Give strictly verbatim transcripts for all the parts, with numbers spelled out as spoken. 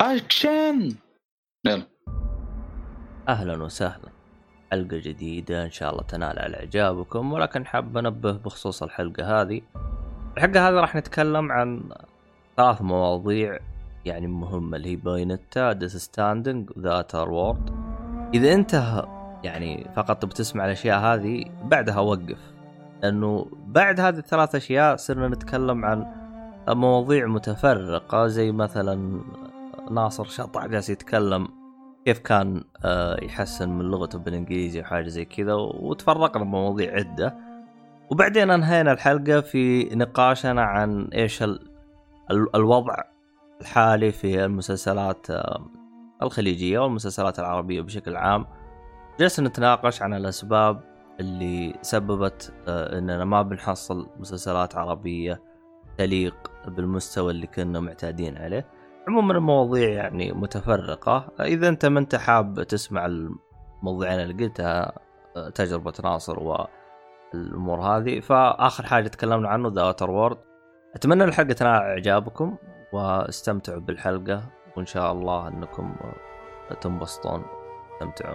اكشن. يلا اهلا وسهلا، حلقة جديدة ان شاء الله تنال على اعجابكم. ولكن حاب انبه بخصوص الحلقة هذه. الحلقة هذه راح نتكلم عن ثلاث مواضيع يعني مهمة، اللي هي بايونيتا، ديث ستاندينج، وذا اوتر وورد. اذا انت يعني فقط بتسمع الاشياء هذه بعدها وقف، لانه بعد هذه الثلاث اشياء صرنا نتكلم عن مواضيع متفرقة، زي مثلا ناصر شطع جالس يتكلم كيف كان يحسن من لغته بالإنجليزي وحاجة زي كذا، وتفرقنا بمواضيع عدة. وبعدين انهينا الحلقة في نقاشنا عن إيش الوضع الحالي في المسلسلات الخليجية والمسلسلات العربية بشكل عام. جلسنا نتناقش عن الأسباب اللي سببت أننا ما بنحصل مسلسلات عربية تليق بالمستوى اللي كنا معتادين عليه. عموما المواضيع يعني متفرقة. إذا أنت ما أنت حاب تسمع الموضوعين اللي قلتها، تجربة ناصر والأمور هذه، فآخر حاجة تكلمنا عنه ذا اوتر وورد. أتمنى الحلقة تنال إعجابكم واستمتعوا بالحلقة، وإن شاء الله أنكم تنبسطون تستمتعون.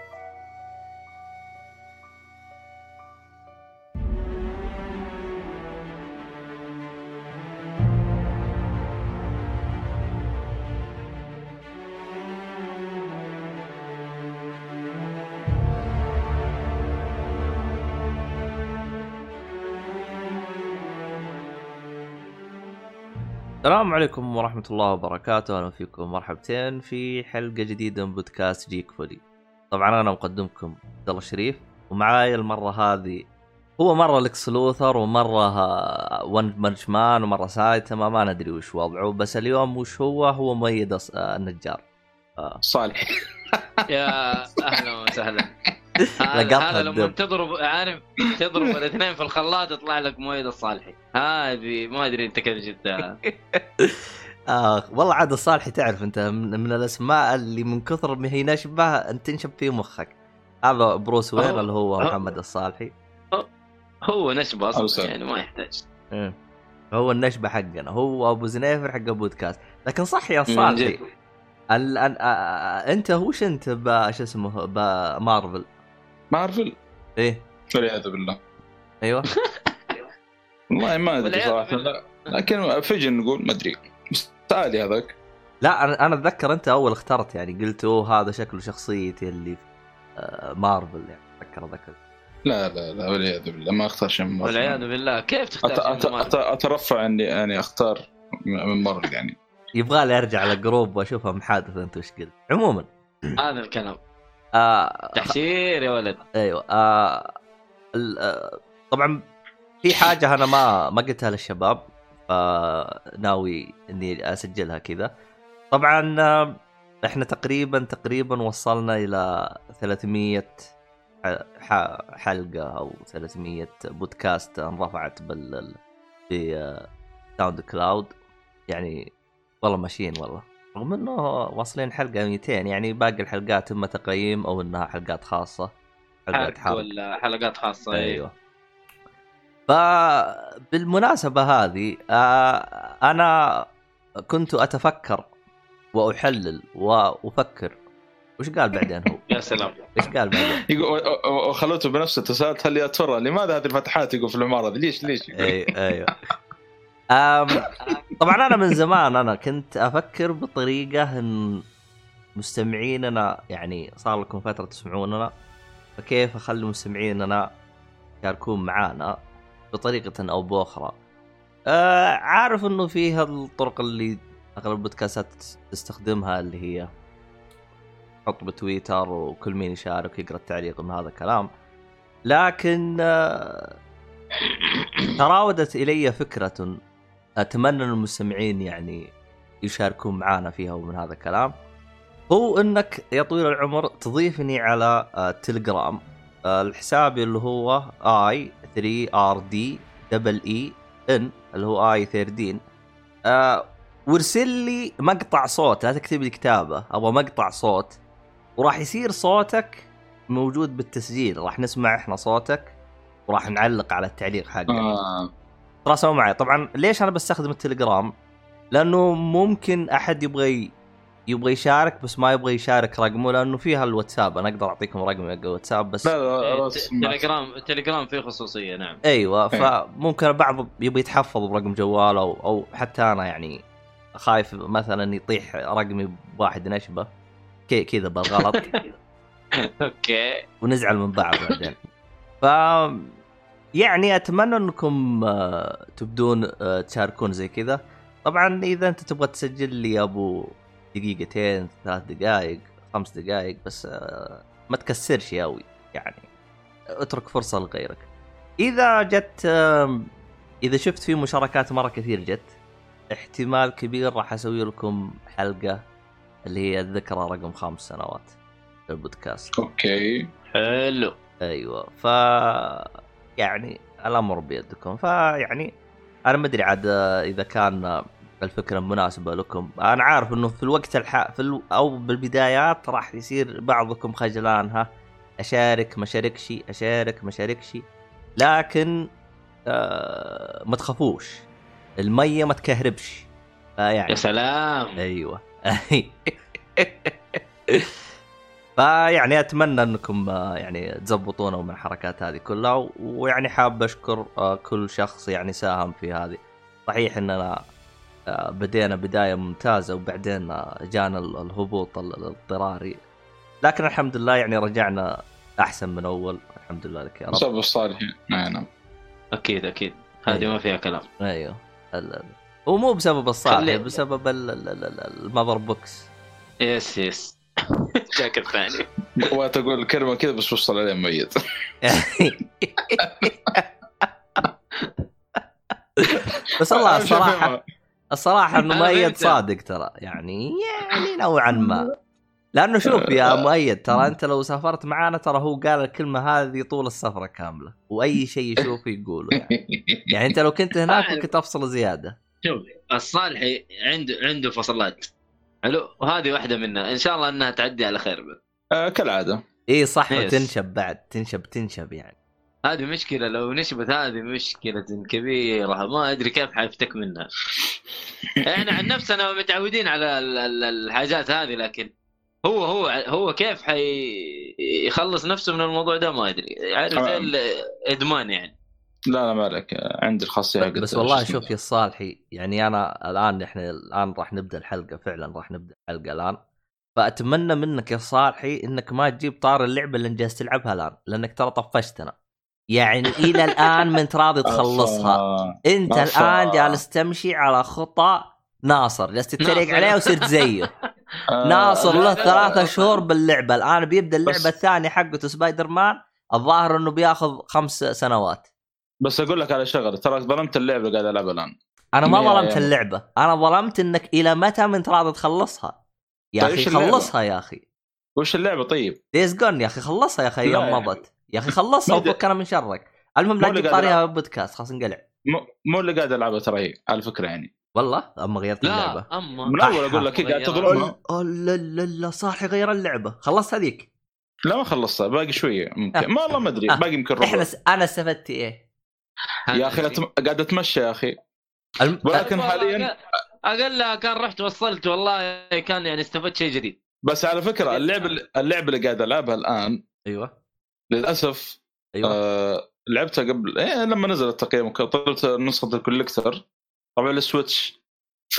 السلام عليكم ورحمة الله وبركاته، أهلا فيكم مرحبتين في حلقة جديدة من بودكاست جيك فولي. طبعا أنا مقدمكم عبد الله شريف، ومعاي المرة هذه هو مرة لكس لوثر ومرة ون مرجمان ومرة سايتما، ما ندري وش وضعه، بس اليوم وش هو هو ميد النجار آه. صالح. يا أهلا وسهلا. هذا لما تضرب عارف تضرب الاثنين في الخلاط يطلع لك مويد الصالحي. هذه ما ادري انت كيف جبتها. اه والله عاد الصالحي تعرف انت من, من الاسماء اللي من كثر ما هي نشبه انت تنشب في مخك. هذا بروس وين اللي هو محمد الصالحي، هو نشبه اصلا يعني ما يحتاج. اه هو النشبه حقنا، هو ابو زنيفر حق بودكاست. لكن صح يا صالحي ال أن... أ... انت هوش انت باش اسمه بمارفل مارفل ايه والعياذ بالله. ايوه والله ما ادري صراحه، لكن فيجن نقول ما ادري مستعالي هذاك. لا انا انا اتذكر انت اول اخترت يعني قلت اوه هذا شكله شخصيتي اللي مارفل يعني اتذكر ذاك. لا لا لا والعياذ بالله ما اختار شيء من مارفل. والعياذ بالله كيف تختار أت... أت... اترفع اني يعني اختار من مارفل يعني. يبغى لي ارجع للجروب واشوفها محادثه انت وش قلت. عموما هذا الكلام آه تحشير يا ولد. ايوه آه آه طبعا في حاجه انا ما ما قلتها للشباب، فناوي اني اسجلها كذا. طبعا آه احنا تقريبا تقريبا وصلنا الى ثلاثمية حلقه او ثلاثمية بودكاست انرفعت بال في ساوند كلاود. يعني والله ماشيين والله، رغم انه واصلين حلقه مئتين. يعني باقي الحلقات اما تقييم او انها حلقات خاصه، حلقات حلقة ولا حلقات خاصه. ايوه. فبالمناسبه هذه انا كنت اتفكر واحلل وافكر وش قال بعدين هو. يا سلام ايش قال بعدين؟ يقول وخلوته بنفسه تساءل هل يا ترى لماذا هذه الفتحات يقول في العماره دي ليش ليش ايوه ايوه أم طبعا أنا من زمان أنا كنت أفكر بطريقة إن مستمعيننا يعني صار لكم فترة تسمعوننا، فكيف أخلي مستمعيننا يشاركون معانا بطريقة أو بأخرى. أه عارف إنه فيها الطرق اللي أغلب البودكاستات تستخدمها، اللي هي حط بتويتر وكل مين يشارك يقرأ التعليق من هذا الكلام. لكن أه تراودت إلي فكرة أتمنى المستمعين يعني يشاركون معانا فيها ومن هذا الكلام، هو إنك يا طويل العمر تضيفني على التليجرام الحساب اللي هو آي ثري آر دي دبل إي إن اللي هو آي ثيردين. وارسل لي مقطع صوت، لا تكتب لي كتابة، أو مقطع صوت، وراح يصير صوتك موجود بالتسجيل. راح نسمع إحنا صوتك وراح نعلق على التعليق حقك. آه. تراسوا معي. طبعا ليش انا بستخدم التليجرام؟ لانه ممكن احد يبغى يبغى يشارك بس ما يبغى يشارك رقمه لانه فيها الواتساب. انا اقدر اعطيكم رقمي الواتساب بس لا لا تليجرام تليجرام فيه خصوصيه. نعم ايوه. فممكن بعض يبغى يتحفظ برقم جواله او, أو حتى انا يعني خايف مثلا يطيح رقمي بواحد نشبه كذا بالغلط. اوكي ونزعل من بعض بعدين. ف يعني اتمنى انكم تبدون تشاركون زي كذا. طبعا اذا انت تبغى تسجل لي يا ابو دقيقتين ثلاث دقائق خمس دقائق بس ما تكسرش قوي يعني، اترك فرصة لغيرك. اذا جت اذا شفت في مشاركات مرة كثير جت احتمال كبير راح اسوي لكم حلقة اللي هي الذكرى رقم خمس سنوات البودكاست. اوكي حلو. ايوه ف يعني الامر بيدكم. فيعني انا ما ادري عاد اذا كان الفكره مناسبه لكم. انا عارف انه في الوقت الح... في ال... او بالبدايات راح يصير بعضكم خجلان، ها اشارك ما شاركش اشارك ما شاركش، لكن آه... ما تخافوش الميه ما تكهربش. يعني يا سلام. ايوه. فيعني اتمنى انكم يعني تزبطونه من الحركات هذه كلها. ويعني حاب اشكر كل شخص يعني ساهم في هذه. صحيح اننا بدينا بدايه ممتازه وبعدين جانا الهبوط الاضطراري، لكن الحمد لله يعني رجعنا احسن من اول. الحمد لله لك يا رب. بسبب الصالح. نعم اكيد اكيد هذه أيوه. ما فيها كلام. ايوه ومو بسبب الصالح، بسبب المذر بوكس. يس يس. جاك الثاني وتقول الكلمة كذا بس وصل عليه ميت. بس والله الصراحة الصراحة انه مؤيد صادق ترى يعني يعني نوعا ما. لانه شوف يا مؤيد ترى انت لو سافرت معانا ترى هو قال الكلمة هذه طول السفرة كاملة واي شيء يشوفه يقوله يعني. يعني انت لو كنت هناك كنت افصل زيادة. شوف الصالحي عنده عنده فصلات حلو وهذه واحدة منها إن شاء الله أنها تعدي على خير بس. آه كالعادة. إيه صح. وتنشب بعد تنشب تنشب يعني هذه مشكلة لو نشبت هذه مشكلة كبيرة ما أدري كيف حيفتك منها. إحنا عن نفسنا متعودين على الحاجات هذه لكن هو هو هو كيف حيخلص نفسه من الموضوع ده ما أدري. عارف الإدمان يعني. لا لا مالك عندي الخاصية. بس والله شوف يا الصالحي يعني أنا الآن إحنا الآن راح نبدأ الحلقة فعلا راح نبدأ الحلقة الآن. فأتمنى منك يا صالحي إنك ما تجيب طار اللعبة اللي جالس تلعبها الآن لأنك ترى طفشتنا يعني إلى الآن من تراضي تخلصها. أنت الآن جالس تمشي على خطى ناصر جالس تتريق عليه وصرت زيه. ناصر له ثلاثة شهور باللعبة الآن بيبدأ اللعبة الثانية حقته سبايدر مان الظاهر إنه بياخذ خمس سنوات. بس أقول لك على شغلة ترى ظلمت اللعبة قاعد ألعبها الآن. أنا ما ظلمت اللعبة أنا ظلمت إنك إلى متى من تراضي تخلصها يا أخي. خلصها يا أخي. وش اللعبة طيب؟ ديز جون يا أخي خلصها يا أخي. أيام مضت يا أخي خلصها وفكنا من شرك. المهم لا تجيب طاريها بودكاست خلاص نقلع. مو اللي قاعد ألعبها ترى هي على فكرة يعني. والله أما غيرت اللعبة. أما من أول أقول لك قاعد تظلمها. لا لا لا صاحي غير اللعبة. خلصت هذيك؟ لا ما خلصتها باقي شوية ممكن. ما والله ما أدري باقي يمكن ربع. إحنا س... أنا استفدت إيه يا أخي أتم... قاعد أتمشى يا أخي. الم... ولكن حاليا أقل كان رحت وصلت والله كان يعني استفدت شيء جديد. بس على فكرة اللعبة اللعبة اللي قاعد ألعبها الآن أيوة للأسف أيوة. آه... لعبتها قبل إيه لما نزل التقييم وطلبت نسخة الكوليكتر طبعا السويتش. ف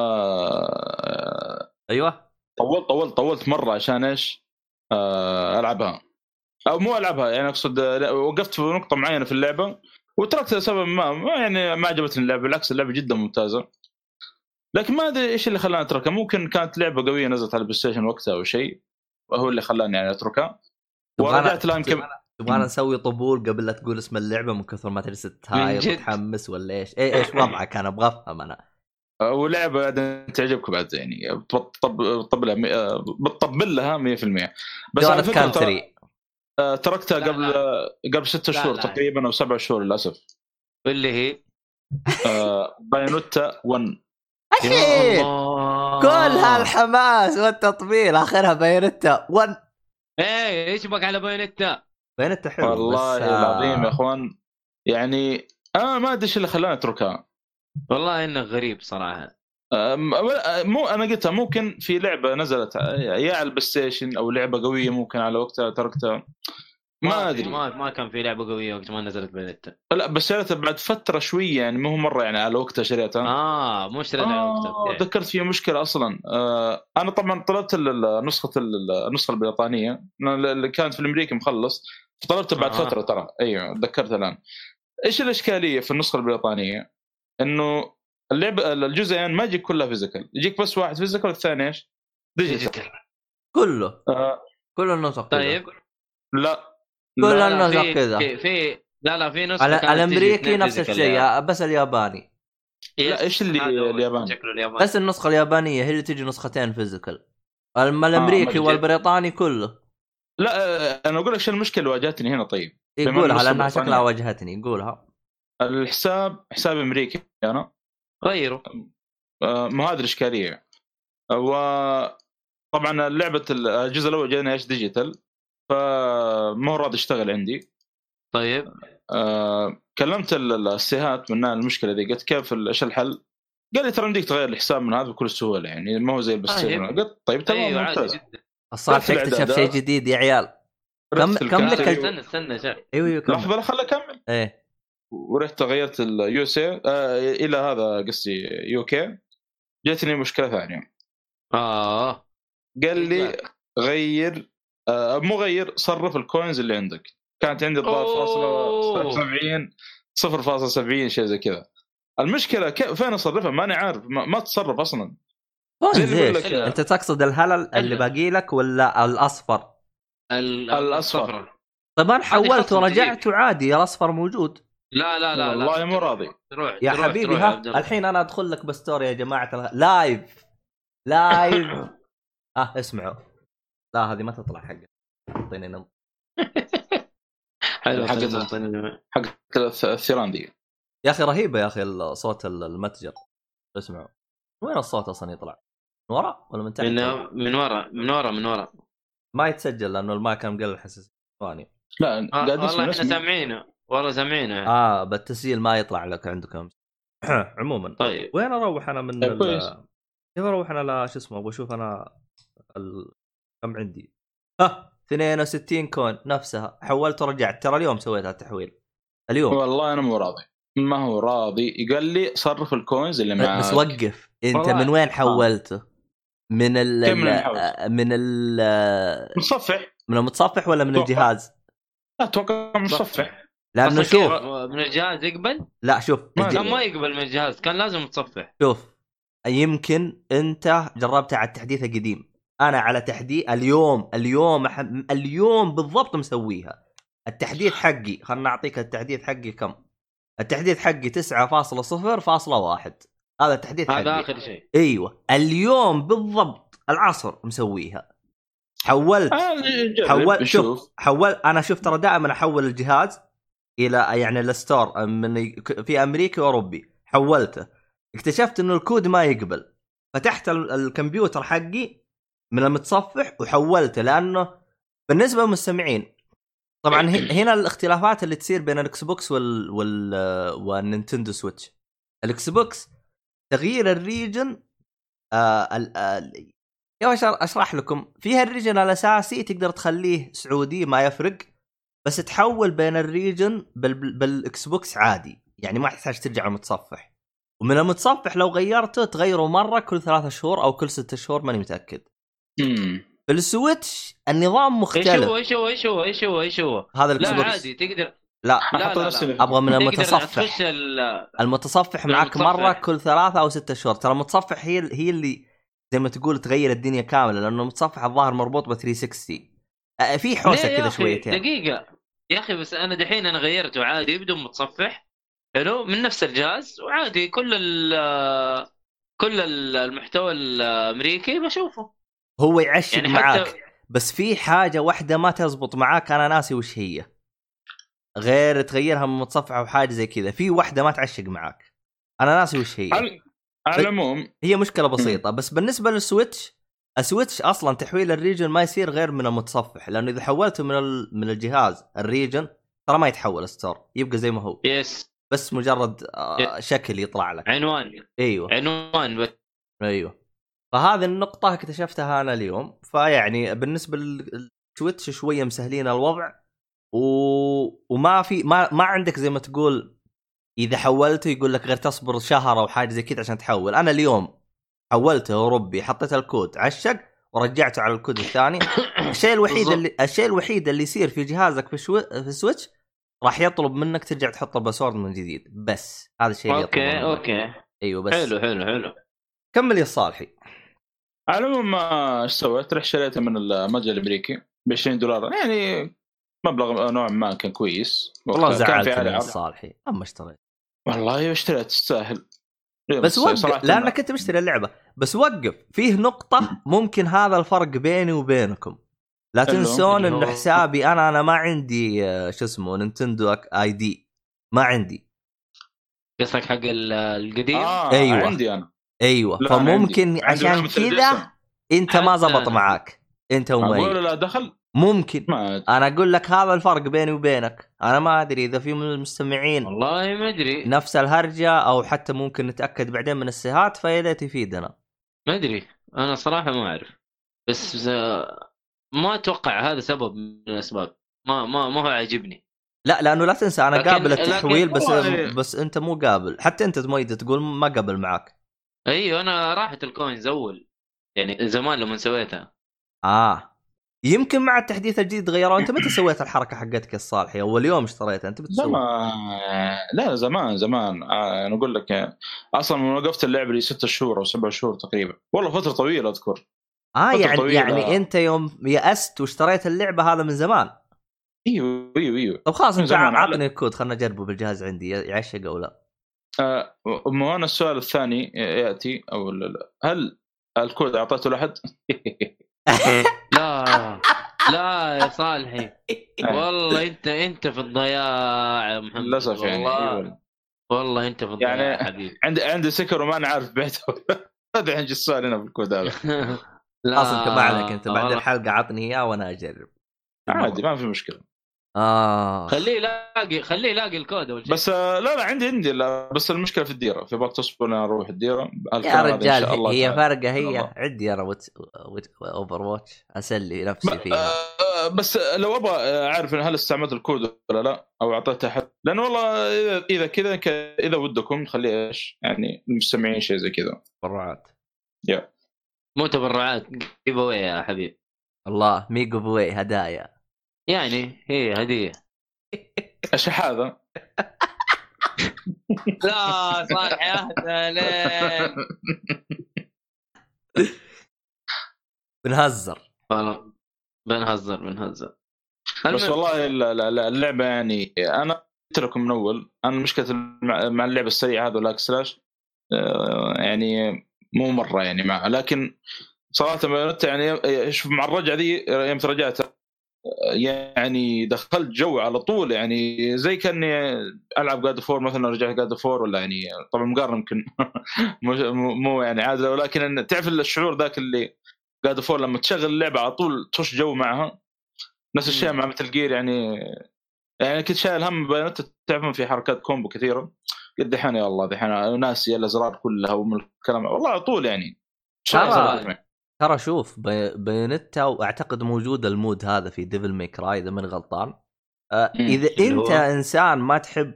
أيوة طولت طولت طولت مرة عشان إيش آه... ألعبها أو مو ألعبها يعني أقصد وقفت في نقطة معينة في اللعبة وتركت لسبب ما, ما يعني ما عجبتني اللعبة. بالعكس اللعبة جدا ممتازة لكن ما أدري إيش اللي خلاني أتركها. ممكن كانت لعبة قوية نزلت على البلاي ستيشن وقتها أو شيء وهو اللي خلاني يعني أتركها. ورجعت الآن كم تبغانا نسوي طبول قبل لا تقول اسم اللعبة من كثر ما تجلس تهايط وتحمس ولا إيش إيه إيش وضعك؟ أنا أبغى أفهم أنا. ولعبة تعجبكم بعد يعني بتطبل لها بتطبل لها مية في المية. بس على فكرة تركتها قبل لا لا. قبل ستة شهور تقريبا أو سبعة شهور للأسف. اللي هي آه بايونيتا ون. أكيد كل هالحماس والتطبيل آخرها بايونيتا ون. إيه إيش بك على بايونيتا؟ بايونيتا حلو والله العظيم يا أخوان يعني أنا ما أدري إيش اللي خلاني أتركها. والله إنه غريب صراحة. مو انا قلتها ممكن في لعبه نزلت يا على البلاي ستيشن او لعبه قويه ممكن على وقتها تركتها ما ادري. ما ما كان في لعبه قويه وقت ما نزلت بنت. لا بس شريتها بعد فتره شويه يعني مو مره يعني على وقتها شريتها. اه مو شريتها على وقتها. ذكرت فيها مشكله اصلا. آه انا طبعا طلبت النسخه النسخه البريطانيه اللي كانت في الامريكي مخلص طلبتها بعد آه. فتره ترى. ايوه تذكرت الان. ايش الاشكاليه في النسخه البريطانيه؟ انه اللعبه الجزئين ما يجيك كلها فيزيكال، يجيك بس واحد فيزيكال والثاني ايش ديجيتال كله. آه. كل النسخ طيب لا كل النسخ كذا في, في لا لا في نسخه الامريكي نفس الشيء بس الياباني. لا ايش اللي الياباني؟ بس النسخه اليابانيه هي اللي تجي نسختين فيزيكال. الامريكي آه والبريطاني كله. لا انا اقول لك شو المشكله واجهتني هنا. طيب يقولها لانها شكلها واجهتني. يقولها الحساب حساب امريكي انا غيره آه ما هذه الاشكاليه. وطبعا لعبه الجزء الاول جانا ايش ديجيتال فما هو راضي يشتغل عندي. طيب آه كلمت السيهات من المشكله دي قلت كيف ايش الحل؟ قال لي ترى بدك تغير الحساب من هذا بكل سهوله يعني ما هو زي البلايستيشن. قلت طيب تمام أيوة ممتاز. الصالح اكتشف شيء جديد يا عيال. كم كم لك استنى استنى شيء ايوه لحظه لا خليني اكمل. ايه ورحت غيرت اليو سي آه الى هذا قصدي يو كي جاتني مشكله ثانيه. اه قال لي غير آه مو غير صرف الكوينز اللي عندك. كانت عندي ضرب فاصلة سبعين صفر فاصلة سبعين شيء زي كذا. المشكله كيف فين اصرفها ما انا عارف ما, ما تصرف اصلا. انت تقصد الهلل اللي باقي لك ولا الاصفر؟ الاصفر. طبعا حولت ورجعت وعادي الاصفر موجود. لا لا لا والله مو راضي تروح يا تروح حبيبي. تروح ها الحين انا ادخل لك بستوري يا جماعه الغ... لايف لايف اه اسمعوا. لا هذه ما تطلع حقه. اعطيني نم حلو حق حق الثيران دي يا اخي رهيبه يا اخي صوت المتجر. اسمعوا وين الصوت اصلا يطلع من ورا ولا من تحت؟ من من ورا من ورا من ورا ما يتسجل لانه المايك مقلل الحساسيه. ثواني لا آه قاعد والله احنا سامعينه ورا سامعينه. اه بالتسجيل ما يطلع لك عندكم. عموما طيب وين اروح انا من ال... كيف اروح انا لا شو اسمه بشوف انا ال... كم عندي ها اثنين وستين كون نفسها حولت ورجعت. ترى اليوم سويت التحويل اليوم. والله انا مو راضي ما هو راضي. قال لي صرف الكوينز اللي معك. بس وقف انت من وين حولته؟ من ال من المتصفح من المتصفح ولا من الجهاز؟ اتوقع متصفح. لانه شوف من الجهاز يقبل. لا شوف كان ما يقبل من الجهاز كان لازم متصفح. شوف يمكن انت جربتها على التحديث القديم. انا على تحديث اليوم اليوم اليوم بالضبط مسويها. التحديث حقي خلنا نعطيك التحديث حقي كم. التحديث حقي تسعة فاصلة صفر فاصلة واحد. هذا التحديث حقي هذا اخر شيء. ايوه اليوم بالضبط العصر مسويها. حولت حول شوف حول انا شفت ترى دائما احول الجهاز الى يعني الستور من في امريكا واوروبي. حولته اكتشفت انه الكود ما يقبل. فتحت الكمبيوتر حقي من المتصفح وحولته. لانه بالنسبه للمستمعين طبعا هنا الاختلافات اللي تصير بين الاكس بوكس وال وال والنينتندو سويتش. الاكس بوكس تغيير الريجن آه ال كيف اشرح لكم فيها الريجن الاساسي تقدر تخليه سعودي ما يفرق. بس تحول بين الريجن بال بالاكس بوكس عادي يعني ما يحتاج ترجع المتصفح. ومن المتصفح لو غيرته تغيره مره كل ثلاثة شهور او كل ستة شهور ماني متاكد. امم في السويتش النظام مختلف. ايش هو ايش هو ايش هو ايش هو ايش هو هذا الاكس بوكس. لا عادي تقدر لا لا, لا, لا. ابغى من المتصفح. المتصفح معك مره كل ثلاثة او ستة شهور. ترى المتصفح هي هي اللي زي ما تقول تغير الدنيا كامله لانه المتصفح الظاهر مربوط ب ثلاثمية وستين. في حوسه كذا شويتين. دقيقه يا اخي بس انا دحين انا غيرته عادي بدون متصفح حلو من نفس الجهاز وعادي كل ال كل المحتوى الامريكي بشوفه. هو يعشق يعني معاك حتى... بس في حاجه واحده ما تزبط معاك انا ناسي وش هي. غير تغيرها من متصفح او حاجه زي كذا. في واحده ما تعشق معاك انا ناسي وش هي. على العموم هي مشكله بسيطه. بس بالنسبه للسويتش السويتش اصلا تحويل الريجن ما يصير غير من المتصفح. لانه اذا حولته من ال... من الجهاز الريجن ترى ما يتحول ستور يبقى زي ما هو. يس بس مجرد آه شكل يطلع لك عنوان. ايوه عنوان بس ايوه فهذه النقطه اكتشفتها انا اليوم. فيعني بالنسبه للسويتش شويه مسهلين الوضع و... وما في ما ما عندك زي ما تقول اذا حولته يقول لك غير تصبر شهر او حاجه زي كذا عشان تحول. انا اليوم حولته وربي حطيت الكود عشق ورجعته على الكود الثاني. الشيء الوحيد اللي الشيء الوحيد اللي يصير في جهازك في شو... في السويتش راح يطلب منك ترجع تحط الباسورد من جديد بس. هذا الشيء اللي اوكي اوكي ايوه بس. حلو حلو حلو. كمل يا صالحي. على العموم ما ايش سويت؟ رحت شريته من المتجر الامريكي ب عشرين دولار، يعني مبلغ نوعا ما كان كويس. والله زعلتني يا صالحي اما اشتريت. والله اشتريت تستاهل بس وقف لانك انت مشتري اللعبه. بس وقف فيه نقطه ممكن هذا الفرق بيني وبينكم. لا تنسون انه حسابي انا انا ما عندي شو اسمه نينتندو اي دي ما عندي. قصدك حق القديم؟ آه ايوه عندي انا. ايوه فممكن عشان كذا انت ما زبط معاك انت ومي. اقول لا دخل ممكن انا اقول لك هذا الفرق بيني وبينك. انا ما ادري اذا في المستمعين والله ما ادري نفس الهرجه او حتى ممكن نتاكد بعدين من السيهات فيا تفيدنا. ما ادري انا صراحه ما اعرف. بس ما اتوقع هذا سبب من الاسباب. ما ما ما هو عاجبني. لا لانه لا تنسى انا قابل التحويل بس والله... بس انت مو قابل. حتى انت مؤيد تقول ما قبل معك. ايوه انا راحت الكوينز اول يعني زمان لما سويتها. اه يمكن مع التحديث الجديد غيروا. انت متى سويت الحركه حقتك الصالحي؟ اول يوم اشتريتها انت بتسوي؟ زمان لا زمان زمان آه انا اقول لك اصلا من وقفت اللعبه لي ستة شهور او سبعة شهور تقريبا. والله فتره طويله اذكر. اه يعني طويلة. يعني انت يوم يأست واشتريت اللعبه هذا من زمان. ايوه ايوه ايوه. طب خلاص انت عطني الكود خلنا نجربه بالجهاز عندي يعشق او لا. آه مو انا السؤال الثاني ياتي او لا. هل الكود اعطيته لاحد؟ لا لا يا صالحي والله انت انت في الضياع يا محمد للاسف يعني. والله والله انت في الضياع يعني حبيبي. عندي عندي سكر وما انا عارف بعته. هذا عندي السؤال هنا في الكود هذا. لا اصلا انت ما عليك انت بعد الحلقه عطني اياه وانا اجرب عادي ما في مشكله. اه خليه يلاقي خليه يلاقي الكود اول شيء. بس لا لا عندي عندي لا بس المشكله في الديره في وقت تصبر انا اروح الديره يا رجال. هي فرقه هي الله. عندي انا وت... وت... اوفر واتش اسلي نفسي فيها. بس لو ابغى اعرف هل استعملت الكود ولا لا او اعطيته احد لان والله اذا كذا اذا ودكم خليه ايش يعني المستمعين شيء زي كذا تبرعات. يا مو تبرعات جيف اواي يا حبيبي. الله مي جيف اواي هدايا يعني هي هديه. ايش هذا؟ لا صالح اهدى لين بنهزر والله بنهزر بنهزر. بس والله اللعبه يعني انا قلت لكم من اول انا مشكله مع اللعبه السريعه هذا لاك سلاش يعني مو مره يعني معها. لكن صراحه يعني شوف مع الرجعه ذي يوم رجعت يعني دخلت جو على طول يعني زي كاني العب جاد فور مثلا. رجعت جاد فور ولا يعني طبعا مقارنه يمكن مو يعني عادي ولكن تعرف الشعور ذاك اللي جاد فور لما تشغل اللعبه على طول تخش جو معها. نفس الشيء مع مثل جير يعني يعني كنت شايل هم بيانات تعرفون في حركات كومبو كثيره قد دحين يا الله دحين ناسي الازرار كلها ومن الكلام والله على طول يعني. ترى ترى شوف بيانتا واعتقد موجود المود هذا في ديفل ميك راي اذا من غلطان. آه اذا انت انسان ما تحب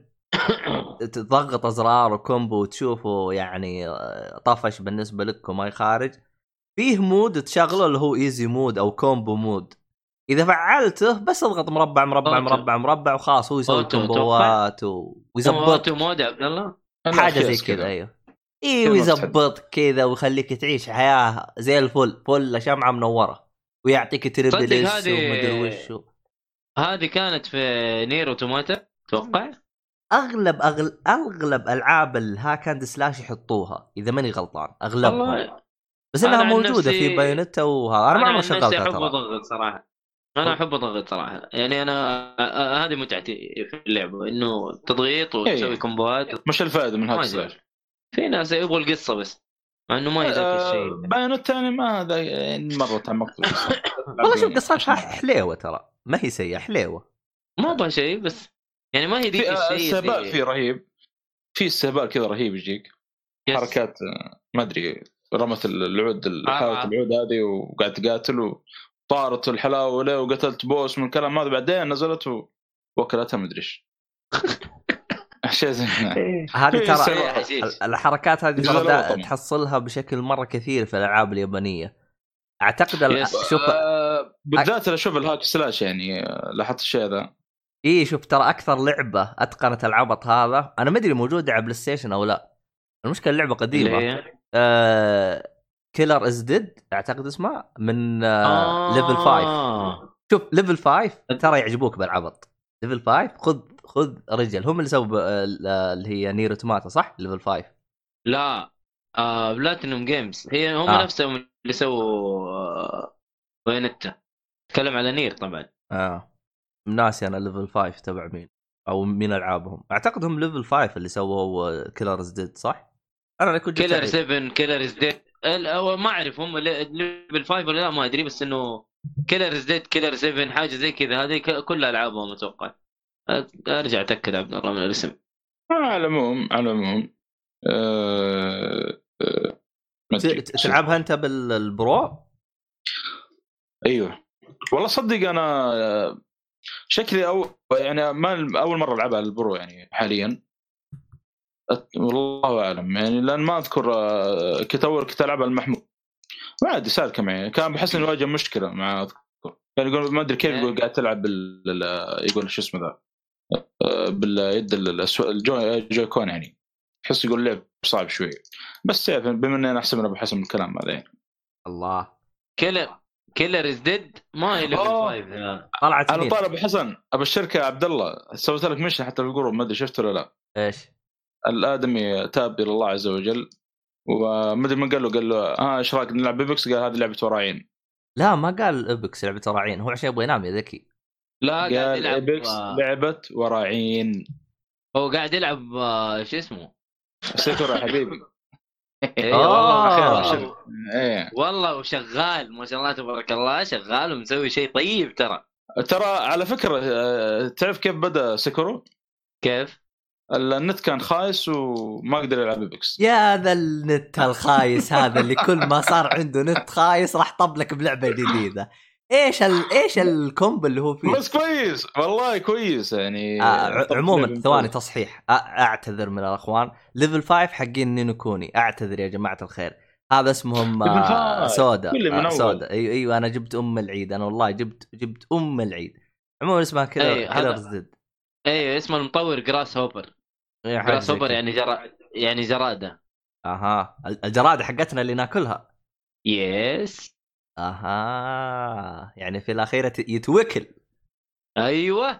تضغط ازرار وكومبو وتشوفه يعني طفش بالنسبه لك وما يخارج فيه مود تشغله اللي هو ايزي مود او كومبو مود. اذا فعلته بس اضغط مربع مربع أوتو. مربع مربع وخلاص هو يسوي كومبوات ويظبط مود يا عبد الله حاجه زي كذا. ايوه ايه ويظبط كذا ويخليك تعيش حياه زي الفل فل شمعه منوره ويعطيك تربلس ومدري وشو. هذه كانت في نير اوتوماتا توقع. اغلب اغلب اغلب العاب الهاك اند سلاش يحطوها اذا ماني غلطان اغلبها بس انها موجوده في بايونيتا وها. انا ما عمري شغلتها ترى. احب اضغط صراحه. انا احب اضغط صراحه يعني انا هذه متعتي في اللعبه انه تضغيط وتسوي كومبوات. مش الفائده من هذا. في ناس يبغوا القصه بس مع انه ما هي ذاك الشيء. بايونيتا الثاني ما هذا يعني مره تعمقت. والله شوف قصتها حليوه ترى ما هي سيئه حليوه ما ابغى شيء بس يعني ما هي ذيك الشيء. استهبال في رهيب في استهبال كذا رهيب يجيك حركات ما ادري رمت العود حاولت العود هذه وقاعد تقاتل وطارت الحلاوه له وقتلت بوس من الكلام هذا بعدين نزلت ووكلتها مدري ايش هذه ترى الحركات هذه ترى تحصلها بشكل مره كثير في الالعاب اليابانيه اعتقد. شوف آه بالذات اشوف الهاك سلاش يعني لاحظت الشيء ذا. ايه شوف ترى اكثر لعبه اتقنت العبط هذا انا ما ادري موجوده على بلاي ستيشن او لا، المشكله اللعبه قديمه. آه... كيلر از ديد اعتقد اسمها من آه... آه... ليفل خمسة. شوف ليفل خمسة ترى يعجبوك بالعبط. ليفل خمسة خذ خذ رجل هم اللي سووا اللي هي نير اوتوماتا صح؟ ليفل خمسة لا آه... بلاتينوم جيمز هي هم آه. نفسهم اللي سووا آه... وينتا. تكلم على نير طبعا. اه ناسي انا ليفل خمسة تبع مين او من العابهم. اعتقد هم ليفل خمسة اللي سووا كيلر از ديد صح؟ انا كنت كيلر سبعة كيلر از ديد او ما اعرف هم ليفل خمسة ولا لا ما ادري، بس انه كيلر از ديد كيلر سبعة حاجه زي كذا هذه كلها العابهم اتوقع. ارجع اتاكد عبد الله من الاسم. على العموم على العموم أه... أه... تلعبها انت بالبرو؟ ايوه والله صدق انا شكلي او يعني ما اول مره العبها البرو يعني حاليا والله اعلم يعني لان ما اذكر كنت اول كنت العبها المحمول ما ادري سالكه معي كان بحس انه واجه مشكله مع اذكر كان يقول ما ادري كيف يقول قاعد تلعب بال يقول شو اسمه ذا باليد الجو جويكون يعني تحس يقول لعب صعب شوي بس بما اني انا احسب انه بحسب الكلام هذا يعني. الله كيلر كيلر از ديد ما هي ليفل خمسة طلعت انا طالب حسن ابشرك يا عبد الله سويت لك مشن حتى في الجروب ما ادري شفته ولا لا. ايش الادمي تاب الى الله عز وجل وما ادري من قال له قال له ها ايش رايك نلعب بيبكس قال هذه لعبه وراعين. لا ما قال ابكس لعبه وراعين هو عشان يبغى ينام يا ذكي. لا قال يلعب بيبكس و... لعبه وراعين هو قاعد يلعب شو اسمه سيكور يا حبيبي. ايه والله خير ايه والله وشغال ما شاء الله تبارك الله شغال ومسوي شيء طيب. ترى ترى على فكره تعرف كيف بدا سيكورو؟ كيف؟ النت كان خايس وما قدر يلعب بيبكس. يا ذا النت الخايس هذا اللي كل ما صار عنده نت خايس راح طب لك بلعبه جديده. ايش ال... ايش الكومب اللي هو فيه؟ بس كويس والله كويس يعني. آه عموما ثواني تصحيح آه اعتذر من الاخوان ليفل خمسة حقين نينو كوني اعتذر يا جماعه الخير هذا اسمهم آه سودا آه سودا ايوه ايوه انا جبت ام العيد انا والله جبت جبت ام العيد. عموما اسمها كذا أيوة كيلر زد. ايوه اسمه المطور جراس هوبر. جراس هوبر يعني جرا... يعني جراده. اها الجراده حقتنا اللي ناكلها. يس اها يعني في الاخيره يتوكل. ايوه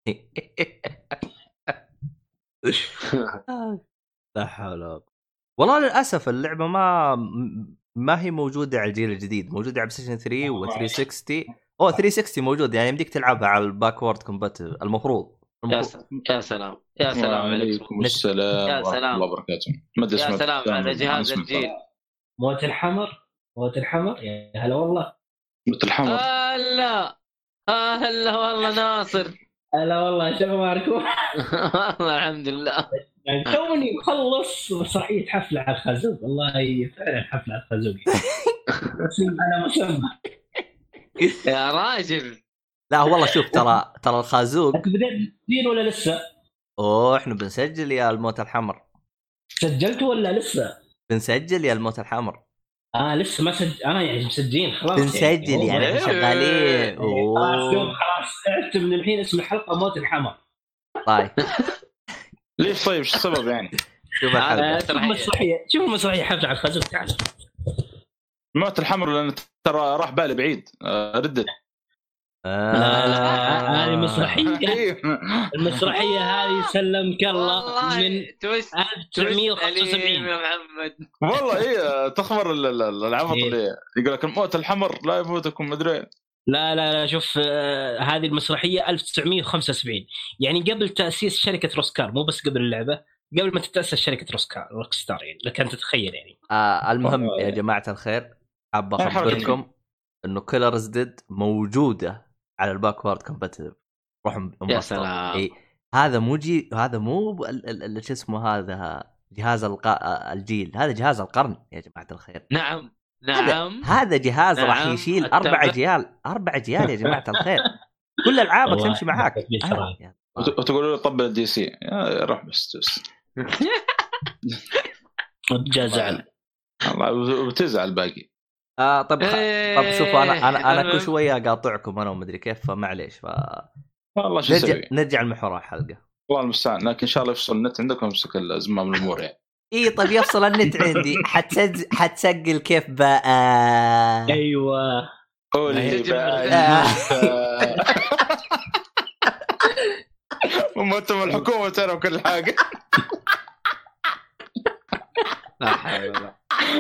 لا حول. والله للاسف اللعبه ما ما هي موجوده على الجيل الجديد موجوده على بلايستيشن ثلاثة و ثلاثمية وستين. او ثلاثمية وستين موجود يعني يمديك تلعبها على الباكورد كومباتبل المفروض. يا سلام يا سلام يا سلام عليكم السلام ورحمه الله وبركاته. يا سلام على جهاز الجيل. موت الحمر موت الحمر يا هلا والله موت الحمر. هلا هلا والله ناصر. هلا والله شو اخباركم؟ والله الحمد لله يعني توني مخلص مسرحيه حفله على الخازوق. والله فعلا حفله على الخازوق بس انا مسمى يا راجل. لا والله شوف ترى ترى الخازوق انت بديت تسجيل ولا لسه؟ اوه احنا بنسجل يا الموت الحمر. سجلتوا ولا لسه؟ بنسجل يا الموت الحمر. اه لسه ما سجل. اه يعني مسجلين خلاص بنسجل يعني, يعني احنا شغالين. اوه خلاص عرفت من الحين اسم الحلقه موت الحمر. طيب ليش طيب شو السبب يعني؟ شوف الحلقه شوف المسرحيه شوف المسرحيه حفله على الخازوق. تعال موت الحمر لان ترى راح بالي بعيد ردت. آه لا لا هذه مسرحية. المسرحية هذه سلمك الله من ألف وتسعمية وخمسة وسبعين يا محمد. والله إيه تخبر العبط اللي يقول لك الموت الحمر لا يفوتكم مدري. لا لا لا شوف آه هذه المسرحية ألف وتسعمية وخمسة وسبعين يعني قبل تأسيس شركة روسكار مو بس قبل اللعبة قبل ما تتأسس شركة روسكار روكستار يعني لك أنت تتخيل يعني. آه المهم يا جماعة الخير حاب أخبركم إنه كيلر از ديد موجودة على الباكورد كومباتبل. روحوا يا سلام. إيه هذا مو جي هذا مو شو اسمه هذا جهاز الق... الجيل هذا جهاز القرن يا جماعة الخير. نعم هذا, نعم هذا جهاز نعم. راح يشيل التابلت. أربع أجيال أربع أجيال يا جماعة الخير. كل ألعابك والله تمشي معاك. يحبك آه. بالشرايط. وت- وتقولوا له طبل الدي سي يا روح بس بس رجال زعل. والله وبتزعل باقي. آه طب خ... طب شوفوا انا انا انا كل المهم. شويه اقاطعكم انا ومدري كيف فمعليش ف والله شو نرجع نسوي نرجع لمحور الحلقه. والله المستعان لكن ان شاء الله يفصل النت عندكم يمسك الزمام الامور يعني. اي طيب يفصل النت عندي حتسج... حتسجل كيف بقى. ايوه قولي بقى ممثل الحكومه ترى كل حاجه. لا حول ولا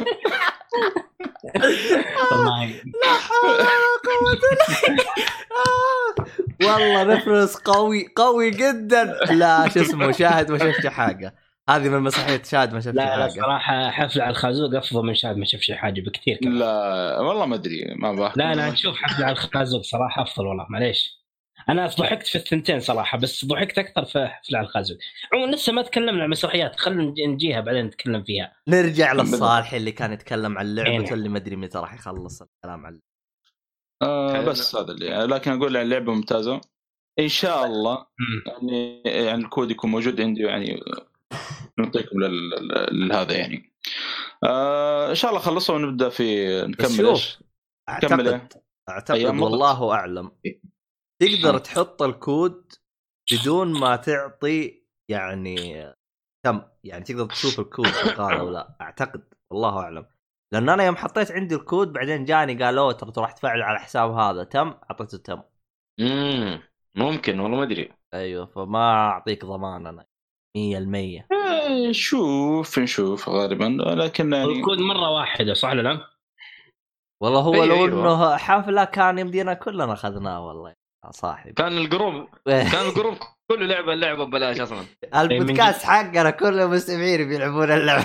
والله لا حول ولا قوة إلا بالله. والله نفرس قوي قوي جدا. لا شو اسمه شاهد ما شافش حاجه. هذه من مسرحيه شاهد ما شافش لا لا حاجه. صراحه حفله على الخازوق افضل من شاهد ما شاف شيء حاجه بكثير كمان. لا والله ما ادري ما بحكي. لا لا تشوف حفله على الخازوق صراحه افضل والله معليش. انا ضحكت في الثنتين صراحه بس ضحكت اكثر في حفله على الخازوق. عموما لسه ما تكلمنا عن المسرحيات خلينا نجيها بعدين نتكلم فيها. نرجع للصالح اللي كان يتكلم عن لعبته إيه. اللي ما ادري متى راح يخلص الكلام عنه. آه بس هذا اللي لكن اقول يعني اللعبه ممتازه ان شاء الله. يعني يعني الكود يكون موجود عندي يعني نعطيكم لل- لهذا يعني. آه ان شاء الله خلصوا ونبدا في نكمل شوف، ايش كمل اعتقد اعتقد أيام مضت. والله اعلم تقدر تحط الكود بدون ما تعطي يعني كم يعني تقدر تشوف الكود شغال او لا. اعتقد والله اعلم لان انا يوم حطيت عندي الكود بعدين جاني قالوا ترى راح تفعل على حساب هذا تم اعطيته تم. امم ممكن والله ما ادري. ايوه فما اعطيك ضمان انا مية بالمية. آه شوف نشوف غالبا لكن يعني الكود مره واحده صح ولا لا؟ والله هو أيوة لو أيوة. انه حفله كان يمدينا كلنا اخذناه والله يا صاحبي. كان الجروب كان الجروب كله لعبه اللعبه ببلاش اصلا. البودكاست حقنا كله مستمعين بيلعبون اللعبه.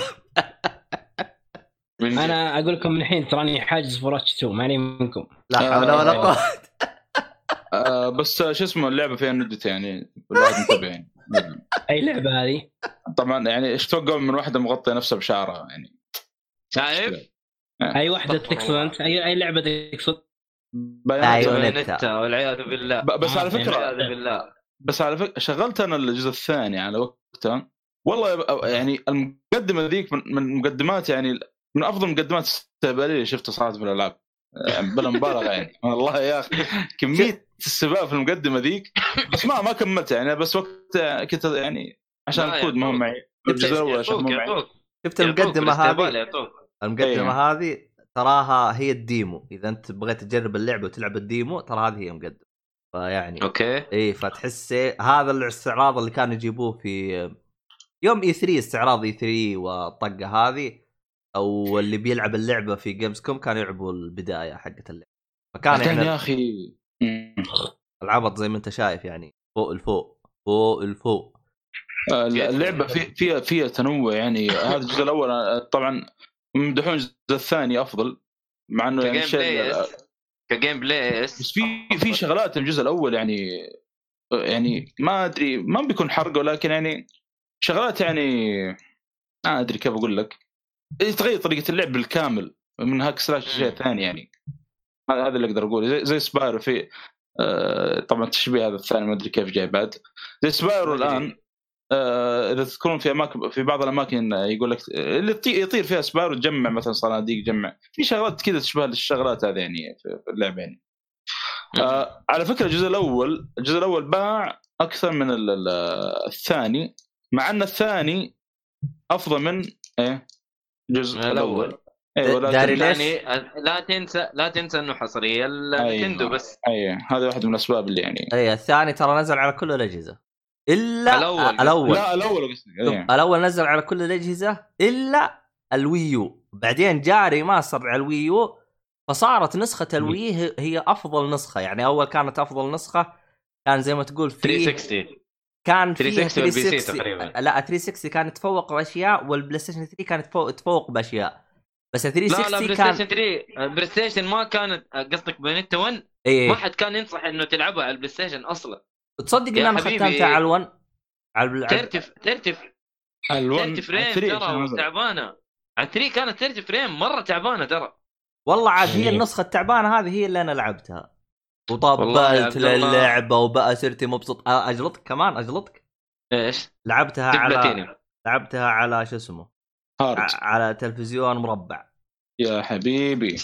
من انا اقول لكم من الحين تراني حاجز فوراتش تو ماني منكم. لا حول ولا قوه. آه بس شو اسمه اللعبه فيها نودت يعني كل واحد متابع يعني. اي لعبه هذه؟ طبعا يعني ايش توقع من واحده مغطيه نفسها بشعرها يعني شايف؟ اي واحده تقصد انت؟ اي اي لعبه تقصد؟ بيانات. أيوة. نتا والعياذ بالله. ب- بس على فكره والعياذ بالله. بس على فكره شغلت انا الجزء الثاني على وقتها والله يب- يعني المقدمه ذيك من من مقدمات يعني من افضل مقدمات استهباليه اللي شفتها صراحه في الالعاب يعني بلا مبالغه يعني والله يا اخي كميه السباق في المقدمه ذيك بس ما ما كملتها يعني بس وقت كنت يعني عشان لا، الكود ما هو يعطوك. معي الجزء الاول عشان يعطوك مو معي. يعطوك شفت يعطوك المقدمه الاستهبال هذه يعطوك. المقدمه أيوة. هذه تراها هي الديمو. اذا انت بغيت تجرب اللعبه وتلعب الديمو ترى هذه هي مقدمه. فيعني اوكي اي فتحس هذا الاستعراض اللي كانوا يجيبوه في يوم اي ثري استعراض اي ثري والطقه هذه او اللي بيلعب اللعبه في جيمز كوم كانوا يلعبوا البدايه حقت اللعبه. فكان كان يعني يا اخي مم. العبط زي ما انت شايف يعني فوق الفوق فوق الفوق. آه، اللعبه في فيها فيها تنوع يعني هذا الجزء الاول آه، طبعا ممدحون الجزء الثاني افضل مع انه يعني كجيم شيء بلاي كجيم بلاي بس في في شغلات الجزء الاول يعني يعني ما ادري ما بيكون حرق ولكن يعني شغلات يعني ما ادري كيف اقول لك تغير طريقه اللعب بالكامل من هاك سلاش شيء ثاني يعني هذا هذا اللي اقدر اقوله زي, زي سبايرو في آه طبعا التشبيه هذا الثاني ما ادري كيف جاي بعد زي سبايرو الان آه اذا تذكرون في اماكن في بعض الاماكن يقول لك اللي يطير فيها سبايرو تجمع مثلا صناديق جمع في شغلات كذا تشبه الشغلات هذه يعني في اللعبه يعني. آه على فكره الجزء الاول الجزء الاول باع اكثر من الثاني مع ان الثاني افضل من ايه الجزء الاول. ايوه داري ليش؟ يعني لا تنسى لا تنسى انه حصريه النينتندو بس. ايوه هذا واحد من الاسباب اللي يعني اي الثاني ترى نزل على كل الاجهزه الا الأول. الاول لا الاول قصدي أيه. الاول نزل على كل الاجهزه الا الويو. بعدين جاري ماستر على الويو فصارت نسخه الوي هي افضل نسخه. يعني اول كانت افضل نسخه كان زي ما تقول ثلاثمية وستين كان فيها ثلاثمية وستين والبي سي تقريبا. لا ثلاثمية وستين كانت تفوق باشياء والبلاي ستيشن ثري كانت تفوق, تفوق باشياء بس ثلاثمية وستين لا لا بلاي كان ستيشن ثري بلاي ستيشن ما كانت قصدك بنت ون إيه. ما حد كان ينصح انه تلعبها على البلاي ستيشن اصلا. تصدق ان انا ختمتها على الون على ترتف ترتف ثلاثين فريم ترى تعبانه. على ثري كانت ثلاثين فريم مره تعبانه ترى والله. عاد هي النسخه التعبانه هذه هي اللي انا لعبتها وطبلت للعبه وبقى صرت مبسوط. اجلطك كمان اجلطك ايش لعبتها على لعبتها على شو اسمه هارد. على تلفزيون مربع يا حبيبي.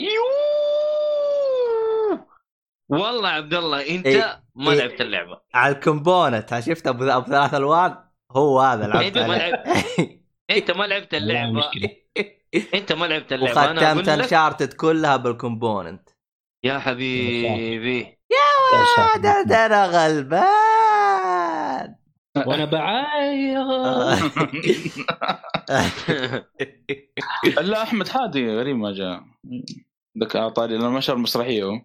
والله عبد الله انت إيه ما إيه لعبت اللعبه على الكومبوننت شفتها ابو ثلاث الوان هو هذا لعبت عليه. انت ما لعبت اللعبه انت ما لعبت اللعبه انا اقول لك انشارتد كلها بالكومبوننت يا حبيبي. يا ولد انا غلبان وانا بعاير. لا احمد حادي غريب ما جاء ذاك اعطاني لما نشر مسرحيه هو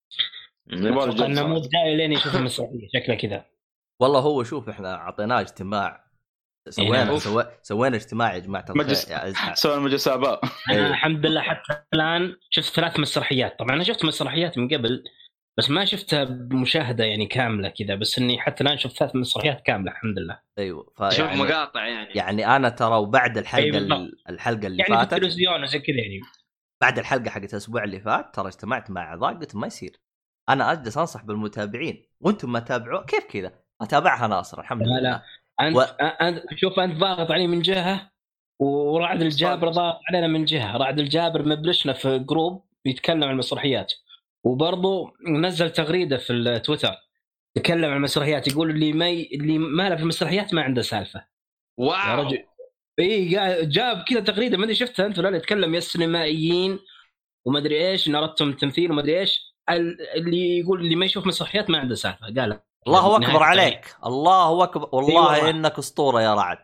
انا مو جاي لين يشوف المسرحيه شكله كذا. والله هو شوف احنا اعطيناه اجتماع سوينا سو... سوينا اجتماع يا جماعه مجلس سوينا مجلس اباء. انا الحمد لله حتى الان شفت ثلاث مسرحيات. طبعا انا شفت مسرحيات من قبل بس ما شفتها بمشاهده يعني كامله كذا بس اني حتى الان شفت ثلاث مسرحيات كامله الحمد لله. ايوه شوف يعني مقاطع يعني يعني انا ترى وبعد الحلقه أيوة الحلقه اللي يعني فاتت يعني التلفزيون زي كذا يعني بعد الحلقه حقت الاسبوع اللي فات ترى اجتمعت مع اعضاء قلت ما يصير انا اجلس انصح بالمتابعين وانتم ما تابعوا كيف كذا. اتابعها ناصر الحمد لله. لا انت و... انت شوف انت ضاغط علي من جهه ورعد الجابر ضاغط علينا من جهه. رعد الجابر مبلشنا في جروب بيتكلم عن المسرحيات وبرضه نزل تغريده في التويتر يتكلم عن المسرحيات يقول اللي ما ي... اللي ما له في المسرحيات ما عنده سالفه. واو يا رجل اي جاب كذا تغريده ما ادري شفتها انت ولا لا. يتكلم يا السينمائيين وما ادري ايش نردتم التمثيل وما ادري ايش اللي يقول اللي ما يشوف مسرحيات ما عنده سالفه. قال الله اكبر عليك الله اكبر والله أيوة. انك اسطوره يا رعد.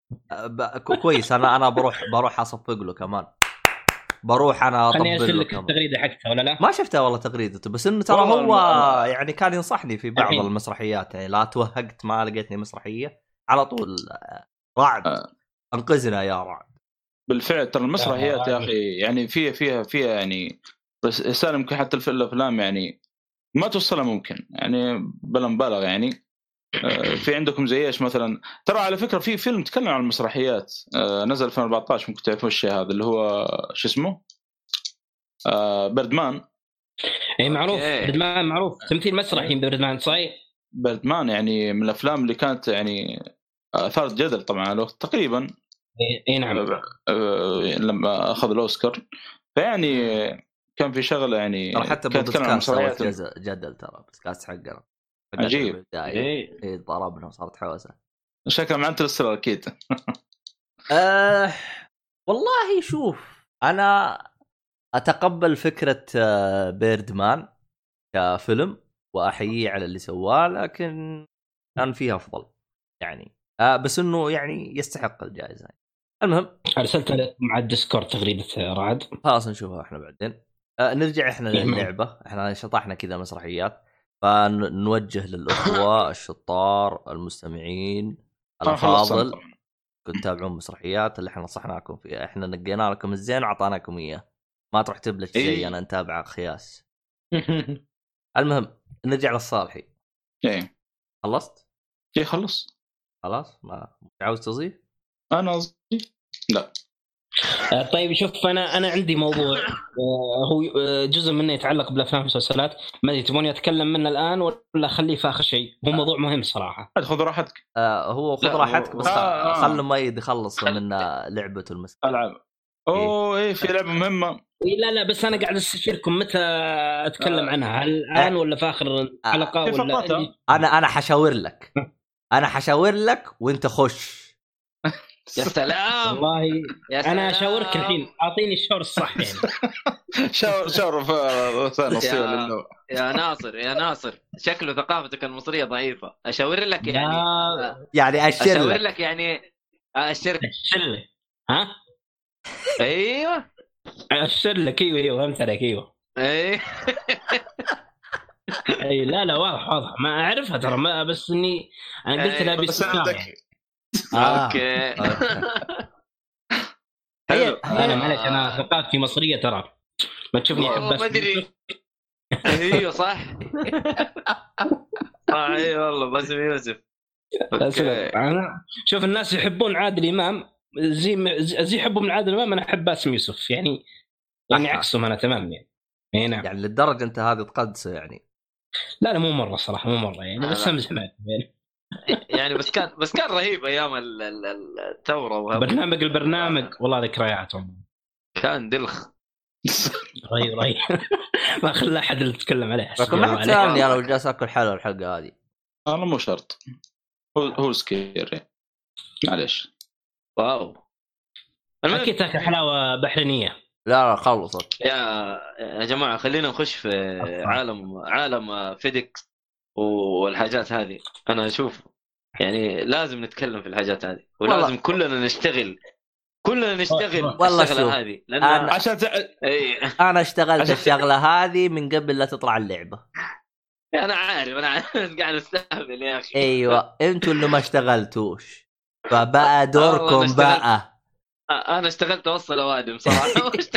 كويس انا انا بروح بروح اصفق له كمان بروح انا اطبل له كمان. التغريده حقتها ولا لا؟ ما شفتها والله تغريدته بس انه ترى هو يعني كان ينصحني في بعض الحين. المسرحيات يعني لا توهقت ما لقيتني مسرحيه على طول رعد انقذنا يا رعد. بالفعل ترى المسرحيات يا اخي يعني فيها فيها فيها يعني بس سالم يمكن حتى في الافلام يعني ما توصلها ممكن يعني بلا مبالغ يعني. في عندكم زي ايش مثلا ترى على فكره في فيلم تكلم عن المسرحيات نزل في ألفين وأربعة عشر ممكن تعرفوا الشيء هذا اللي هو شو اسمه بردمان. اي معروف بردمان معروف تمثيل مسرحي بردمان صحيح. بردمان يعني من الافلام اللي كانت يعني اثارت جدل طبعا على الوقت تقريبا. اي نعم لما اخذ الاوسكار فيعني كان في شغله يعني حتى بودكاست جدل ترى بس كاس حقنا عجيب اي اي ضربنا وصارت حوسه شكله مع انترستيلر اكيد. أه والله شوف انا اتقبل فكره بيردمان كفيلم واحييه على اللي سواه لكن كان فيها افضل يعني أه بس انه يعني يستحق الجائزه. المهم ارسلت مع الديسكورد تغريده رعد خلاص نشوفها احنا بعدين. أه نرجع احنا للعبه احنا شطحنا كذا مسرحيات فنوجه للأخوة الشطار المستمعين الأفاضل كنت تابعون مسرحيات اللي احنا نصحناكم فيها. احنا نقينا لكم الزين وعطاناكم إياه ما تروح تبلش زي أنا نتابع خياس. المهم نرجع للصالحي. ايه خلصت؟ ايه خلص خلاص ما عاوز تضيف؟ أنا أضيف لا. طيب شوف انا انا عندي موضوع هو جزء منه يتعلق بالافلام والمسلسلات ما ادري تبوني اتكلم منه الان ولا اخليه في اخر شيء. هو موضوع مهم صراحه. خذ راحتك. آه هو خذ راحتك بس آه خلوا ما يخلص من لعبته المسكين. العاب اوه ايه في لعبه مهمه. لا لا بس انا قاعد استشيركم متى اتكلم عنها هل الان آه ولا في اخر الحلقه آه ولا انا انا حشاور لك انا حشاور لك وانت خش. يا سلام والله يا سلام. انا اشاورك الحين اعطيني الشاور الصح يعني. شاور شاور نصيب لله يا ناصر يا ناصر شكله ثقافتك المصريه ضعيفه. اشاور لك يعني يعني اشر اشاور لك يعني اشر اشر ها ايوه اشر لك ايوه ايوه فهمت عليك ايوه اي اي لا لا واضح واضح ما اعرفها ترى ما بس اني انا قلت لها باستثناء. اوكي حلو. انا معلش انا ثقافتي مصريه ترى ما تشوفني احب بس ما ادري. ايوه صح صح اي والله باسم يوسف أنا شوف الناس يحبون عادل إمام زي زي يحبوا من عادل إمام، أنا أحب باسم يوسف يعني يعني عكسهم أنا تمام يعني. اي نعم. يعني للدرجه انت هذه تقدسه يعني؟ لا لا مو مره صراحه، مو مره يعني، بس امزح معك يعني. يعني بس كان بس كان رهيب ايام الثوره وهب. برنامج البرنامج والله ذكريات كان دلخ رهيب رهيب ما خلى احد يتكلم عليه. لكن ما حد سالني انا لو جالس اكل حلوه الحلقه هذه. انا مو شرط هو هو سكير معليش. واو اكيد تاكل حلاوه بحرينيه. لا لا خلصت يا يا جماعه خلينا نخش في عالم عالم فيديكس والحاجات هذه. انا اشوف يعني لازم نتكلم في الحاجات هذه ولازم والله. كلنا نشتغل كلنا نشتغل الشغله هذه لان أنا... عشان ت... أي... انا اشتغلت عشان... الشغله هذه من قبل لا تطلع اللعبه. انا عارف انا عارف قاعد استهبل يا اخي. ايوه انتوا اللي ما اشتغلتوش فبقى دوركم بقى. انا اشتغلت اوصل اوادم صراحه.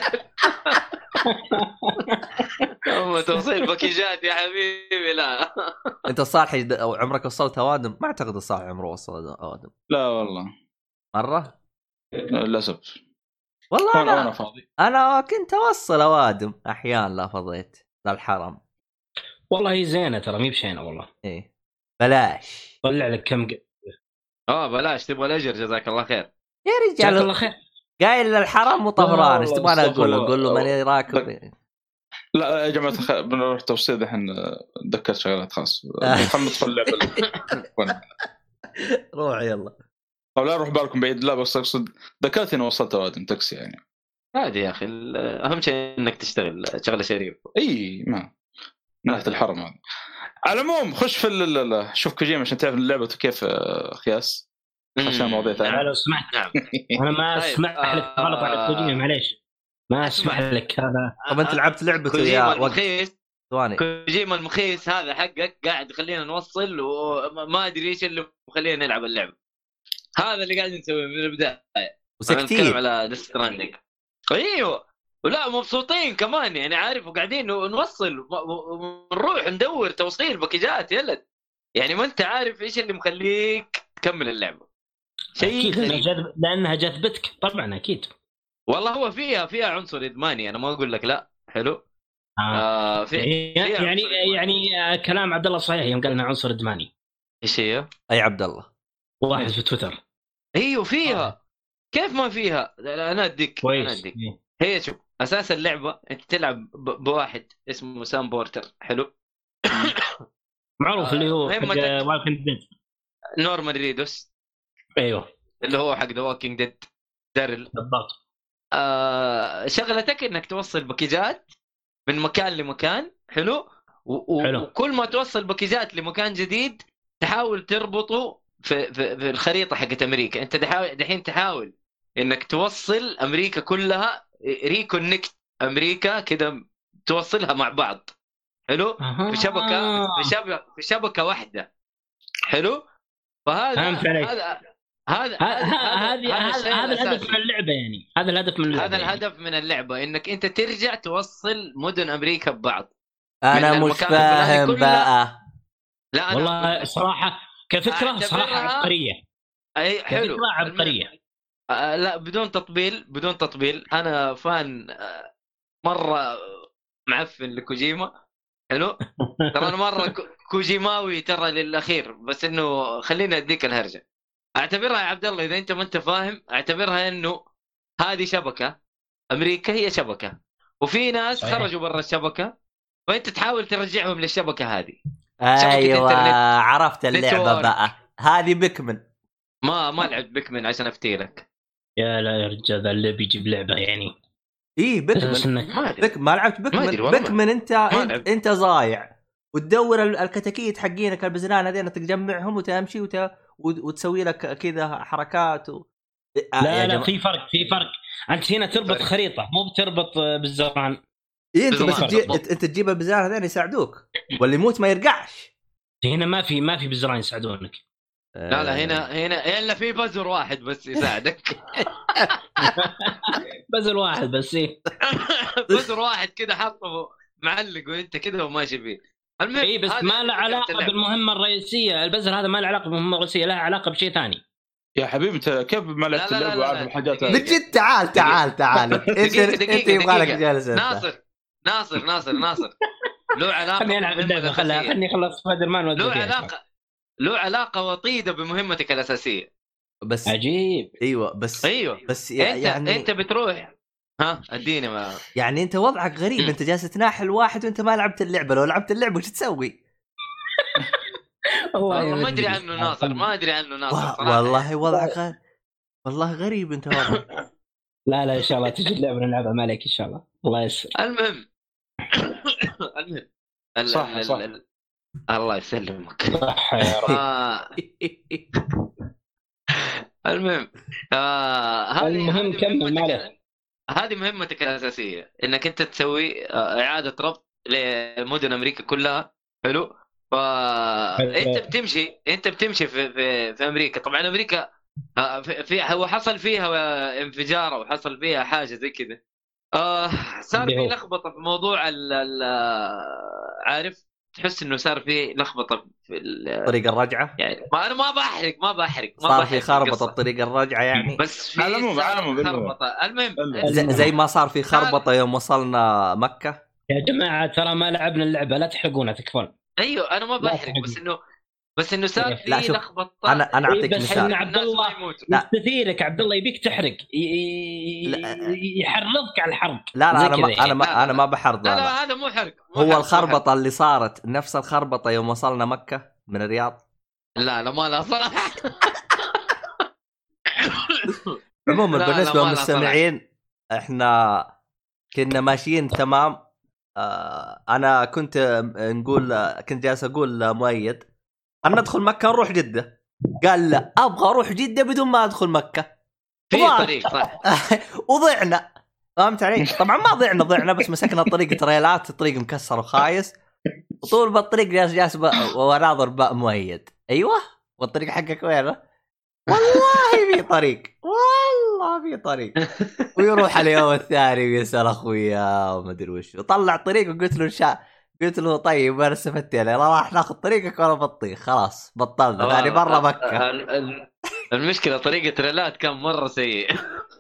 هم توصيل باكيجات يا حبيبي. لا انت صالح عمرك وصلت اوادم؟ ما اعتقد صالح عمره وصل اوادم. لا والله مره للاسف. والله انا انا فاضي. انا كنت اوصل اوادم احيانا لا فضيت للحرم. والله هي زينه ترى مي بشينه والله. ايه بلاش طلع لك كم ج... اه بلاش تبغى الاجر جزاك الله خير يا رجال. جزاك الله خير. قايل للحرام وطفران ايش تبغى اقول اقول له ماني راكب. لا يا جماعه خ... بنروح توصيل الحين ذكرت شغلات خاص. خلنا ندخل اللعبه. روح يلا او لا روح بالكم بعيد. لا بس اقصد ذكرت اني وصلت اوادم تاكسي يعني عادي يا اخي. اهم شيء انك تشتغل شغله شريف. اي ما ناحيه الحرم هذا. على العموم خش في ال... شوف كوجيما عشان تعرف اللعبه كيف خياس عشان مواضيع ثانيه. نعم لو سمحت. نعم انا ما اسمح لك غلط على كوجيما معليش ما اسمح لك هذا. طب انت لعبت لعبته يا المخيس ثواني. كوجيما المخيس هذا حقك قاعد خلينا نوصل وما ادري ايش اللي خلينا نلعب اللعبه. هذا اللي قاعد نسويه من البدايه وسكتين على ديستراندينج. ايوه ولا مبسوطين كمان يعني عارف وقاعدين نوصل ونروح ندور توصيل باكيجات يلد يعني ما انت عارف ايش اللي مخليك تكمل اللعبه. شيء جذب لانها جذبتك طبعا اكيد. والله هو فيها فيها عنصر ادماني انا ما اقول لك لا حلو. آه. آه في يعني يعني كلام عبد الله صحيح يوم قال انه عنصر ادماني. ايش هي؟ اي عبد الله واحد في تويتر. ايوه فيها آه. كيف ما فيها؟ انا اديك انا اديك هي شوف اساس اللعبه انت تلعب بواحد اسمه سام بورتر حلو. معروف اللي هو واكينج ديد نورمان ريدوس. ايوه اللي هو حق ذا واكينج ديد دارل بالضبط. آه شغلتك انك توصل باكيجات من مكان لمكان حلو. و- حلو. وكل ما توصل باكيجات لمكان جديد تحاول تربطه في, في, في الخريطه حقت امريكا. انت دحين تحاول انك توصل امريكا كلها ريكونكت امريكا كده توصلها مع بعض حلو في شبكه في شبكه في شبكه واحده حلو. فهذا هذا هذا هذا هذا الهدف من اللعبه يعني هذا الهدف من اللعبه هذا الهدف يعني. من اللعبه انك انت ترجع توصل مدن امريكا ببعض. انا مش فاهم بقى. لا والله صراحه كفكره صراحه عبقريه. اي حلو كفكره عبقريه. آه لا بدون تطبيل بدون تطبيل انا فان آه مره معفن لكوجيما حلو. ترى انا مره كوجيماوي ترى للاخير بس انه خليني اديك الهرجه. اعتبرها يا عبد الله اذا انت ما انت فاهم اعتبرها انه هذه شبكه امريكا هي شبكه وفي ناس صحيح. خرجوا برا الشبكه فانت تحاول ترجعهم للشبكه هذه. ايوه عرفت اللعبه بقى هذه بيكمن. ما ما لعبت بيكمن عشان افتيلك يا لا يا رجال اللي بيجيب لعبه يعني ايه بيكمن بك ما لعبت بيكمن. بيكمن انت انت, انت ضايع وتدور الكتاكيت حقينك البزنان هذين تجمعهم وتمشي وت... وتسوي لك كذا حركات و... لا لا في فرق في فرق. انت هنا تربط فرق. خريطه مو بتربط بالزران. إيه انت بس تجي... انت تجيب البزنان هذين يساعدوك واللي يموت ما يرجعش. هنا ما في ما في بزران يساعدونك. لا لا هنا هنا الا في بزر واحد بس يساعدك. بزر واحد بس ايه بزر واحد كده حاطه معلق وانت كده وماشي فيه. المهم اي بس هذه ما له فكرة علاقه اللعبة. بالمهمه الرئيسيه. البزر هذا ما له علاقه بالمهمه الرئيسيه، لها علاقه بشيء ثاني. يا حبيبي انت كيف ما لعبت لا لا اللعبه لا وعارف لا. الحاجات دقيقة. هذه؟ بجد تعال تعال تعال انت دقيقة انت دقيقة يبغى لك دقيقة. جالس انت. ناصر ناصر ناصر ناصر له علاقة خليني العب بالمهمة اللعبه، خلها الأساسية. خلني اخلص سبايدر مان له وابدا فيها. علاقة له علاقة وطيدة بمهمتك الأساسية. بس عجيب. ايوه بس ايوه بس انت يعني انت بتروح ها اديني ما يعني انت وضعك غريب. م. انت جالس تناحل واحد وانت ما لعبت اللعبه. لو لعبت اللعبه وش تسوي؟ والله ما ادري عنه ناصر، ما ادري عنه ناصر صراحة. والله وضعك غريب. والله غريب انت وضعك. لا لا ان شاء الله تجي اللعبه نلعبها مالك ان شاء الله. الله يسر. المهم المهم ال- صح ال- صح ال- الله يسلمك. صح يا رب. آه، المهم آه، هذه المهم هذه كمل مهمتك- مالك. هذه مهمتك الأساسية، إنك أنت تسوي آه، إعادة ربط لمدن أمريكا كلها. حلو. فأنت بتمشي أنت بتمشي في في, في أمريكا. طبعا أمريكا آه، في, في هو حصل فيها انفجار أو حصل فيها حاجة زي كذا. آه صار في لخبطة في موضوع ال ال عارف، تحس إنه صار في لخبطة في طريق الرجعه يعني. ما أنا ما بحرق ما بحرق ما صار بحرق في خربطه القصة. طريق الرجعه يعني. بس في على العموم- على العموم بالمهم. خربطة. المهم زي, زي ما صار في خربطه يوم وصلنا مكه. يا جماعه ترى ما لعبنا اللعبه، لا تحرقونا تكفون. ايوه انا ما لا بحرق، تحرق. بس انه بس انه صار في لا، شوف، لخبطه. انا انا اعطيك إيه بس مثال. إن عبد الله لا. يستثيرك عبد الله يبيك تحرق ي- ي- لا. يحرضك على الحرب. لا لا زي انا كذا ما يعني. انا ما لا، لا، انا ما بحرض. لا لا, لا. لا هذا مو حرق. مو هو حرق، الخربطه اللي صارت نفس الخربطه يوم وصلنا مكه من الرياض. لا لا ما لا صراحه. عموما لا، لا، بالنسبه ما لا للمستمعين احنا كنا ماشيين تمام. آه انا كنت نقول كنت جالس اقول مؤيد ان ندخل مكه نروح جده. قال لا ابغى اروح جده بدون ما ادخل مكه. في وضع- طريق صح. وضعنا. فهمت علي؟ طبعا ما ضعنا ضعنا بس مسكنا الطريق تريلات، الطريق مكسر وخايس، وطول بالطريق جالس جالس ب- وناظر باء مؤيد. ايوه والطريق حقك وينه؟ والله في طريق، والله في طريق. ويروح اليوم الثاني ويسأل اخويا وما ادري وش، وطلع طريق وقلت له شا قلت له طيب انا استفدت عليه، لا راح ناخذ طريقك ولا بطيخ. خلاص بطلنا ثاني برا مكة. ال- ال- المشكله طريقه تريلات كان مره سيء.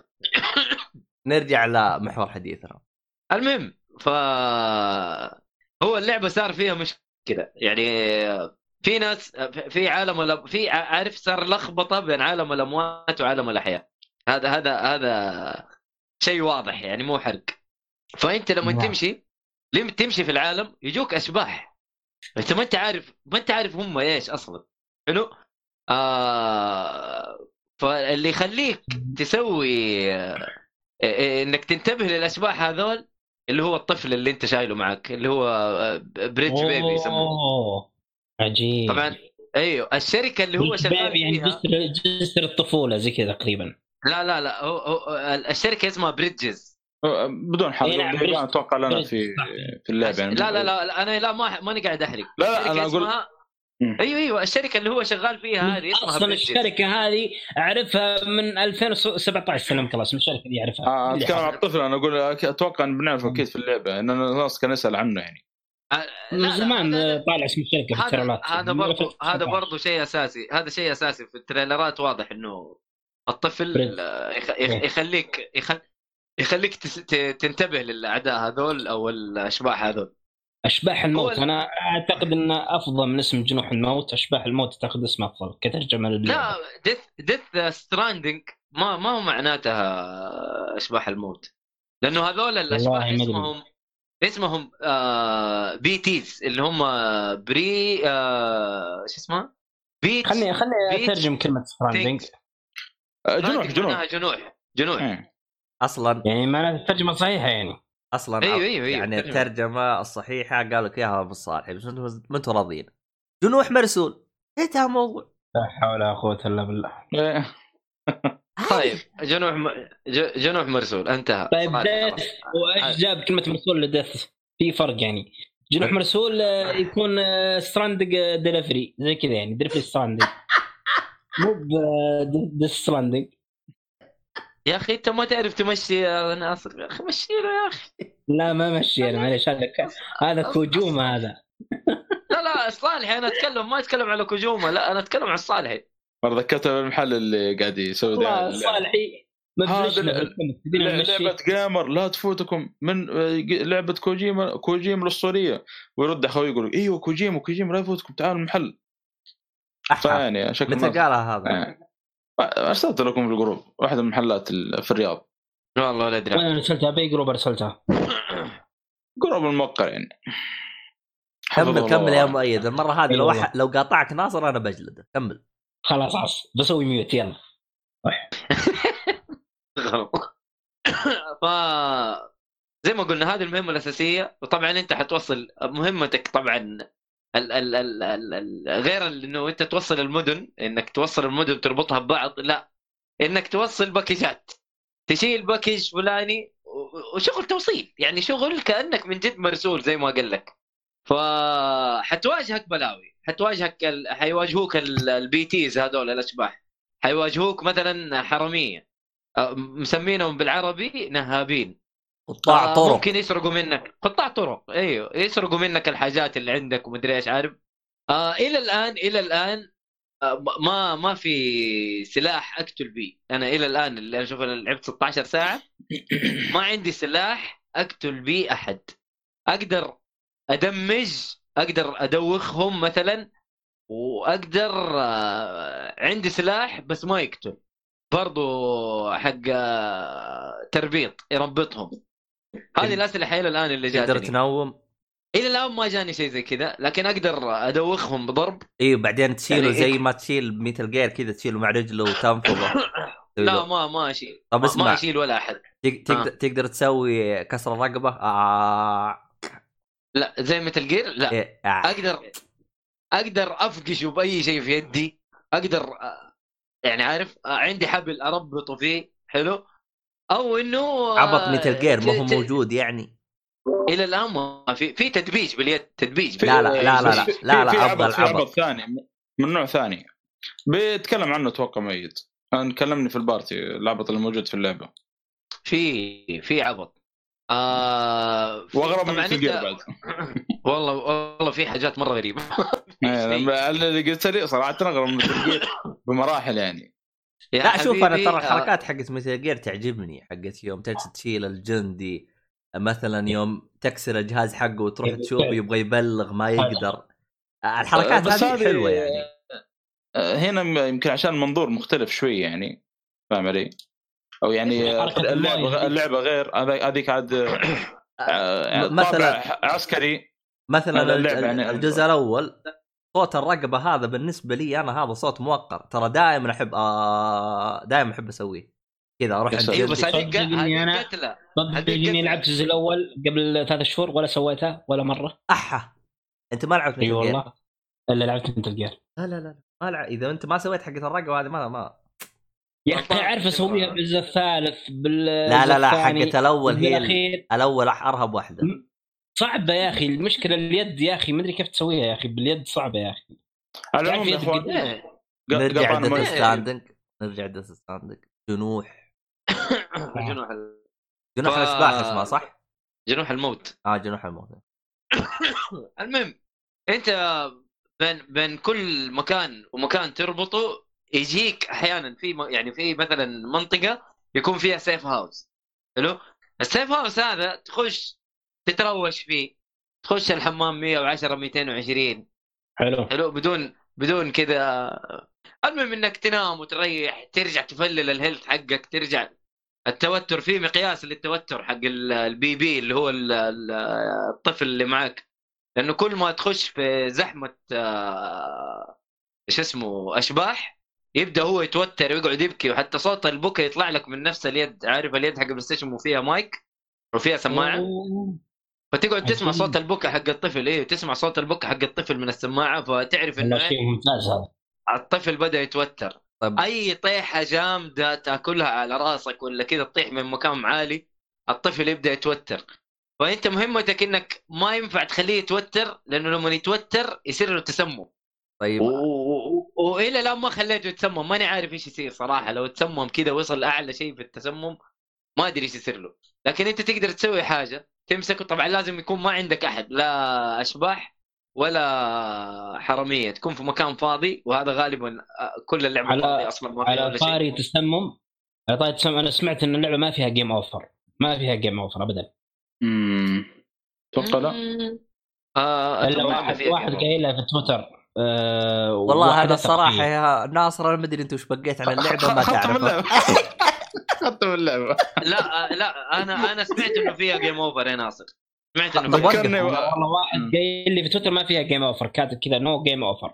نرجع لمحور حديثنا. المهم ف هو اللعبه صار فيها مشكله يعني. في ناس في عالم ولا في عارف صار لخبطه بين عالم الاموات وعالم الاحياء. هذا هذا هذا شيء واضح يعني مو حرق. فانت لما نعم. تمشي لما تمشي في العالم يجوك اشباح انت ما انت عارف ما انت عارف هم ايش اصلا. حلو. آه فاللي يخليك تسوي آه انك تنتبه للاشباح هذول اللي هو الطفل اللي انت شايله معك اللي هو بريدج بيبي يسموه. أوه. عجيب. طبعا ايوه الشركه اللي هو شغال يعني فيها. جسر جسر الطفوله زي كذا تقريبا. لا لا لا هو هو الشركه اسمها بريدجز. بدون حرق. إيه نعم، يعني لا اتوقع لنا بريدج. في في اللعبه يعني. لا لا لا انا لا ما ماني قاعد احرق. لا لا الشركة انا اقول اسمها... مم. ايوه ايوه الشركه اللي هو شغال فيها هذه اسمها اصلا بريدجز. الشركه هذه اعرفها من ألفين وسبعطعش سلمت الله اسم الشركه دي اعرفها. اه اللي اتكلم عن حصل. الطفل. انا اقول اتوقع ان بنعرفه اكيد في اللعبه ان الناس كان يسال عنه يعني. آه، لا، من لا، زمان هذا- طالع اسم الشركه في هذا التريلات. هذا برضو هذا برضو شيء اساسي. هذا شيء اساسي في التريلرات. واضح انه الطفل بريدج. آه، يخ- يخ- يخليك يخل... يخليك تس- ت- تنتبه للاعداء هذول او الاشباح هذول. اشباح الموت هو- انا اعتقد انه افضل من اسم جنوح الموت. اشباح الموت تاخذ اسم افضل كترجمه للعبه. لا ديث ديث ستراندنج ما ما هو معناتها اشباح الموت، لانه هذول الاشباح والله ما أدري. اسمهم اسمهم آه بي تيز اللي هم بري آه شو اسمه بيت. خلني خلني بيت اترجم كلمه ستراندنج. آه، جنوح جنوح جنوح جنوح جنوح إيه. اصلا يعني ما الترجمه صحيحه يعني. اصلا أيوة، أيوة، أيوة، يعني ترجمة. الترجمه الصحيحه قالوا لك اياها بالصالح بس انتم ما انتم راضيين. جنوح مرسول انتهى الموضوع. لا حول ولا قوه الا بالله. إيه. طيب جنوح م... ج- جنوح مرسول انتهى. طيب صار ديث خلاص. وايش جاب كلمه مرسول لديث؟ في فرق يعني. جنوح مرسول آه، يكون ستراندنج ديليفري زي كذا يعني ديليفري ستراندنج مو ديث ستراندنج. يا اخي انت ما تعرف تمشي يا ناصر. يا اخي مشي له يا اخي. لا ما مشي انا معليش. هذا ك- هذا هجوم هذا. لا لا الصالحي انا اتكلم ما اتكلم على كوجوما، لا انا اتكلم على الصالحي. برضه ذكرته بالمحل اللي قاعد يسوي والله الصالحي هذا لعبة جيمر لا تفوتكم من لعبة كوجيما كوجيما الأسطورية، ويرد أخوي يقول إيوه كوجيما كوجيما لا يفوتكم تعالوا المحل. فيعني شكل متى قالها هذا؟ أرسلت لكم في الجروب واحد من المحلات في الرياض. والله لا أدري. أنا أرسلتها بأي جروب أرسلتها؟ جروب الموقع يعني. كمل كمل يا مؤيد المرة هذه لو أح... لو قاطعك ناصر أنا بجلده. كمل. خلاص عص بسوي ميوت يلا. ف زي ما قلنا هذه المهمة الأساسية، وطبعا أنت حتوصل مهمتك طبعا ال ال ال ال ال غير إنه أنت توصل المدن، إنك توصل المدن تربطها ببعض، لا إنك توصل باكيجات، تشيل باكيج فلاني وشغل توصيل، يعني شغل كأنك من جد مرسول زي ما قال لك. فحتواجهك بلاوي، حتواجهك ال... حيواجهوك البي تيز هذول الأشباح، حيواجهوك مثلا حرامية مسمينهم بالعربي نهابين، قطاع طرق، ممكن يسرقوا منك قطاع طرق، ايوه يسرقوا منك الحاجات اللي عندك ومدري ايش عارف. آه الى الان الى الان آه ما ما في سلاح اقتل بيه انا الى الان، اللي انا اشوف لعبت ستة عشر ساعه ما عندي سلاح اقتل بيه احد. اقدر ادمج، اقدر ادوخهم مثلا، واقدر آه عندي سلاح بس ما يقتل برضو حق تربيط يربطهم. هذه الأسلحة إلى الآن اللي جاتني. تقدر تنوم؟ إلى الآن ما جاني شيء زي كذا، لكن أقدر أدوخهم بضرب. إيه بعدين تشيله يعني زي إك... ما تشيل ميتل جير كذا، تشيله مع رجله وتنفضه. لا ما ما أشيل. طب اسمع، ما أشيل ولا أحد. تقدر آه. تقدر تسوي كسر الرقبة؟ آه. لا زي ميتل جير لا. إيه. آه. أقدر أقدر أفقشه بأي شيء في يدي، أقدر يعني عارف عندي حبل أربطه فيه حلو، او انه عبط ميتل جير ما هو موجود يعني الى الان ما في في تدبيج باليد تدبيج. لا لا لا لا لا لا افضل عبط ثاني من نوع ثاني بيتكلم عنه اتوقع ميت. انا كلمني في البارتي العبط اللي موجود في اللعبه في في عبط آه واغرب من ميتل جير بعد. والله والله في حاجات مره غريبه. اللي قلت لي صراحه اغرب من ميتل جير بمراحل يعني. لا شوف انا ترى الحركات حقت ميتل جير تعجبني، حقت يوم تجلس تشيل الجندي مثلا، يوم تكسر الجهاز حقه وتروح تشوفه يبغى يبلغ ما يقدر، الحركات هذه حلوه يعني. هنا يمكن عشان المنظور مختلف شوي يعني، فاهم علي؟ او يعني اللعبه اللعبه غير هذيك عاد مثلا عسكري مثلا يعني الجزء الاول صوت الرقبة هذا بالنسبة لي أنا هذا صوت موقر، ترى دائما أحب آه دائما أحب أسويه كذا أروح عند أيوة بس صدقني أنا صدقني لعبت الجزء الأول قبل ثلاث شهور ولا سويتها ولا مرة. أحا أنت ما لعبت أيوة والله إلا لعبت ميتل جير. لا لا لا ما لعب. إذا أنت ما سويت حقة الرقبة هذه ما ما يا أخي عارف أسويها بالجزء الثالث بال لا لا لا حقة الأول هي الأول أرهب واحدة. صعبة يا أخي، المشكلة اليد يا أخي ما أدري كيف تسويها يا أخي باليد صعبة يا أخي. على العموم يا أخوان نرجع ديث ستاندنج نرجع ديث ستاندنج جنوح جنوح جنوح الأشباح اسمها صح؟ جنوح الموت. آه جنوح الموت. المهم أنت بين بين كل مكان ومكان تربطه يجيك أحيانا في يعني في مثلا منطقة يكون فيها سيف هاوس حلو. السيف هاوس هذا تخش تتروش فيه، تخش الحمام مية وعشرة مئتين وعشرين حلو حلو بدون بدون كذا. المهم انك تنام وتريح، ترجع تفلل الهيلث حقك، ترجع التوتر في مقياس للتوتر حق البي بي اللي هو الطفل اللي معك، لانه كل ما تخش في زحمه ايش اسمه اشباح يبدا هو يتوتر ويقعد يبكي، وحتى صوت البكا يطلع لك من نفس اليد. عارف اليد حق البلاي ستيشن وفيها مايك وفيها سماعه، فتقعد تسمع صوت البكا حق الطفل. ايه تسمع صوت البكا حق الطفل من السماعه، فتعرف انه شيء ممتاز هذا الطفل بدا يتوتر. طيب. اي طيحه جامده تاكلها على راسك ولا كذا تطيح من مكان عالي الطفل يبدا يتوتر. فانت مهمتك انك ما ينفع تخليه يتوتر، لانه لما يتوتر يصير له تسمم. طيب والى الان ما خليته يتسمم، ماني عارف ايش يصير صراحه. لو تسمم كذا وصل اعلى شيء في التسمم ما ادري ايش يصير له. لكن انت تقدر تسوي حاجه تمسكه، طبعا لازم يكون ما عندك احد لا اشباح ولا حراميه، تكون في مكان فاضي، وهذا غالبا كل اللعبه على فاضيه اصلا ما فيها على ولا شيء. طاري تسمم، على طاري تسمم، انا سمعت ان اللعبه ما فيها جيم اوفر، ما فيها جيم اوفر ابدا. امم اتوقع لا. آه الا واحد واحد قايلها في تويتر. أه والله هذا الصراحه يا ناصر، انا ما ادري انت وش بقيت عن اللعبه ما تعرفه. ختم اللعبه. لا لا انا انا سمعت انه فيها جيم اوفر يا ناصر، سمعت انه فيها. ذكرني والله واحد قايل لي في تويتر ما فيها جيم اوفر، كاتب كذا نو جيم اوفر.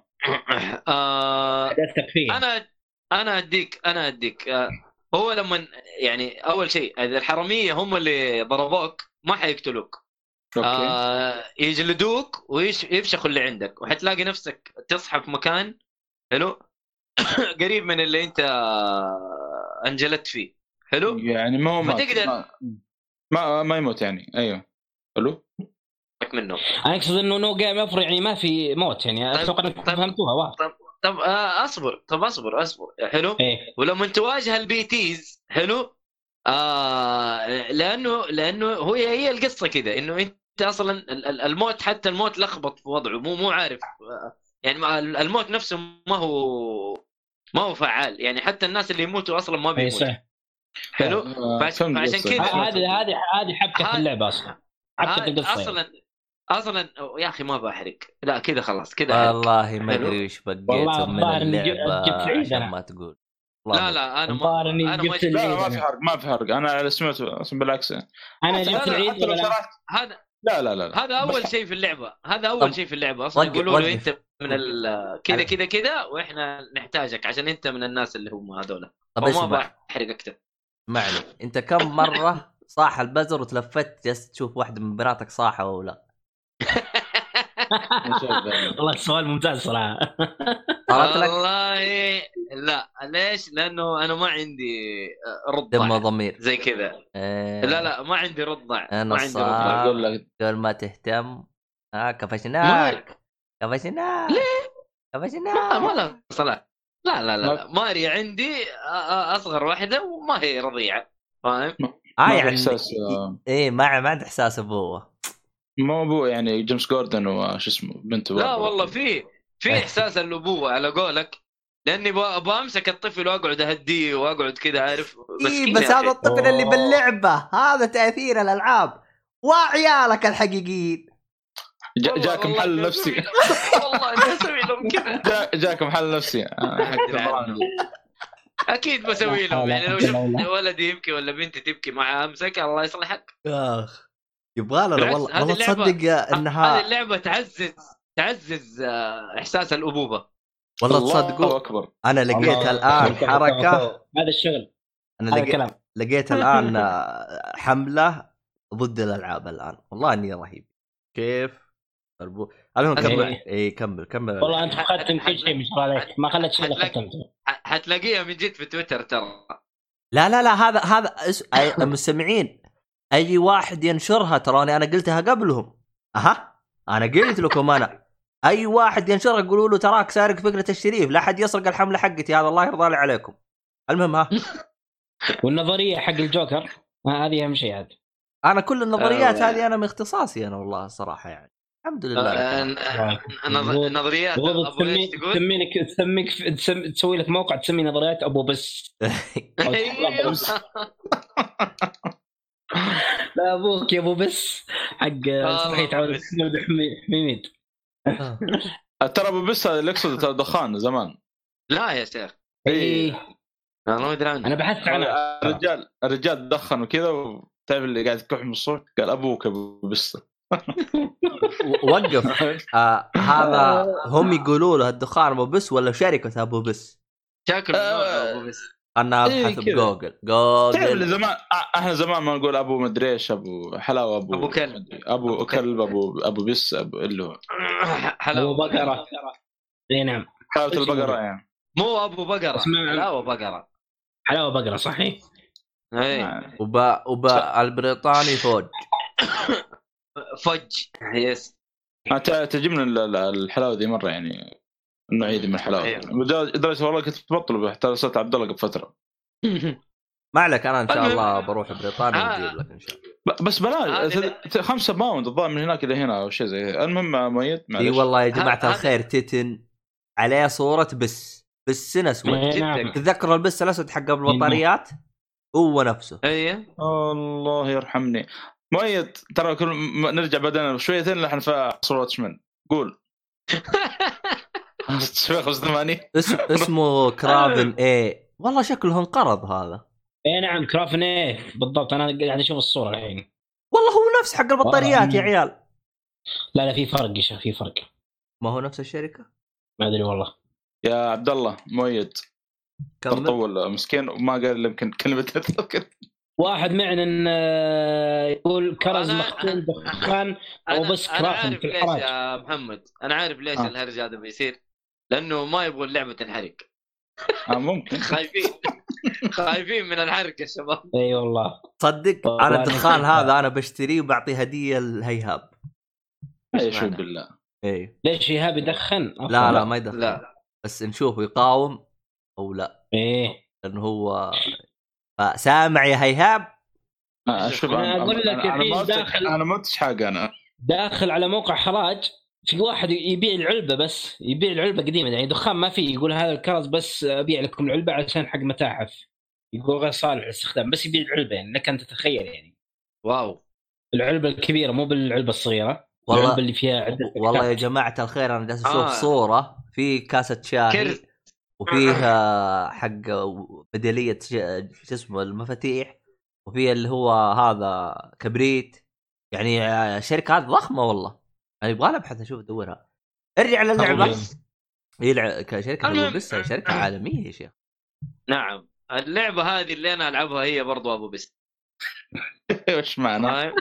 انا انا اديك انا اديك آه هو لما يعني اول شيء اذا الحراميه هم اللي ضربوك ما حيقتلوك، آه يجلدوك ويفشخوا اللي عندك، وحتلاقي نفسك تصحى في مكان حلو قريب من اللي انت انجلت فيه. حلو يعني ما هو ما تقدر ما, ما يموت يعني. ايوه حلو منه. انا اقصد انه نو جيم اوفر يعني ما في موت يعني. اتوقع انكم فهمتوها واضح. طب طب آه اصبر طب اصبر اصبر حلو إيه؟ ولما تواجه البيتيز حلو آه لانه لانه هو هي القصه كده انه انت اصلا الموت حتى الموت لخبط في وضعه، مو مو عارف يعني الموت نفسه ما هو ما هو فعال يعني، حتى الناس اللي يموتوا اصلا ما بيموتوا. حلو فعشان كذا هذه هذه هذه حبكه في اللعبه اصلا، حبكه القصه اصلا يعني. اصلا يا اخي ما بحرق، لا كذا خلاص كذا والله ما ادري وش بقيت من اللعبه عشان ما تقول. لا لا انا ما انا ما لا ما في حرق ما في حرق انا سمعت اصلا بالعكس انا جبت العيد هذا لا لا لا هذا اول شيء في اللعبه، هذا اول شيء في اللعبه اصلا يقولوا له انت من كذا كذا كذا واحنا نحتاجك عشان انت من الناس اللي هم هذول. وما بحرق اكثر. معني انت كم مره صاح البزر وتلفت جالس تشوف واحده من بناتك صاحه او لا؟ والله السؤال ممتاز صراحه. والله لا ليش؟ لانه انا ما عندي رضع ضمير زي كذا. إيه... لا لا ما عندي رضع، ما عندي رضع. اقول لك قبل ما تهتم ها كفشناك كفشناك ليه كفشناك ما لا صلاح. لا لا لا, لا. ماريا عندي اصغر واحده وما هي رضيعه فاهم. اه يعني احساس ايه ما ما عنده احساس ابوه مو ابوه يعني جيمس جوردن وش اسمه بنته. لا والله في في احساس الابوه على قولك، لاني بامسك الطفل واقعد اهديه واقعد كذا عارف. إيه بس هذا الطفل اللي باللعبه هذا تاثير الالعاب وعيالك الحقيقيين. جا جاك محل نفسي والله اني اسوي لهم كذا. جا جاك محل نفسي اكيد بسوي لهم يعني. لو شفت ولدي يبكي ولا بنتي تبكي مع امسك الله يصلحك. اخ يبغى له والله والله تصدق انها هذه اللعبه تعزز تعزز احساس الابوبه. والله تصدقوا اكبر انا لقيت الان حركه هذا الشغل. انا لقيت لقيت الان حمله ضد الالعاب الان والله اني رهيب. كيف المهم كمل اي كمل كمل. والله انت ختم كل شيء مش عليك ما خليت شيء ختمته. حتلاقيها من جد في تويتر ترى. لا لا لا هذا هذا المستمعين اي واحد ينشرها تراني انا قلتها قبلهم. اها انا قلت لكم انا اي واحد ينشرها قولوا له تراك سارق فكره الشريف لا حد يسرق الحمله حقتي هذا الله يرضى عليكم. المهم ها والنظريه حق الجوكر هذه اهم شيء هذا. انا كل النظريات أه هذه انا من اختصاصي انا والله الصراحه يعني الحمد لله. أه نظريات تسمي تسمينك تسميك تسمي تسوي لك موقع تسمي نظريات ابو بس. لا ابوك يا ابو بس حق صحيح تعود حميد. ترى ابو بس اللي يقصد دخان زمان. لا يا شيخ اي انا ما ادري عنه. انا بحثت عنه. الرجال الرجال دخن وكذا وتعرف اللي قاعد يكحم الصوت قال ابوك ابو بس. وقف آه هذا هم يقولوا له الدخان ابو بس ولا شركه ابو بس؟ شكله ابو بس. انا ابحث إيه بجوجل جوجل. تعرف زمان احنا زمان ما نقول ابو مدري ايش ابو حلاوه ابو ابو كلب ابو كلب ابو ابو بس ابو اللي هو حلاوه بقره. اي نعم حلاوه البقره يعني مو ابو بقره حلاوه بقره حلاوه بقره صحيح. اي وبا وبا البريطاني فوج فج يس. انت تعجبني الحلاوه دي مره يعني النوعيه دي من الحلاوه. لدرجه والله كنت بطلب حتى صوت عبد الله قبل فتره. ما عليك، انا ان شاء المهم- الله بروح بريطانيا آه. واجيب لك ان شاء الله. ب- بس بلاش هذه- ت- خمسة باوند الظاهر من هناك الى هنا او شيء زي كذا. المهم ميت معلش. اي والله يا جماعه هذا- الخير، تيتن عليه صوره بس بس اسود. إيه، نعم. تتذكر البس الاسود حق البطاريات؟ هو نفسه. ايه الله يرحمني. مؤيد ترى كل م- نرجع بعدين شويتين لحن في عصر واتشمان. قول شوي خمسة وثمانين. اسم اسمه كرافن اي، والله شكله انقرض هذا. اي نعم كرافن ايه بالضبط، انا قاعد اشوف الصوره الحين. والله هو نفس حق البطاريات يا عيال. لا لا في فرق يا شيخ، في فرق. ما هو نفس الشركه؟ ما ادري والله. يا عبد الله مؤيد كمل. طول مسكين وما قال يمكن كلمتين. واحد معنا آه، يقول كرز أنا- مختوم دخان او انا بس انا كرافن عارف في ليش الحراج. يا محمد، انا عارف ليش آه. الهرج هذا بيصير، لانه ما يبغوا اللعبه تنحرق. آه ممكن. خايفين خايفين من الحرق يا شباب. اي والله. صدق والله انا أنا الدخان كنت- هذا انا بشتريه وبعطيه هديه الهيهاب. اي شو معنى؟ بالله. اي ليش ايهاب يدخن؟ لا لا ما يدخل، لا بس نشوفه يقاوم او لا، ايه لانه هو سامع يا هيهاب. آه شوف أنا أقول لك انا الحين ما داخل- انا ما قلتش حاجه انا. داخل على موقع حراج، في واحد يبيع العلبه، بس يبيع العلبه قديمه يعني دخان ما فيه، يقول هذا الكرز بس ابيع لكم العلبه عشان حق متاحف، يقول غير صالح للاستخدام، بس يبيع العلبه يعني لك انت تتخيل يعني واو العلبه الكبيره مو بالعلبه الصغيره، والله- العلبه اللي فيها عده والله يا أكتاف. جماعه الخير انا جالس اشوف آه. صوره في كاسه شاي كرز. وفيها حق بديليه ش- شو اسمه المفاتيح، وفيها اللي هو هذا كبريت، يعني شركات ضخمه والله. انا يبغى لي ابحث اشوف ادورها. ارجع للعبه. بس. هي الع- كشركه المهم- ابو بس شركه عالميه يا شيخ. نعم اللعبه هذه اللي انا العبها هي برضو ابو بس. ايش معنى؟ فاهم؟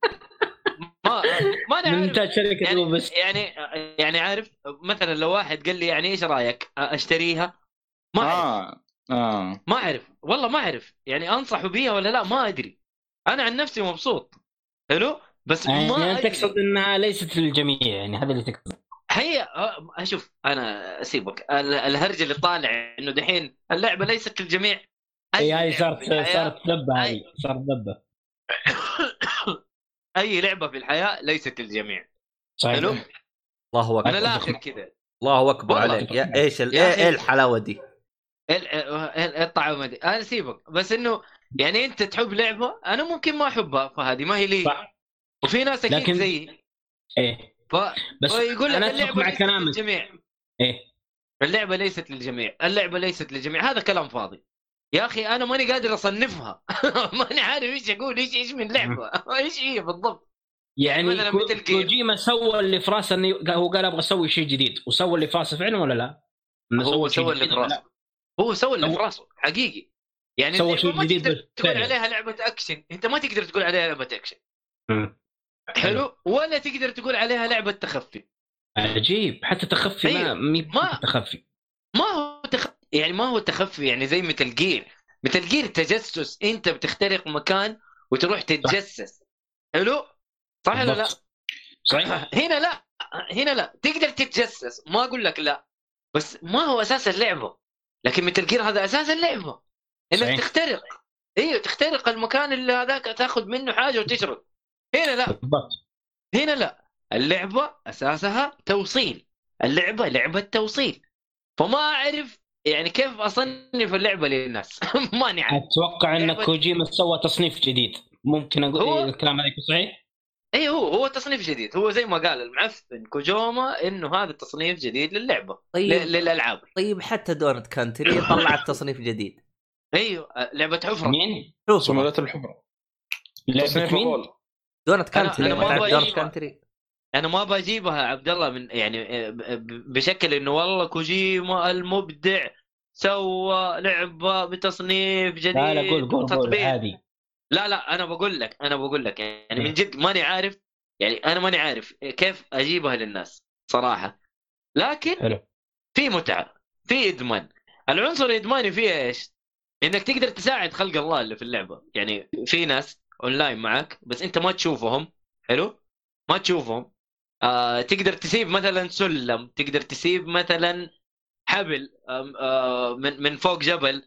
ما ما انا من عارف انتاج شركه يعني, يعني بس. يعني يعني عارف مثلا لو واحد قال لي يعني ايش رايك اشتريها، ما اعرف اه اه ما اعرف والله ما اعرف يعني انصح بيها ولا لا، ما ادري. انا عن نفسي مبسوط حلو، بس يعني ما انت أدري. تقصد انها ليست للجميع، يعني هذا اللي تقصد. هي اشوف انا اسيبك ال- الهرج اللي طالع انه دحين اللعبه ليست للجميع. اي هذه لعبة صارت في الحياة- صارت ذبه، أي. هذه صارت ذبه. اي لعبه في الحياه ليست للجميع. صحيح. حلو الله اكبر. انا الاخر كذا. الله اكبر والله. عليك يا ايش ال- يا أخي. ايه الحلاوه دي. ال- ال- الطعم دي انا سيبك، بس انه يعني انت تحب لعبه انا ممكن ما احبها، فهذه ما هي لي. صح. وفي ناس اكيد لكن- زيي ايه ف... بس فيقول لك انا اتفق اللعبه مع ليست كلامك. للجميع. ايه اللعبه ليست للجميع، اللعبه ليست للجميع، هذا كلام فاضي يا اخي. انا ماني قادر اصنفها. ماني عارف ايش اقول، ايش ايش من لعبه ايش هي بالضبط. يعني مثلاً كو- مثل Gear. كوجيما سوى اللي في راسه، انه هو قال ابغى اسوي شيء جديد، وسوى اللي في راسه فعلا ولا لا؟ إنه هو شيء سوى اللي جديد في ولا راسه، لا؟ هو سوى اللي سوى- في راسه حقيقي. يعني سوى اللعبة شيء ما جديد تقدر تقول بالفعل. عليها لعبه اكشن، انت ما تقدر تقول عليها لعبه اكشن مم. حلو، ولا تقدر تقول عليها لعبه تخفي. عجيب، حتى تخفي أيوه. ما مي- ما- تخفي. ما هو تخ... يعني ما هو تخفي يعني زي مثل جير. مثل جير تجسس، انت بتخترق مكان وتروح تتجسس. حلو صح ولا لا؟ بالضبط. صحيح. هنا لا، هنا لا تقدر تتجسس، ما اقول لك لا، بس ما هو اساس اللعبه. لكن مثل جير هذا اساس اللعبه، انك صحيح. تخترق. ايوه تخترق المكان اللي هذاك تاخذ منه حاجه وتشرد. هنا لا، بالضبط. هنا لا، اللعبه اساسها توصيل، اللعبه لعبه توصيل. فما اعرف يعني كيف اصنف اللعبه للناس. ماني عارف. اتوقع ان لعبة- كوجيما سوى تصنيف جديد، ممكن اقول هو- إيه الكلام هذا صحيح؟ اي هو هو تصنيف جديد، هو زي ما قال المعفن كوجوما انه هذا تصنيف جديد للعبه طيب ل- للالعاب. طيب حتى دونت كانتري طلعت تصنيف جديد. ايوه لعبه حفره. مين؟ شوف سمولات الحفره لعبة تصنيف مين؟ أول. دونت أنا- كانتري أنا ما تعرف أبغى دونت أجيبها. كانتري. انا ما بجيبها عبد الله من يعني ب- ب- بشكل انه والله كوجيما المبدع سوى لعبه بتصنيف جديد لا لا قول قول قول وتطبيق. عادي. لا لا انا بقول لك انا بقول لك يعني من جد ماني عارف، يعني انا ماني عارف كيف اجيبها للناس صراحه. لكن حلو. في متعه، في ادمان. العنصر الادماني فيها ايش؟ انك تقدر تساعد خلق الله اللي في اللعبه. يعني في ناس اونلاين معك بس انت ما تشوفهم. حلو ما تشوفهم. آه تقدر تسيب مثلا سلم، تقدر تسيب مثلا حبل آه آه من من فوق جبل.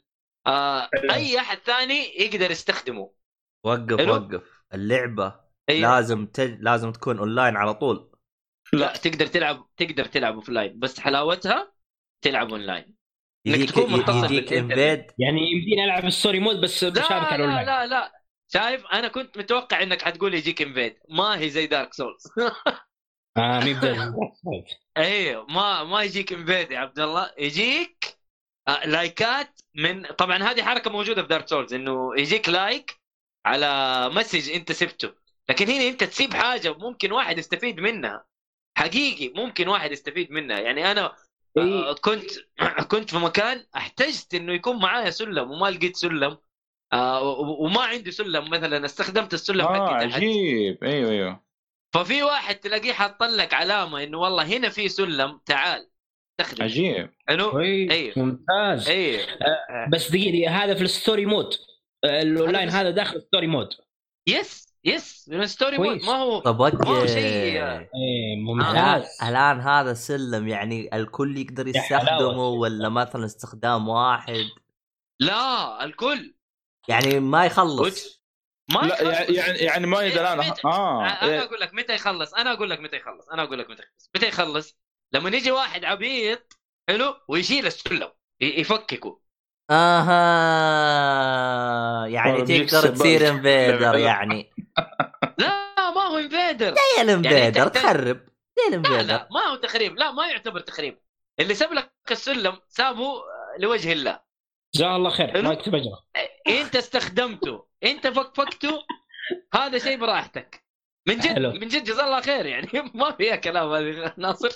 آه اي احد ثاني يقدر يستخدمه. وقف حلو؟ وقف أيوة. اللعبه لازم تج... لازم تكون اونلاين على طول. لا تقدر تلعب تقدر تلعب اوفلاين، بس حلاوتها تلعب اونلاين. انك يجيك تكون متصل يجيك بالإنترنت. انفيد. يعني يمديني العب الستوري مود بس مشابك لا على لا الاونلاين. لا لا شايف، انا كنت متوقع انك حتقول يجيك انفيد، ما هي زي دارك سولز. اه ميبدا. ايوه ما ما يجيك انفيد يا عبد الله، يجيك آه لايكات من، طبعا هذه حركه موجوده في دارك سولز انه يجيك لايك على مسج انت سبته، لكن هنا انت تسيب حاجه ممكن واحد يستفيد منها حقيقي، ممكن واحد يستفيد منها. يعني انا آه كنت كنت في مكان احتجت انه يكون معايا سلم وما لقيت سلم، آه وما عندي سلم مثلا، استخدمت السلم اه حقي تحت. عجيب. ايوه ايوه. ففي واحد تلاقيه حاط لك علامه انه والله هنا في سلم تعال استخدم. عجيب. حلو. ايوه ايوه ممتاز. ايوه آه بس دقيقه، هذا في الستوري مود. آه الاونلاين هذا داخل الستوري مود. يس يس من ستوري مود، ما هو طب ما هو شيء. ايه الان ممتاز. الان هذا السلم يعني الكل يقدر يستخدمه ولا مثلا استخدام واحد؟ لا الكل يعني ما يخلص. ما لا يخلص. يعني يعني ما يدري الان. متى- اه انا اقول لك متى يخلص، انا اقول لك متى يخلص انا اقول لك متى يخلص متى يخلص لما يجي واحد عبيط حلو ويشيل السلم ي- يفككه. اها يعني والله بيجيك تقدر تصير سباق. انفيدر يعني. لا ما هو انفيدر. زي الانفيدر يعني أنت- تخرب زي لا الانفيدر. لا ما هو تخريب، لا ما يعتبر تخريب. اللي ساب لك السلم سابه لوجه الله، جزاه الله خير، حلو؟ ما يكتب اجره. انت استخدمته انت فكفكته هذا شيء براحتك من جد. حلو. من جد جزاه الله خير يعني. ما فيها كلام هذه ناصر.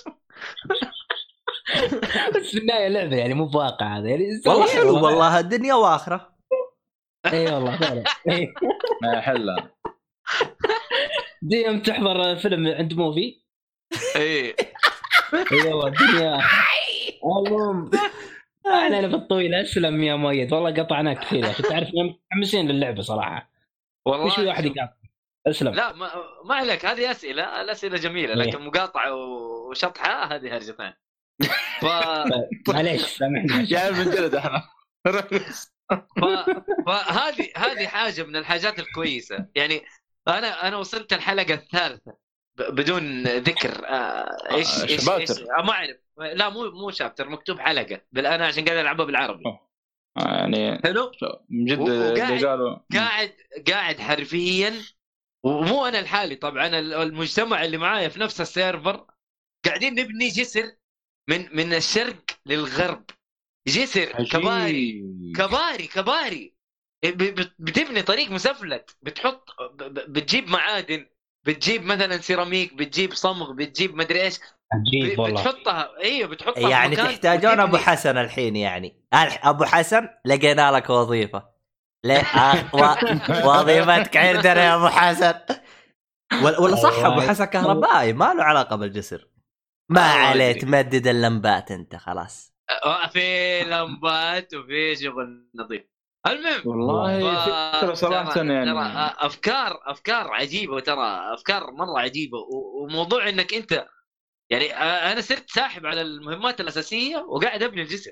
بس في النهايه لعبه يعني مو بواقع هذا يعني. والله حلو والله الدنيا واخره. اي والله فعلا. إيه. ما حلا. دي يوم تحضر فيلم عند موفي. ايه اي والله الدنيا. المهم انا في الطويل اسلم يا مؤيد، والله قطعناك كثير يا اخي، تعرف متحمسين للعبه صراحه. والله وش في واحد يقاطع؟ اسلم. لا ما, ما عليك، هذه اسئله الاسئله جميله، لكن مقاطعه وشطحه هذه هرجه ثانيه. ف معليش سامحني. يا من جلد احنا. ف... فهذه هذه حاجه من الحاجات الكويسه. يعني انا انا وصلت الحلقه الثالثه ب... بدون ذكر آه... ايش آه ايش, إيش... آه ما اعرف. لا مو مو شابتر، مكتوب حلقه بل انا عشان قاعد العبها بالعربي. آه يعني حلو من جد وقاعد قالوا قاعد قاعد حرفيا، ومو انا الحالي طبعا، المجتمع اللي معايا في نفس السيرفر قاعدين نبني جسر من من الشرق للغرب، جسر كباري كباري كباري. بتبني طريق مسفلت، بتحط بتجيب معادن، بتجيب مثلا سيراميك، بتجيب صمغ، بتجيب مدري ايش، عجيب والله. بتحطها ايوه بتحطها يعني تحتاجون ابو حسن الحين. يعني ابو حسن لقينا لك وظيفه. ليه آه و... وظيفتك عندنا يا ابو حسن. ولا صح ابو حسن كهربائي ما له علاقه بالجسر. ما عليه تمدد اللمبات انت خلاص. في لمبات وفي شغل نظيف. المهم والله فكرة صراحة يعني ترى افكار افكار عجيبه، وترى افكار مره عجيبه. وموضوع انك انت يعني انا صرت ساحب على المهمات الاساسيه وقاعد ابني الجسر.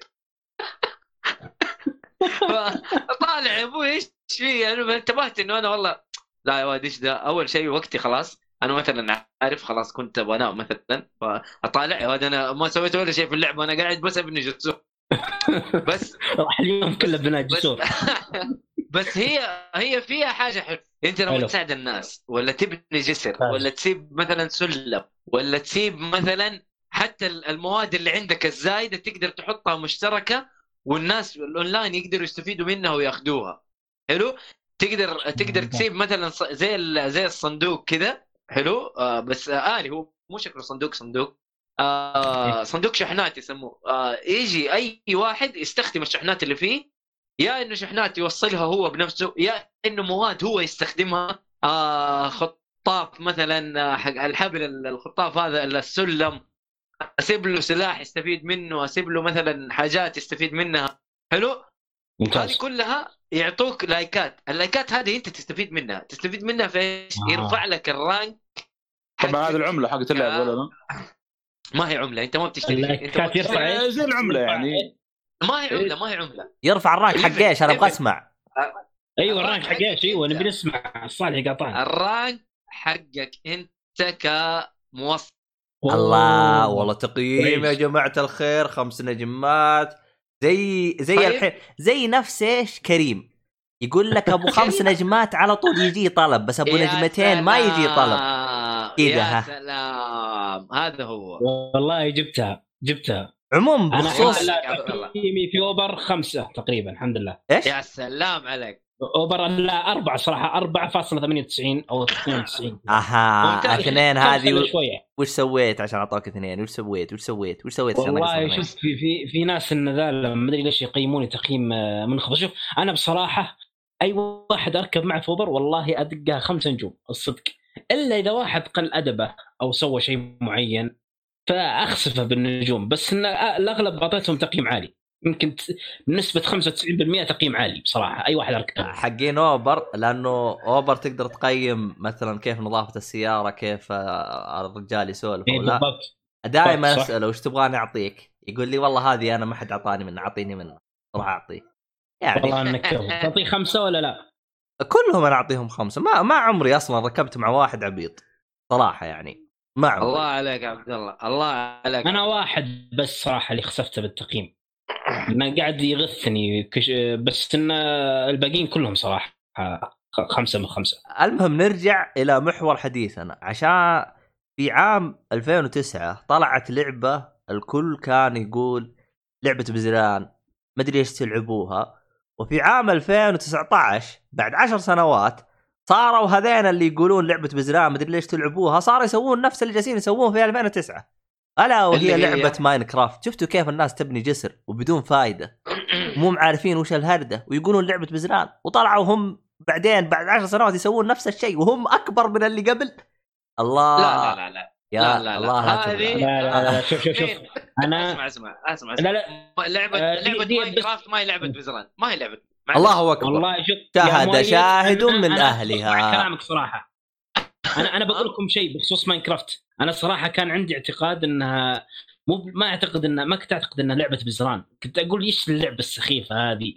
طالع يا ابوي ايش في يعني. انتبهت انه انا والله لا يا واد ايش ده. اول شيء وقتي خلاص، انا مثلا عارف خلاص كنت بنام مثلا فاطالع يا واد انا ما سويت ولا شيء في اللعبه، انا قاعد بس ابني جسور بس. راح اليوم كله بناء جسور. بس هي هي فيها حاجه حلوه. انت لما تساعد الناس ولا تبني جسر ولا تسيب مثلا سلم ولا تسيب مثلا حتى المواد اللي عندك الزايده تقدر تحطها مشتركه والناس الاونلاين يقدروا يستفيدوا منها وياخذوها. حلو. تقدر تقدر تسيب مثلا زي زي الصندوق كذا. حلو. آه بس آه آلي هو مو شكله صندوق صندوق آه صندوق شحنات يسموه. آه يجي اي واحد يستخدم الشحنات اللي فيه، يا انه شحنات يوصلها هو بنفسه، يا انه مواد هو يستخدمها. آه خطاف مثلا حق الحبل الخطاف هذا السلم اسيب له سلاح يستفيد منه، اسيب له مثلا حاجات يستفيد منها. حلو. هذه كلها يعطوك لايكات. اللايكات هذه انت تستفيد منها تستفيد منها في ايش؟ آه. يرفع لك الرانك. طبعا هذه العمله حقت اللعبه ولا لا؟ ما هي عمله، انت ما بتشتري. انت يرفع زي العمله يعني. ما هي عمله ما هي عمله يرفع الرانك حق ايش؟ انا ابغى اسمع. ايوه الرانك حق ايش؟ ايوه نبي نسمع. صالح قاطعني. الرانك حقك انت كموظف. الله والله تقييم يا جماعه الخير، خمس نجمات زي زي طيب. الحين زي نفس ايش كريم يقول لك ابو خمس نجمات على طول يجي طلب، بس ابو نجمتين ما يجي طلب كذا. يا ها سلام هذا هو والله جبتها جبتها. عموم انا بخصوص تقييمي في اوبر خمسة تقريبا الحمد لله. ايش يا سلام عليك. اوبر لا أربعة صراحه أربعة فاصلة ثمانية وتسعين او اثنين وتسعين. اها اثنين هذه و... شويه. وش سويت عشان اعطاك اثنين؟ وش سويت وش سويت وش سويت والله شوف في في في ناس ان ذا ما ادري ليش يقيموني تقييم منخفض. شوف انا بصراحه اي واحد اركب معه في اوبر والله ادقها خمسة نجوم الصدق، الا اذا واحد قل ادبه او سوى شيء معين فاخسفه بالنجوم، بس ان الاغلب اعطيتهم تقييم عالي، يمكن بنسبه خمسة وتسعين بالمئة تقييم عالي بصراحه اي واحد اركب حقين اوبر، لانه اوبر تقدر تقيم مثلا كيف نظافه السياره، كيف الرجال يسولف إيه ولا بالضبط. دائما اساله وش تبغاني اعطيك، يقول لي والله هذه انا ما حد اعطاني منها، اعطيني منها راح اعطيه. يعني والله انك تعطيه خمسة ولا لا؟ كلهم انا اعطيهم خمسة. ما ما عمري اصلا ركبت مع واحد عبيط صراحه، يعني ما عمري. الله عليك يا عبد الله الله عليك. انا واحد بس صراحه اللي خسفته بالتقييم، انه قاعد يغثني كش... بس ان الباقيين كلهم صراحه خمسة من خمسة. المهم نرجع الى محور حديثنا، عشان في عام ألفين وتسعة طلعت لعبه الكل كان يقول لعبه بزران ما ادري ايش تلعبوها، وفي عام ألفين وتسعة عشر بعد عشر سنوات صاروا هذين اللي يقولون لعبه بزران ما ادري ليش تلعبوها صاروا يسوون نفس اللي جالسين يسوون في ألفين وتسعة، الا وهي لعبه ماينكرافت. شفتوا كيف الناس تبني جسر وبدون فايده مو عارفين وش الهرده ويقولون لعبه بزران، وطلعوا هم بعدين بعد عشر سنوات يسوون نفس الشيء وهم اكبر من اللي قبل. الله لا لا لا لا يا لا لا الله لا. لا, لا, لا, لا شوف شوف شوف انا اسمع اسمع اسمع, لا لا لعبه آه لعبه دي ماينكرافت ما هي لعبه بزران، ما هي لعبه. الله اكبر. والله شوف شاهد شاهد من اهلها كلامك صراحه. انا انا بقول لكم شيء بخصوص ماينكرافت. انا صراحه كان عندي اعتقاد انها مو ما اعتقد انها ما كنت اعتقد انها لعبه بزران، كنت اقول ايش اللعبه السخيفه هذه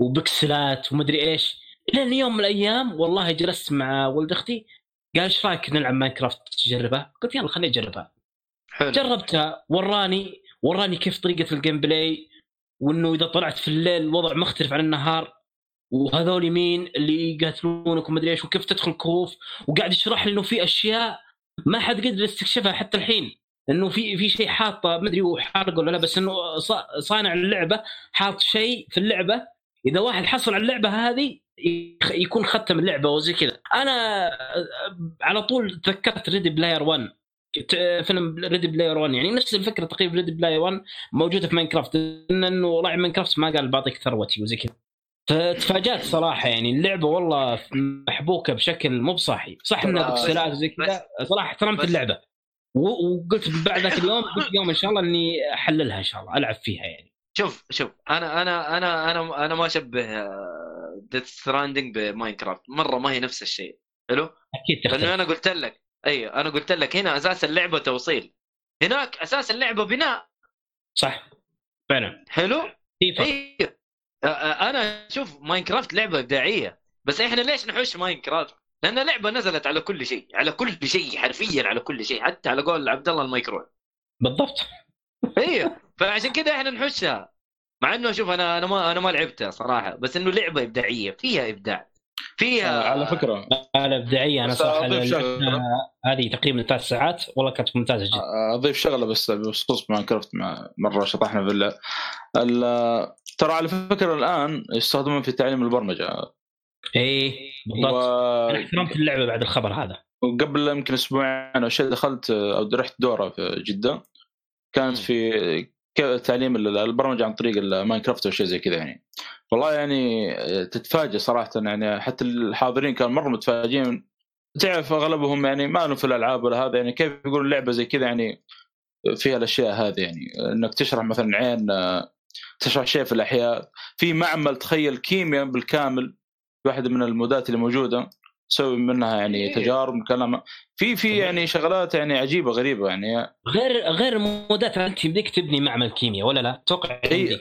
وبكسلات ومدري ايش. الى يوم من الايام والله جلست مع ولد اختي قال ايش رايك نلعب ماينكرافت تجربها؟ قلت يلا خليني اجربها. حلو. جربتها وراني وراني كيف طريقه الجيم بلاي، وانه اذا طلعت في الليل الوضع مختلف عن النهار، وهذول مين اللي يقاتلونك ومدري ايش، وكيف تدخل كهوف، وقاعد يشرح لي انه في اشياء ما حد قدر يستكشفها حتى الحين، انه في في شيء حاطه ما ادري هو حارق ولا لا، بس انه صانع اللعبه حاط شيء في اللعبه اذا واحد حصل على اللعبه هذه يكون ختم اللعبه وزي كذا. انا على طول تذكرت ريدي بلاير واحد، فيلم ريدي بلاير واحد، يعني نفس الفكره تقريبا ريدي بلاير واحد موجوده في ماينكرافت، انه لاعب ماينكرافت ما قال بعطيك ثروتي وزي كذا. فتفاجأت صراحه، يعني اللعبه والله محبوكه بشكل مو بصحي، صح انها بكسلات وزي كذا، صراحه احترمت اللعبه وقلت بعد ذاك اليوم قلت اليوم ان شاء الله اني احللها ان شاء الله العب فيها. يعني شوف شوف انا انا انا انا انا ما اشبه ديث ستراندنج بماينكرافت مره، ما هي نفس الشيء. حلو اكيد تختلف. لانه انا قلت لك ايوه انا قلت لك هنا اساس اللعبه توصيل، هناك اساس اللعبه بناء. صح فعلا. حلو ايوه انا شوف ماينكرافت لعبه ابداعيه، بس احنا ليش نحوش ماينكرافت؟ لان لعبه نزلت على كل شيء، على كل شيء حرفيا على كل شيء، حتى على قول عبد الله الميكرو. بالضبط. ايوه فعشان كده احنا نحوشها، مع انه شوف انا انا ما انا ما لعبتها صراحه، بس انه لعبه ابداعيه فيها ابداع فيها. آه على فكره على ابداعيه انا صراحه هذه تقريبا ثلاث ساعات والله كانت ممتازه جدا. اضيف شغله بس بخصوص ماينكرافت، مع مره شطحنا في ترى على فكره الان يستخدمون في تعليم البرمجه. ايه بالضبط و... انا احترمت اللعبه بعد الخبر هذا. وقبل يمكن اسبوعين او شيء دخلت او رحت دوره في جده كانت في تعليم البرمجه عن طريق الماينكرافت او شيء زي كذا. يعني والله يعني تتفاجئ صراحه، يعني حتى الحاضرين كانوا مره متفاجئين. تعرف اغلبهم يعني ما لهم في الالعاب ولا هذا، يعني كيف يقولون لعبه زي كذا يعني فيها الاشياء هذه، يعني انك تشرح مثلا عين، تشرح شيء في الاحياء، في معمل تخيل كيمياء بالكامل، واحده من المودات اللي موجوده تسوي منها يعني تجارب كلام في في يعني شغلات يعني عجيبه غريبه. يعني غير غير مودات انت بدك تبني معمل كيمياء ولا لا؟ اتوقع اي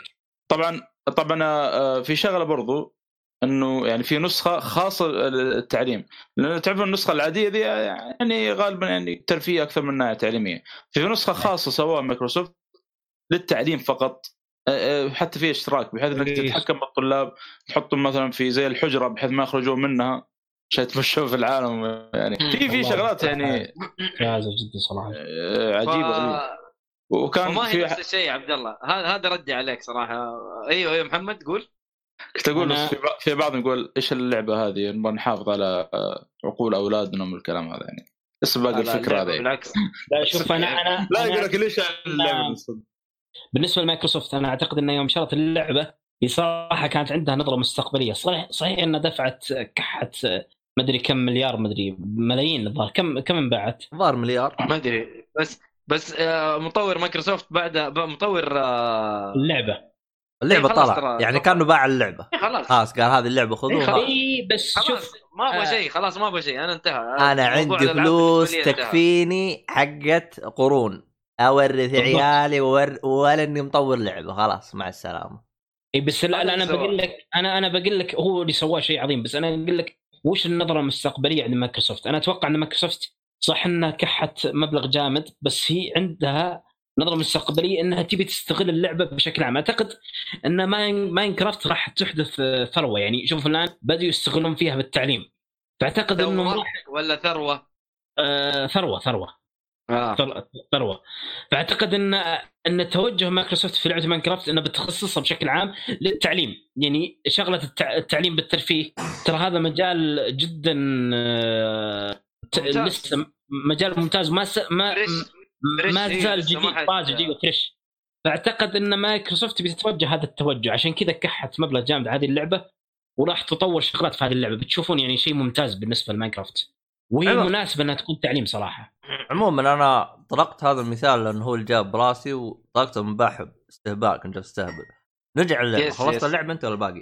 طبعا طبعا في شغله برضو انه يعني في نسخه خاصه للتعليم، لانه تعرف النسخه العاديه دي يعني غالبا يعني ترفيه اكثر منها تعليميه. في نسخه خاصه سواها مايكروسوفت للتعليم فقط، حتى في اشتراك بحيث انك تتحكم بالطلاب، تحطهم مثلا في زي الحجره بحيث ما يخرجوا منها عشان يتمشوا في العالم. يعني في في شغلات يعني جاهزه جدا صراحه عجيبه. ف... وكان وما هي في نفس الشيء. عبد الله هذا هذا ردي عليك صراحه. ايوه ايوه محمد قول. كنت اقول أنا... في, ب... في بعض نقول ايش اللعبه هذه، نبغى نحافظ على عقول اولادنا من الكلام هذا يعني. بس باقي الفكره هذه بالعكس. لا شوف انا انا لا يقول لك ليش اللعبه. بالنسبه لمايكروسوفت انا اعتقد انه يوم شرت اللعبه بصراحه كانت عندها نظره مستقبليه. صحيح صحيح انها دفعت كحت ما ادري كم مليار، ما ادري ملايين الظاهر، كم كم انباعت ظهر مليار ما ادري. بس بس مطور مايكروسوفت بعد مطور اللعبه اللعبه طلع يعني كانوا باع اللعبه خلاص، قال هذه اللعبه خذوها. اي بس شوف ما ابغى شيء خلاص، ما ابغى شيء، انا انتهى. انا عندي فلوس تكفيني حقت قرون اورث عيالي وور... ولا اني مطور لعبه، خلاص مع السلامه. اي بس لا, لا انا بقول لك انا انا بقول لك هو اللي سواه شيء عظيم، بس انا اقول لك وش النظره المستقبليه عند مايكروسوفت. انا اتوقع ان مايكروسوفت صح انها كحت مبلغ جامد، بس هي عندها نظره مستقبليه انها تبي تستغل اللعبه بشكل عام. اعتقد ان ماينكرافت راح تحدث ثروه، يعني شوف الان بدأوا يستغلون فيها بالتعليم، فاعتقد انه ولا ثروه آه ثروه ثروه آه. ثروه. فاعتقد ان ان توجه مايكروسوفت في لعبه ماينكرافت انه بتخصصها بشكل عام للتعليم، يعني شغله التعليم بالترفيه. ترى هذا مجال جدا آه لسه مجال ممتاز، ما س... ما ما زال جديد طازج وفريش. فاعتقد ان مايكروسوفت بتتوجه هذا التوجه، عشان كذا كحت مبلغ جامد هذه اللعبه وراح تطور شغلات في هذه اللعبه. بتشوفون يعني شيء ممتاز بالنسبه لماينكرافت، وهي أيوة. مناسبه انها تكون تعليم صراحه. عموما انا طرقت هذا المثال لانه هو اللي جاب براسي، وطرقته من باحب استهبال، كنت استهبل. نرجع اللعبه. خلصت اللعبه انت ولا باقي؟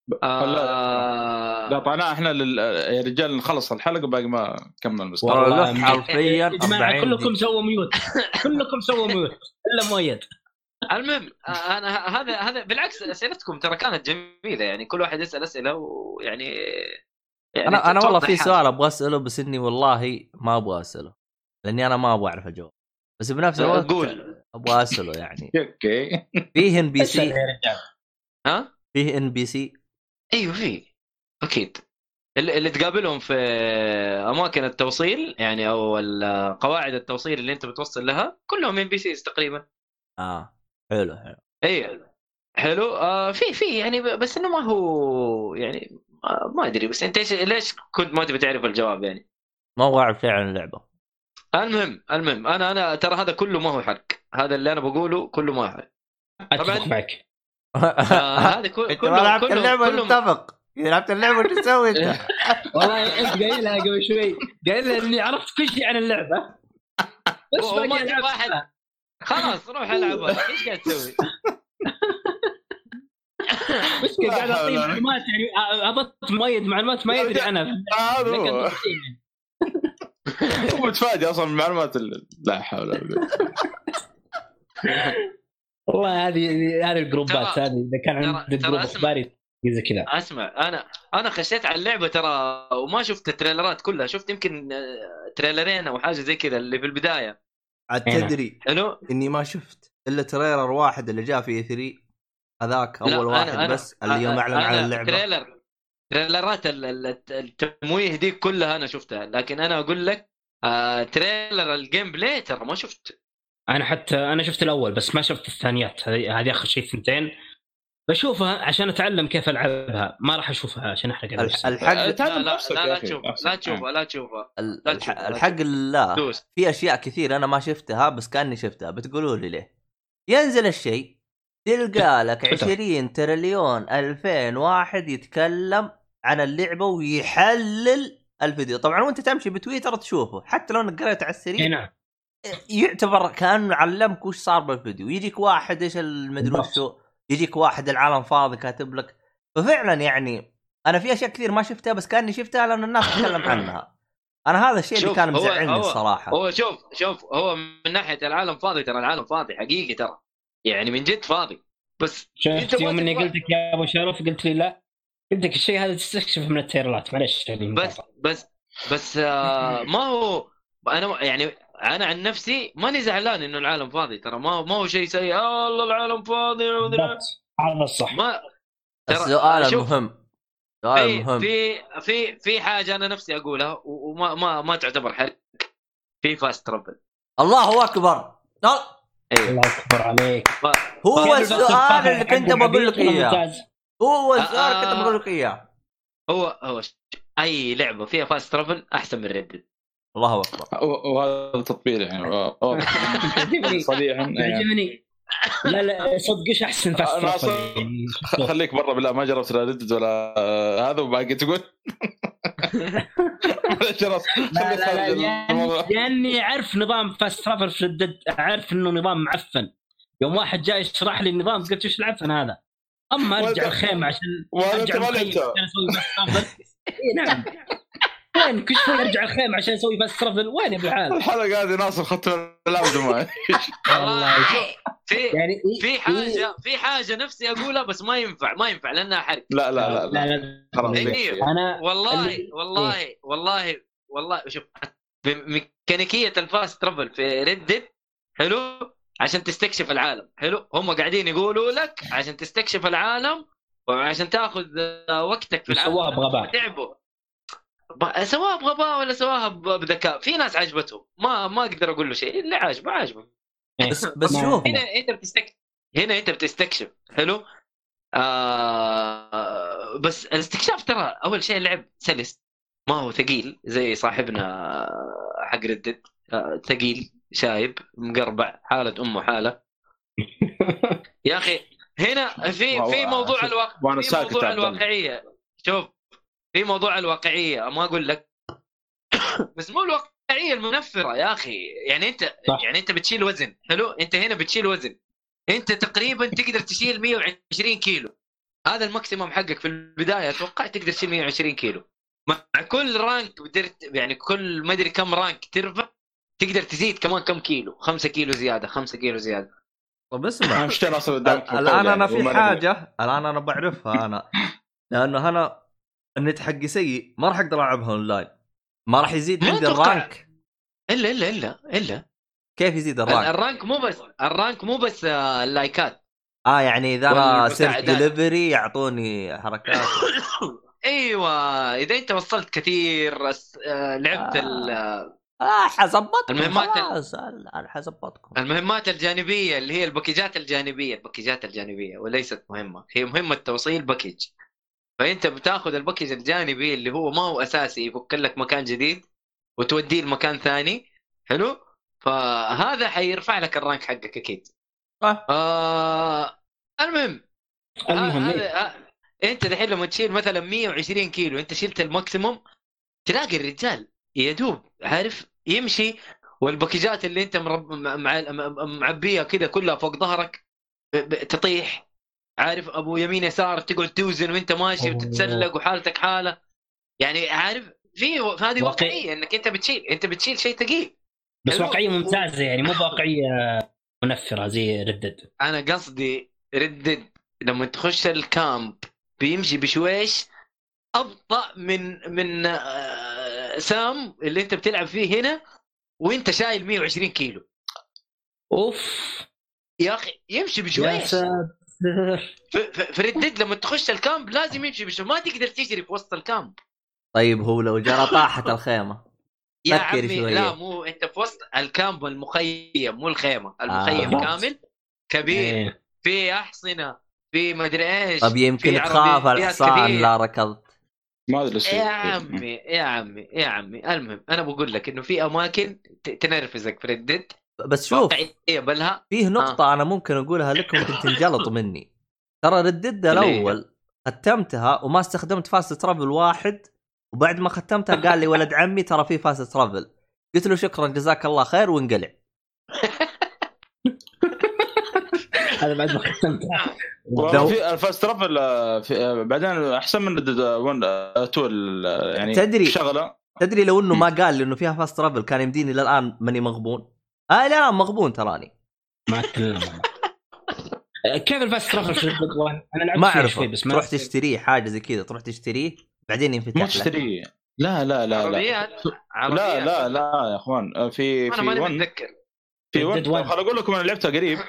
آه... لا طبعا احنا لل... يا رجال نخلص الحلقه باقي ما كمل بس والله حرفيا جماعه كلكم سووا ميوت كلكم سووا ميوت الا مؤيد. المهم انا هذا هذا بالعكس اسئلتكم ترى كانت جميله، يعني كل واحد يسال اسئله ويعني يعني انا انا والله في سؤال ابغى اساله، بس اني والله ما ابغى اساله لاني انا ما ابغى اعرف الجواب، بس بنفس الوقت قول ابغى اساله. يعني اوكي فيه ان بي سي ها فيه ان بي سي ايوه فيه اكيد اللي, اللي تقابلهم في اماكن التوصيل يعني او قواعد التوصيل اللي انت بتوصل لها كلهم ان بي سيز تقريبا. اه حلو حلو اي حلو. آه في في يعني بس انه ما هو يعني ما ادري، بس انت ليش كنت ما تبي تعرف الجواب؟ يعني ما هو اعرف شيء عن اللعبه. المهم المهم انا انا ترى هذا كله ما هو حرق، هذا اللي انا بقوله كله ما هو حرق. اتفق معك. آه هذا كله كله لعبت اللعبه نتفق. لعبت اللعبه وش تسوي انت؟ والله انت قايلها قبل شوي، قايلها اني عرفت كل شيء عن اللعبه بس باقي العب واحد. خلاص روح العبها. ايش قاعد تسوي؟ بس قاعد اعطي معلومات، يعني اضفت مؤيد معلومات ما يدري عنها. هذا هو هو متفاجئ اصلا من المعلومات. لا حول ولا قوه. والله هذه هذه الجروبات هذه اذا كان عندك جروب اخباري زي كذا. اسمع انا انا خشيت على اللعبه ترى وما شفت التريلرات كلها، شفت يمكن تريلرين او حاجه زي كذا اللي في البدايه. تدري حلو اني ما شفت الا تريلر واحد اللي جاء في ثري هذاك اول واحد أنا بس اللي يوم اعلن عن اللعبه. تريلر تريلرات التمويه دي كلها انا شفتها، لكن انا اقول لك آه تريلر الجيم بلاي ترى ما شفت. انا حتى انا شفت الاول بس ما شفت الثانيات، هذه اخر شيء ثنتين بشوفها عشان اتعلم كيف العبها، ما راح اشوفها عشان احرق نفسي. الحق لا لا لا, لا تشوفها لا تشوفها لا تشوفها الحق لا. في اشياء كثير انا ما شفتها بس كاني شفتها. بتقولوا لي ليه؟ ينزل الشيء تلقى لك عشرين تريليون ألفين واحد يتكلم عن اللعبه ويحلل الفيديو. طبعا وانت تمشي بتويتر تشوفه، حتى لو انك قريت على السريع نعم يعتبر كانه علمك وش صار بالفيديو. يجيك واحد ايش المدري شو، يجيك واحد العالم فاضي كاتب لك. ففعلا يعني انا في اشياء كثير ما شفتها بس كاني شفتها لان الناس تتكلم عنها. انا هذا الشيء اللي كان مزعلني الصراحه. هو شوف شوف هو من ناحيه العالم فاضي، ترى العالم فاضي حقيقي ترى، يعني من جد فاضي. بس شفت يوم اني قلت لك يا ابو شرف قلت لي لا، قلت لك الشيء هذا تستكشف من التيرلات. معلش بس بس بس آه ما هو انا يعني انا عن نفسي ماني زعلان انه العالم فاضي، ترى ما ما هو شيء سيء. آه الله العالم فاضي هذا الصح. ما السؤال المهم سؤال في مهم في في في حاجه انا نفسي اقولها وما ما ما تعتبر حرق، في فاست ترابل. الله اكبر. أيوه. الله اكبر عليك. ف... هو السؤال اللي كنت بقول لك اياه، هو السؤال اللي كنت بقول لك اياه. هو هو اي لعبه فيها فاست ترابل احسن من ريد. الله اكبر. وهذا تطبيل يعني صريحا عجبني. لا لا صدقش احسن فاست ترابل يعني. خليك برا بالله، ما جربت ريد ولا هذا وباقي تقول لا لا لا لاني اعرف نظام فاست ترافل في الدد، اعرف انه نظام معفن. يوم واحد جاي يشرح لي النظام قلت ايش العفن هذا؟ اما ارجع الخيمه عشان ارجع الخيمه عشان اسوي فاست ترافل. اي نعم وين كل شوي ارجع الخيمه عشان اسوي فاست ترافل؟ وين يا ابو الحال الحلقه هذه ناصر خطوه العوده معي والله. في يعني في حاجه في حاجه نفسي اقولها بس ما ينفع ما ينفع لانها حرق. لا لا لا, لا. لا. خلاص انا والله والله والله والله شوف ميكانيكيه الفاست ترافل في ريد حلو عشان تستكشف العالم. حلو هم قاعدين يقولوا لك عشان تستكشف العالم وعشان تاخذ وقتك في العالم. سواها بغباء، تعبوا سواها بغباء ولا سواها بذكاء. في ناس عجبتهم، ما ما اقدر اقول له شيء، اللي عاجبه عاجبه. بس بس شوف هنا انت بتستكشف، هنا انت بتستكشف. حلو آه بس الاستكشاف ترى اول شيء اللعب سلس، ما هو ثقيل زي صاحبنا حق ردد. آه ثقيل شايب مقربع حالة أمه حالة. يا أخي هنا في في موضوع الواقع، في موضوع الواقعية. شوف في موضوع الواقعية ما أقول لك بس مو الواقعية المنفرة يا أخي. يعني أنت صح. يعني أنت بتشيل وزن. حلو أنت هنا بتشيل وزن، أنت تقريبا تقدر تشيل مية وعشرين كيلو. هذا الماكسيمم حقك في البداية. أتوقع تقدر تشيل مية وعشرين كيلو. مع كل رانك بدرت يعني كل ما أدري كم رانك ترفع تقدر تزيد كمان كم كيلو، خمسة كيلو زيادة، خمسة كيلو زيادة. طب اسمع الآن أنا في حاجة الآن أنا بعرفها أنا، لأنه أنا النت حقي سيء ما راح أقدر ألعبها أونلاين، ما راح يزيد عندي الرانك إلا إلا إلا إلا كيف يزيد الرانك؟ الرانك مو بس الرانك مو بس اللايكات. آه يعني إذا أنا صرت ديليفري يعطوني حركات. ايوه اذا انت وصلت كثير لعبت آه. ال اه حزبطكم المهمات خلاص ال... حزبطكم المهمات الجانبيه اللي هي الباكيجات الجانبيه الباكيجات الجانبيه وليست مهمه، هي مهمه توصيل باكيج. فانت بتاخذ الباكيج الجانبي اللي هو ما هو اساسي، يفك لك مكان جديد وتوديه لمكان ثاني. حلو فهذا حيرفع لك الرانك حقك اكيد. آه. آه المهم المهم هذا انت دحين لما تشيل مثلا مية وعشرين كيلو انت شلت الماكسيموم، تلاقي الرجال يدوب عارف يمشي، والباكيجات اللي انت مرب... مع... معبيها كذا كلها فوق ظهرك تطيح. عارف ابو يمين يسار تقعد توزن وانت ماشي وتتسلق وحالتك حاله. يعني عارف في هذه واقعيه انك انت بتشيل انت بتشيل شيء ثقيل بس واقعيه ممتازه يعني مو واقعيه منفره زي ردد. انا قصدي ردد لما تخش الكامب بيمشي بشويش ابطا من من سام اللي انت بتلعب فيه هنا وانت شايل مية وعشرين كيلو. اوف يا اخي يمشي بشويش. في ردد لما تخش الكامب لازم يمشي بشويش، ما تقدر تجري في وسط الكامب. طيب هو لو جرى طاحت الخيمه يا عمي شوية. لا مو انت في وسط الكامب المخيم مو الخيمه المخيم آه. كامل كبير في احصنه في ما ادري ايش. طب يمكن تخاف الحصان لا ركضت ما ادري يا عمي يا عمي يا عمي. المهم انا بقول لك انه في اماكن تنرفزك في ردد. بس شوف بلها فيه نقطه آه. انا ممكن اقولها لكم كنت تنجلط مني. ترى ردد الاول ختمتها وما استخدمت فاست ترافل واحد، وبعد ما ختمتها قال لي ولد عمي ترى في فاست ترافل، قلت له شكرا جزاك الله خير وانقلع. هذا بعد ما ختمتها. في الفاست ترافل بعدين احسن من تول يعني تدري شغله. تدري لو انه ما قال لي انه فيها فاست ترافل كان يمديني للان ماني مغبون. اه لا لا مغبون تراني ما اتكلم. كيف الفاست ترافل في بلاد وان؟ انا لعبت ما فيه اعرف شوي بس ما تروح تشتريه حاجه زي كذا، تروح تشتريه بعدين ينفتح مو لك. تشتريه، لا لا لا لا عربيات لا عربيات لا لا يا اخوان. في انا في ماني ون متذكر. في ون Dead One. خل اقول لكم انا لعبتها قريب.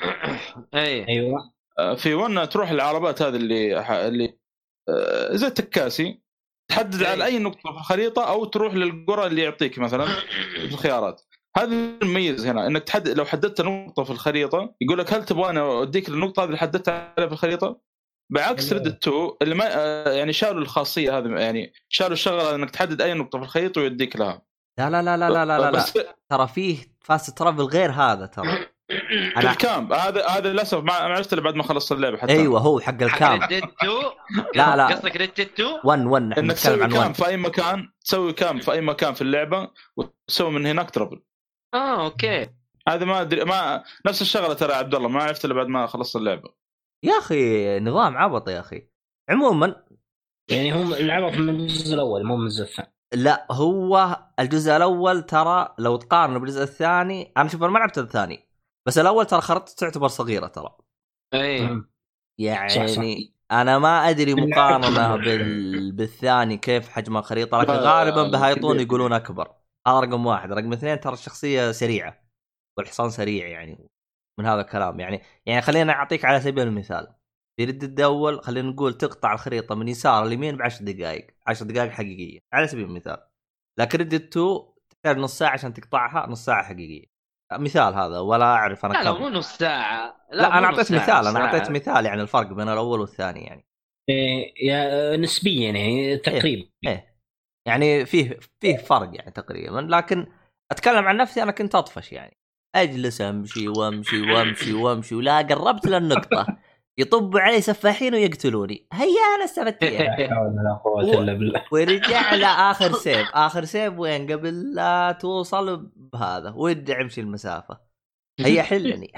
اي ايوه في ون تروح العربات هذه اللي اللي آه، زي التكاسي، تحدد أي. على اي نقطه في الخريطه او تروح للقرى اللي يعطيك مثلا في الخيارات. هذا المميز هنا انك تحدد، لو حددت نقطه في الخريطه يقول لك هل تبغاني اوديك للنقطه هذه اللي حددتها عليها في الخريطه. بعكس ريد تو اللي ما آه، يعني شالوا الخاصيه هذه، يعني شالوا الشغله انك تحدد اي نقطه في الخريطه ويوديك لها. لا لا لا لا لا لا, لا. بس ترى فيه فاست ترافل غير هذا ترى. في الكامب هذا هذا للاسف ما عرفت الا بعد ما خلصت اللعبه حتى. ايوه هو حق الكامب. ريد تو لا لا قصدك ريد تو ون ون احنا انك نتكلم تسوي عن كامب ون. في اي مكان، تسوي كامب في اي مكان في اللعبه وتسوي من هناك ترافل. اه اوكي. هذا ما ادري ما نفس الشغله ترى عبد الله ما عرفت الا بعد ما خلصت اللعبه. يا اخي نظام عبط يا اخي. عموما يعني هم لعبوا من الجزء الاول مو من الجزء الثاني. لا هو الجزء الاول ترى لو تقارنه بالجزء الثاني، انا شوف انا ما لعبت الثاني بس الاول ترى خريطته تعتبر صغيره ترى. اي يعني صح صح. انا ما ادري مقارنه بال... بالثاني كيف حجم الخريطه، لكن غالبا بهايطون يقولون اكبر. هذا رقم واحد. رقم اثنين ترى الشخصيه سريعه والحصان سريع يعني من هذا الكلام. يعني يعني خلينا اعطيك على سبيل المثال في ريد الأول خلينا نقول تقطع الخريطه من يسار اليمين بعشر دقائق، عشر دقائق حقيقيه على سبيل المثال. لكن ريد تو تحتاج نص ساعه عشان تقطعها، نص ساعه حقيقيه مثال هذا. ولا اعرف انا لا لا كم. مو نص ساعه. لا, لا, لا انا مو نص اعطيت ساعة، مثال انا ساعة. اعطيت مثال يعني الفرق بين الاول والثاني يعني إيه يا نسبيا يعني تقريبا. ايه يعني فيه فيه فرق يعني تقريبا. لكن اتكلم عن نفسي انا كنت اطفش يعني اجلس امشي وامشي وامشي وامشي ولا قربت للنقطه يطب علي سفاحين ويقتلوني. هيا انا استفدت لا حول ولا قوه الا بالله. ورجع لاخر سيف. اخر سيف وين قبل لا توصل بهذا ويرجع يمشي المسافه. هيا حلني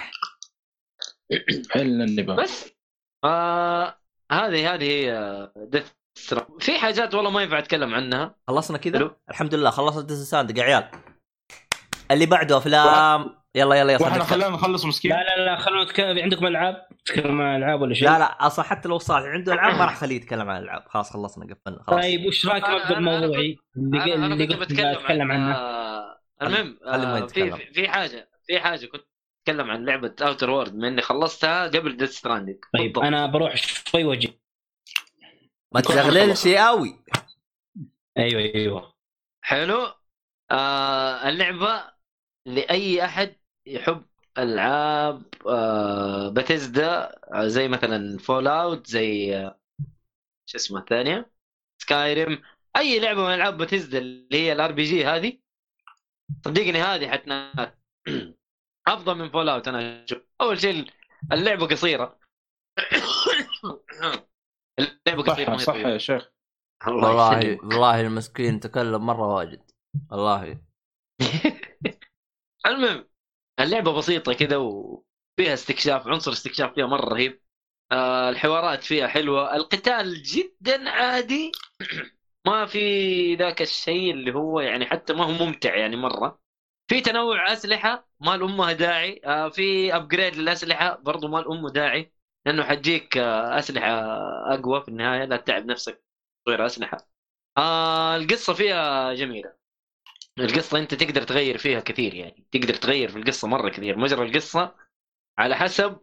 حل النبا. بس آه هذه هذه هي ديث ستراند. في حاجات والله ما ينفع اتكلم عنها. خلصنا كذا حلو. الحمد لله خلصت ديس ساندق يا عيال. اللي بعده افلام. يلا يلا يلا واحنا خلينا نخلص مسكين. لا لا لا خلونا نتكلم. عندكم العاب تتكلم عن العاب ولا شيء؟ لا لا اصلا حتى لو صالح عنده العاب ما راح خليه يتكلم عن الالعاب. خلاص خلصنا قفلنا خلاص. طيب وش رايك أنا- مبدا أنا- الموضوعي اللي أنا اللي كنت قلت بتكلم اتكلم عن عنه؟ آه المهم خلي ما آه في يتكلم. في حاجه في حاجه كنت اتكلم عن لعبه اوتر وورد من اني خلصتها قبل ديث ستراندنج. طيب انا بروح شوي وجه. ما تشغللش قوي. ايوه ايوه حلو. آه اللعبه لاي احد يحب العاب آه باتيزدا زي مثلا فول اوت زي آه شو اسمه الثانيه سكايريم. اي لعبه من العاب باتيزدا اللي هي الار بي جي هذه صدقني هذه حتنات افضل من فول اوت. انا اشوف اول شيء اللعبه قصيره. اللعبه قصيره صح صح يا شيخ. والله والله المسكين تكلم مره واجد والله. المهم اللعبه بسيطه كذا وفيها استكشاف، عنصر استكشاف فيها مره رهيب. آه الحوارات فيها حلوه، القتال جدا عادي. ما في ذاك الشيء اللي هو يعني حتى ما هو ممتع يعني مره. في تنوع اسلحه ما الامه داعي. آه في ابجريد للاسلحه برضو ما الامه داعي لانه حتجيك آه اسلحه اقوى في النهايه. لا تتعب نفسك تطوير اسلحه. آه القصه فيها جميله. القصة أنت تقدر تغير فيها كثير، يعني تقدر تغير في القصة مرة كثير. مجرى القصة على حسب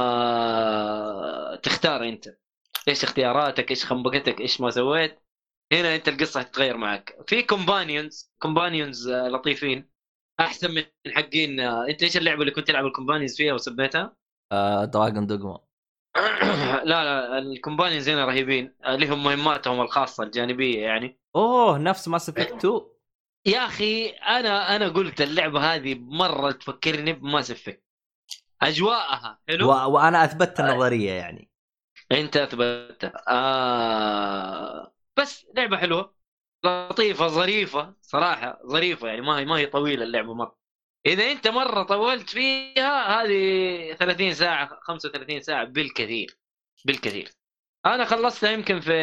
ما تختار أنت إيش اختياراتك، إيش خنبقتك، إيش ما سويت. هنا أنت القصة هتتغير معك. في كومبانيونز كومبانيونز لطيفين أحسن من حقين. أنت إيش اللعبة اللي كنت تلعب الكومبانيونز فيها وسبيتها؟ آه دراجون دوغما. لا لا الكومبانيونز هنا رهيبين، لهم مهماتهم الخاصة الجانبية يعني. اوه نفس ماس افكت تو. يا اخي انا انا قلت اللعبه هذه مره تفكرني بماس افكت. اجواءها حلو و... وانا اثبتت النظريه يعني. انت اثبتها. آه... بس لعبه حلوه لطيفه ظريفه صراحه ظريفه يعني. ما هي ما هي طويله اللعبه مره. اذا انت مره طولت فيها هذه ثلاثين ساعه خمسة وثلاثين ساعه بالكثير بالكثير. انا خلصتها يمكن في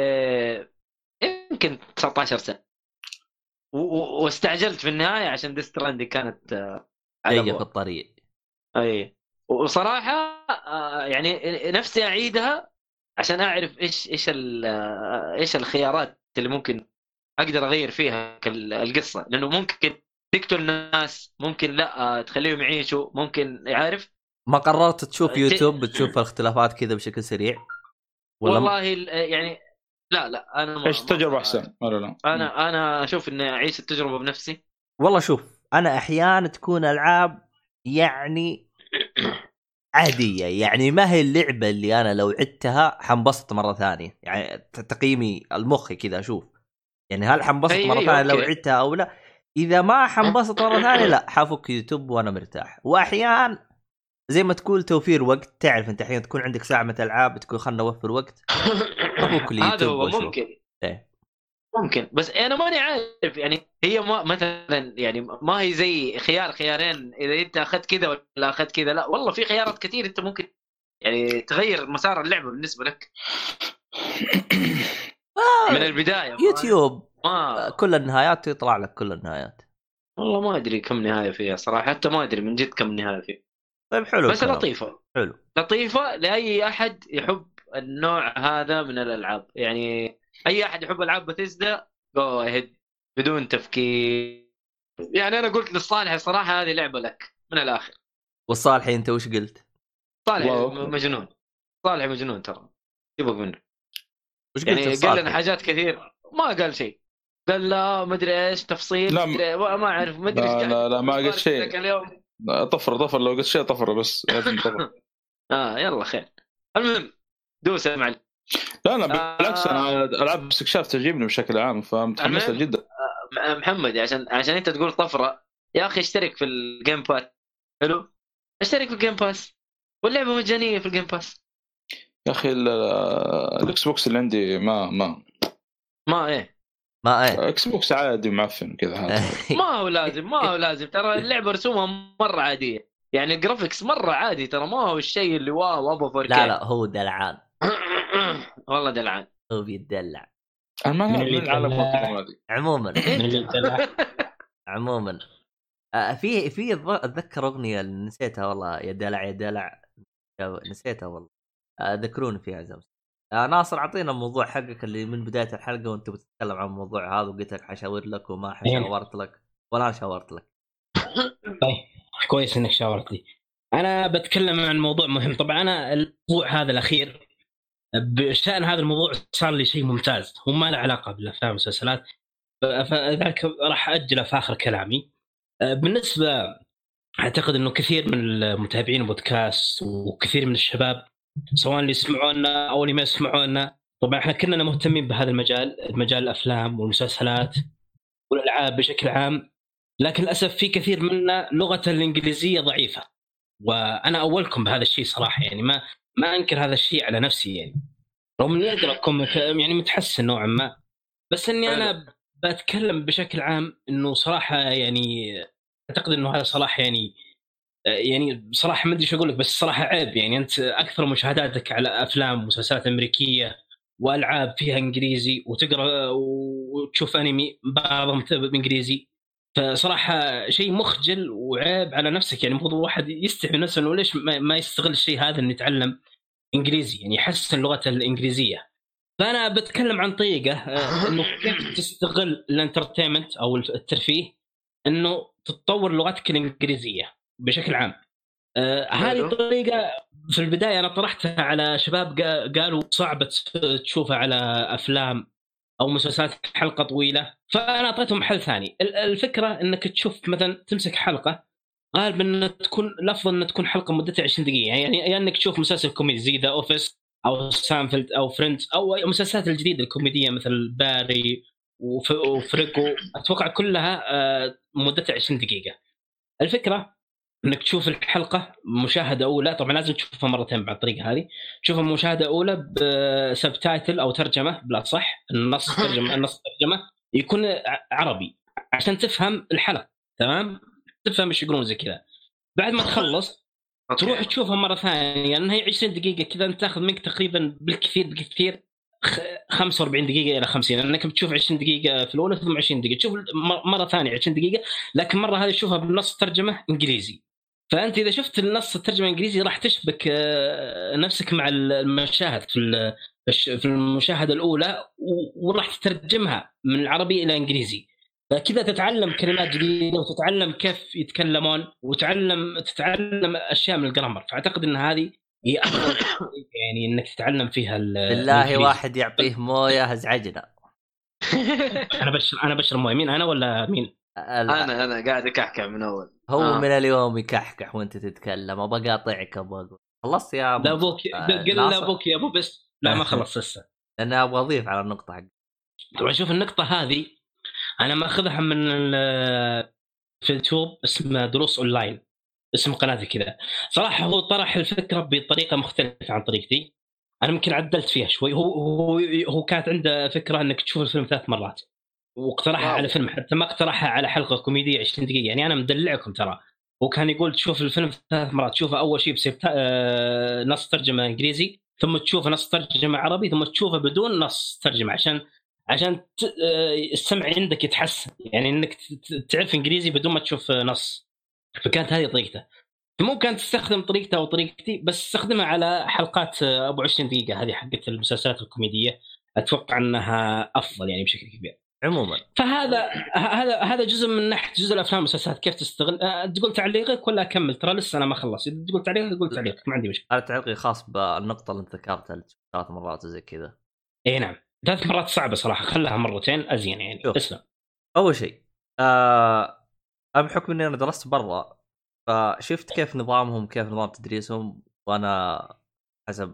يمكن تسعة عشر سنه واستعجلت في النهايه عشان ديستراندي كانت على جايه في الطريق. اي. وصراحه يعني نفسي اعيدها عشان اعرف ايش ايش ايش الخيارات اللي ممكن اقدر اغير فيها القصه، لانه ممكن تقتل الناس، ممكن لا تخليهم يعيشوا، ممكن يعرف. ما قررت تشوف يوتيوب بتشوف الاختلافات كذا بشكل سريع ولا والله يعني لا لا انا ايش تجربه احسن ولا لا؟ انا انا اشوف اني اعيش التجربه بنفسي. والله شوف انا احيانا تكون العاب يعني عاديه، يعني ما هي اللعبه اللي انا لو عدتها حنبسط مره ثانيه، يعني تقييمي المخي كذا اشوف يعني هل حنبسط أي مره أي ثانيه لو أوكي. عدتها او لا. اذا ما حنبسط مره ثانيه لا حافك يوتيوب وانا مرتاح. واحيان زي ما تقول توفير وقت، تعرف انت احيانا تكون عندك ساعه مثل العاب تقول خلنا نوفر وقت افك اليوتيوب. هذا هو ممكن ايه ممكن، بس انا ماني عارف يعني هي ما مثلا يعني ما هي زي خيار خيارين اذا انت اخذت كذا ولا اخذت كذا، لا والله في خيارات كثير انت ممكن يعني تغير مسار اللعبه بالنسبه لك من البدايه. يوتيوب ما كل النهايات يطلع لك كل النهايات. والله ما ادري كم نهايه فيها صراحه، حتى ما ادري من جد كم نهايه فيها. طيب حلو بس الكلام. لطيفه حلو لطيفه لاي احد يحب النوع هذا من الالعاب، يعني اي احد يحب العاب بثيسدا جو اهيد بدون تفكير. يعني انا قلت للصالح صراحه هذه لعبه لك من الاخر. والصالحي انت وش قلت؟ صالح واو. مجنون، صالح مجنون ترى، سيبك منه. وش قلت يعني قال الصالحي؟ لنا حاجات كثير ما قال شيء، قال لا ما ادري ايش تفصيل لا مدري ما اعرف ما ادري لا, لا لا ما قلت شيء اليوم. طفر طفر لو قلت شيء طفر بس لازم طفر. اه يلا خير. المهم دوس يا معلم. لا لا بالعكس انا العاب استكشاف تعجبني بشكل عام فمتحمس جدا. محمد عشان عشان انت تقول طفره يا اخي اشترك في الجيم باس. حلو اشترك في الجيم باس واللعبه مجانيه في الجيم باس يا اخي الاكس بوكس اللي عندي ما ما ما ايه ما ايه اكس بوكس عادي معفن كذا هذا. ما هو لازم ما هو لازم ترى اللعبه رسومها مره عاديه، يعني الجرافيكس مره عادي ترى، ما هو الشيء اللي واو ابو فور كيه. لا لا هو دلعان والله دلعان هو بيدلع. انا ما من من اللي العالم يدلع. هذه عموما من اللي يدلع. عموما آه، في في الظ- اتذكر اغنيه نسيتها والله، يا دلع يا دلع يا- نسيتها والله. آه، ذكروني فيها زمن. آه ناصر اعطينا الموضوع حقك اللي من بدايه الحلقه وانت بتتكلم عن الموضوع هذا وقلت لك حشاور لك وما حشاورت لك ولا أنا شاورت لك. طيب كويس انك شاورت لي. انا بتكلم عن موضوع مهم. طبعا انا الموضوع هذا الاخير بشأن هذا الموضوع صار لي شيء ممتاز وما له علاقه بالافلام والمسلسلات، فذلك راح اجله في اخر كلامي. بالنسبه اعتقد انه كثير من المتابعين البودكاست وكثير من الشباب سواء اللي يسمعونا او اللي ما يسمعونا، طبعا احنا كلنا مهتمين بهذا المجال، مجال الافلام والمسلسلات والالعاب بشكل عام، لكن للاسف في كثير منا لغته الانجليزيه ضعيفه، وانا اولكم بهذا الشيء صراحه. يعني ما ما انكر هذا الشيء على نفسي، يعني رغم اني اقرا كوميك يعني متحسن نوعا ما، بس اني انا بتكلم بشكل عام انه صراحه يعني اعتقد انه هذا صراحه يعني يعني بصراحه ما ادري شو اقول لك، بس صراحه عيب. يعني انت اكثر مشاهداتك على افلام ومسلسلات امريكيه والعاب فيها انجليزي وتقرا وتشوف انمي بعضهم بالانجليزي، فصراحه شيء مخجل وعيب على نفسك. يعني المفروض الواحد يستحي نفسه انه ليش ما يستغل الشيء هذا انه يتعلم انجليزي، يعني يحسن لغته الانجليزيه. فانا بتكلم عن طريقه انه كيف تستغل الانترتينمنت او الترفيه انه تتطور لغتك الانجليزيه بشكل عام. آه هذه الطريقه في البدايه انا طرحتها على شباب قالوا صعبه تشوفها على افلام او مسلسلات حلقه طويله، فانا اعطيتهم حل ثاني. الفكره انك تشوف مثلا تمسك حلقه غالبا ان تكون لفظا ان تكون حلقه مدتها عشرين دقيقه، يعني يعني انك تشوف مسلسل كوميدي زي ذا اوفيس او سانفيلد او فريندز او المسلسلات الجديده الكوميديه مثل باري وفريكو، اتوقع كلها مدتها عشرين دقيقه. الفكره انك تشوف الحلقه مشاهده اولى، طبعا لازم تشوفها مرتين بالطريقه هذه، تشوفها مشاهده اولى بسبتايتل او ترجمه بلا صح، النص ترجمه النص ترجمه يكون عربي عشان تفهم الحلقه تمام، تفهم ايش يقولون زي كذا. بعد ما تخلص تروح تشوفها مره ثانيه لانها هي عشرين دقيقه كذا، انت تاخذ منك تقريبا بالكثير بالكثير خمسة وأربعين دقيقه الى خمسين، لانك بتشوف عشرين دقيقه في الاولى ثم عشرين دقيقه تشوف مره ثانيه عشرين دقيقه، لكن مره هذه تشوفها بالنص ترجمه انجليزي. فانت اذا شفت النص الترجمه الانجليزي راح تشبك نفسك مع المشاهد في في المشاهده الاولى وراح تترجمها من العربي الى انجليزي، فكذا تتعلم كلمات جديده وتتعلم كيف يتكلمون وتتعلم تتعلم اشياء من الجرامر. فاعتقد ان هذه هي افضل يعني انك تتعلم فيها. بالله واحد يعطيه مويه ازعجنا. انا بشر انا بشر مويه. مين انا ولا مين؟ انا انا قاعد اكحكح من اول. هو آه. من اليوم يكحكح وانت تتكلم. ابغى اقاطعك ابغى خلصت يا ابو ابوك قل ابوك يا ابو بس لا ما خلص لسه. انا ابغى اضيف على النقطه حق. طبعا شوف النقطه هذه انا ماخذها من في اليوتيوب اسمه دروس اونلاين، اسم قناتي كذا. صراحه هو طرح الفكره بطريقه مختلفه عن طريقتي، انا ممكن عدلت فيها شوي. هو هو هو كانت عنده فكره انك تشوف الفيلم ثلاث مرات، واقترحها على فيلم، حتى ما اقترحها على حلقه كوميديه عشرين دقيقه. يعني انا مدلعكم ترى. وكان يقول تشوف الفيلم ثلاث مرات، تشوفه اول شيء بصير آه نص ترجمه انجليزي، ثم تشوفه نص ترجمه عربي، ثم تشوفه بدون نص ترجمه عشان عشان السمع عندك يتحسن، يعني انك تعرف انجليزي بدون ما تشوف نص. فكانت هذه طريقته. ممكن تستخدم طريقته او طريقتي بس استخدمها على حلقات ابو عشرين دقيقه هذه حقت المسلسلات الكوميديه، اتوقع انها افضل يعني بشكل كبير عموما. فهذا هذا هذا جزء من ناحيه جزء الافلام والمسلسلات كيف تستغل. تقول تعليقك ولا اكمل؟ ترى لسه انا ما خلصت. تقول تعليقك تقول تعليقك ما عندي مشكله. هذا تعليقي خاص بالنقطه اللي انت ذكرتها ثلاث مرات زي كذا. اي نعم ثلاث مرات صعبه صراحه، خلها مرتين ازين يعني. اسلم. اول شيء آه بحكم اني انا درست برا فشفت كيف نظامهم كيف نظام تدريسهم، وانا حسب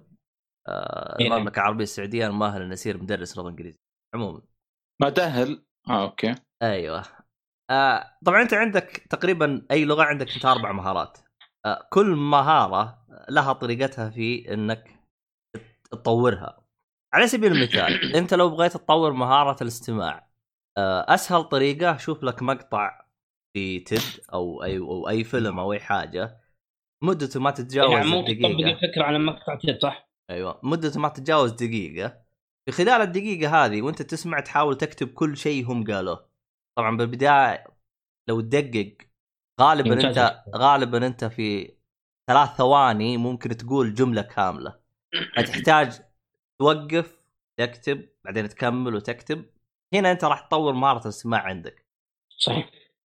آه إيه المملكه العربيه السعوديه انا مؤهل ان اصير مدرس لغه انجليزيه. عموما ما تأهل. اه اوكي ايوه. آه طبعا انت عندك تقريبا اي لغه عندك انت اربع مهارات. آه كل مهاره لها طريقتها في انك تطورها. على سبيل المثال انت لو بغيت تطور مهاره الاستماع، آه اسهل طريقه شوف لك مقطع في تيد او اي او اي فيلم او اي حاجه مدته ما تتجاوز يعني الدقيقه. ممكن تطبق الفكره على مقطع تيد صح؟ ايوه مدته ما تتجاوز دقيقه. في خلال الدقيقه هذه وانت تسمع تحاول تكتب كل شيء هم قالوه. طبعا بالبدايه لو تدقق غالبا انت غالبا انت في ثلاث ثواني ممكن تقول جمله كامله. هتحتاج توقف تكتب بعدين تكمل وتكتب. هنا انت راح تطور مهاره الاستماع عندك. صحيح.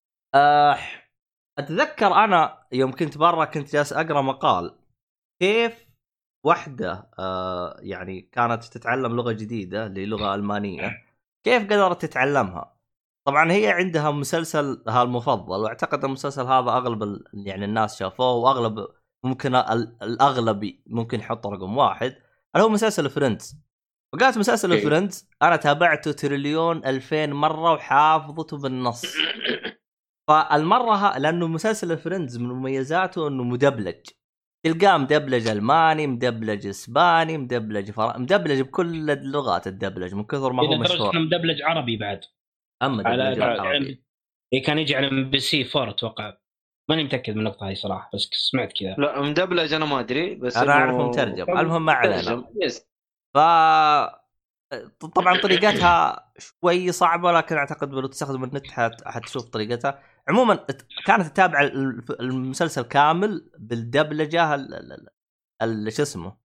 أه اتذكر انا يوم كنت برا كنت جالس اقرا مقال كيف واحده أه يعني كانت تتعلم لغه جديده اللي لغه المانيه كيف قدرت تتعلمها. طبعا هي عندها مسلسلها المفضل واعتقد المسلسل هذا اغلب يعني الناس شافوه واغلب ممكن الاغلب ممكن يحط رقم واحد اللي هو مسلسل فريندز. وقالت مسلسل فريندز انا تابعته تريليون ألفين مره وحافظته بالنص. فالمره لانه مسلسل فريندز من مميزاته انه مدبلج، تلقاه مدبلج الماني مدبلج اسباني مدبلج فر... مدبلج بكل اللغات. الدبلج من كثر ما هو مشهور. مدبلج عربي بعد. اما على عربي إيه كان يجي على ام بي سي أربعة اتوقع. ماني متاكد من النقطه هاي صراحه بس سمعت كذا. لا مدبلج انا ما ادري بس انا اعرف مترجم. المهم ما علينا. ف طبعا طريقتها شوي صعبه لكن اعتقد لو تستخدم النت حتشوف طريقتها. عموما كانت تتابع المسلسل كامل بالدبلجه ال شو اسمه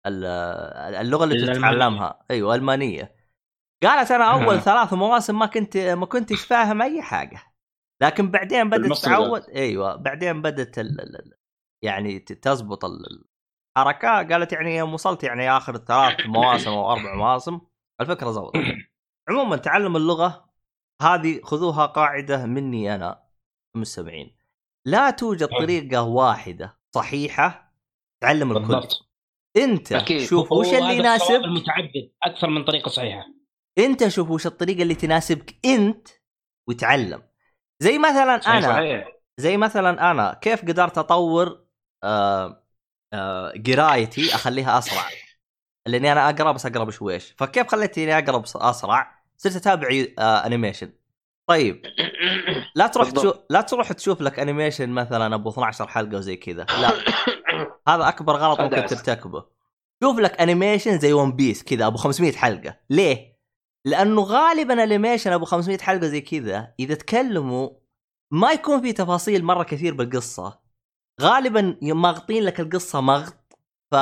اللغه اللي تتعلمها. ايوه المانيه. قالت انا اول ثلاث مواسم ما كنت ما كنت فاهم اي حاجه لكن بعدين بدت تتعود. ايوه بعدين بدت ال... يعني تزبط الحركه. قالت يعني يوم وصلت يعني اخر ثلاث مواسم او اربع مواسم الفكره زبطت. عموما تعلم اللغه هذه خذوها قاعده مني انا المستمعين، لا توجد طريقه واحده صحيحه تعلم الكل. بالضبط. انت أكيد. شوف وش اللي يناسب. المتعدد اكثر من طريقه صحيحه. انت شوف وش الطريقه اللي تناسبك انت وتعلم. زي مثلا انا صحيح. زي مثلا انا كيف قدرت اطور آه آه قرايتي اخليها اسرع لاني انا اقرا بس اقرا بشويش. فكيف خليتني اقرا اسرع؟ صرت اتابع آه انيميشن. طيب لا تروح تشوف لا تروح تشوف لك انيميشن مثلا ابو اثنتي عشرة حلقه وزي كذا. لا هذا اكبر غلط ممكن ترتكبه. شوف لك انيميشن زي ون بيس كذا ابو خمسمية حلقه. ليه؟ لانه غالبا انيميشن ابو خمسمية حلقه زي كذا اذا تكلموا ما يكون في تفاصيل مره كثير بالقصه غالبا ماغطين لك القصه مغط، ف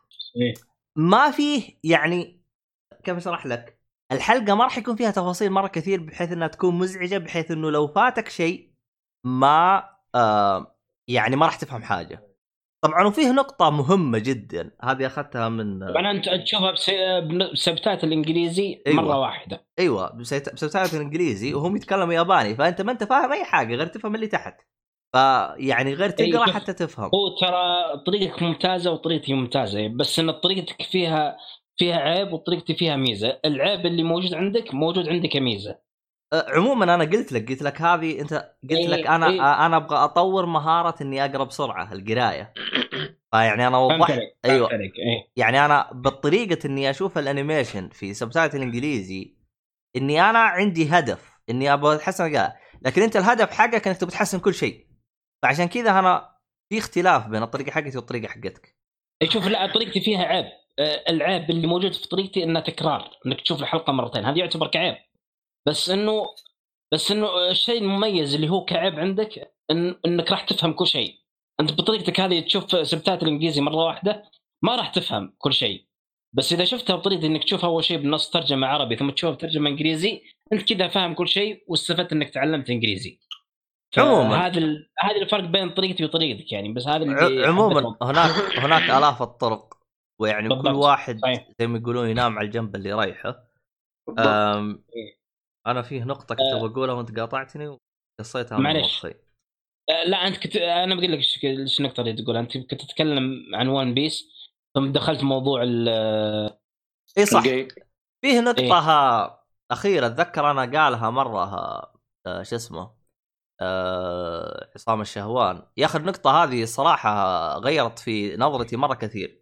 ما فيه يعني كيف اشرح لك، الحلقه ما راح يكون فيها تفاصيل مره كثير بحيث انها تكون مزعجه، بحيث انه لو فاتك شيء ما آه يعني ما راح تفهم حاجه. طبعا وفيه نقطه مهمه جدا هذه اخذتها من طبعا انت تشوفها بسبتات الانجليزي أيوة. مره واحده. ايوه بسبتات الانجليزي وهم يتكلموا ياباني، فانت ما انت فاهم اي حاجه غير تفهم اللي تحت، فيعني غير تقرا أي حتى تفهم. هو ترى طريقتك ممتازه وطريقتي ممتازه، بس ان طريقتك فيها فيها عيب وطريقتي فيها ميزه. العيب اللي موجود عندك موجود عندك ميزه. عموما انا قلت لك قلت لك هذه انت قلت إيه لك انا إيه. انا ابغى اطور مهاره اني اقرا بسرعه القرايه، فيعني انا فهمت وضحت عليك. ايوه فهمت عليك. إيه. يعني انا بالطريقه اني اشوف الانيميشن في سبتايتل الانجليزي اني انا عندي هدف اني ابغى احسن القراءه، لكن انت الهدف حقك انك تبغى تحسن كل شيء، فعشان كذا انا في اختلاف بين الطريقه حقتي والطريقه حقتك. شوف لا طريقتي فيها عيب. العيب اللي موجود في طريقتي انه تكرار، انك تشوف الحلقه مرتين، هذا يعتبر كعيب. بس انه بس انه الشيء المميز اللي هو كعيب عندك إن انك راح تفهم كل شيء. انت بطريقتك هذه تشوف سبتات الانجليزي مره واحده ما راح تفهم كل شيء، بس اذا شفتها بطريقه انك تشوف اول شيء بنص ترجمه عربي ثم تشوف ترجمه انجليزي، انت كذا فاهم كل شيء واستفدت انك تعلمت انجليزي. عموما هذا ال... هذا الفرق بين طريقتي وطريقتك يعني. بس هذا اللي عموما هناك هناك آلاف الطرق، ويعني كل واحد صحيح. زي ما يقولون ينام على الجنب اللي رايحه. أم... انا فيه نقطه كنت بقولها وانت قاطعتني وقصيتها من مخي. لا انت كنت انا بقول لك ايش النقطه اللي تقول. انت كنت تتكلم عن وان بيس ثم دخلت موضوع ال اي صح. فيه نقطه إيه؟ اخيره اتذكر انا قالها مره شو اسمه أه... عصام الشهوان ياخذ نقطه هذه صراحه غيرت في نظرتي مره كثير.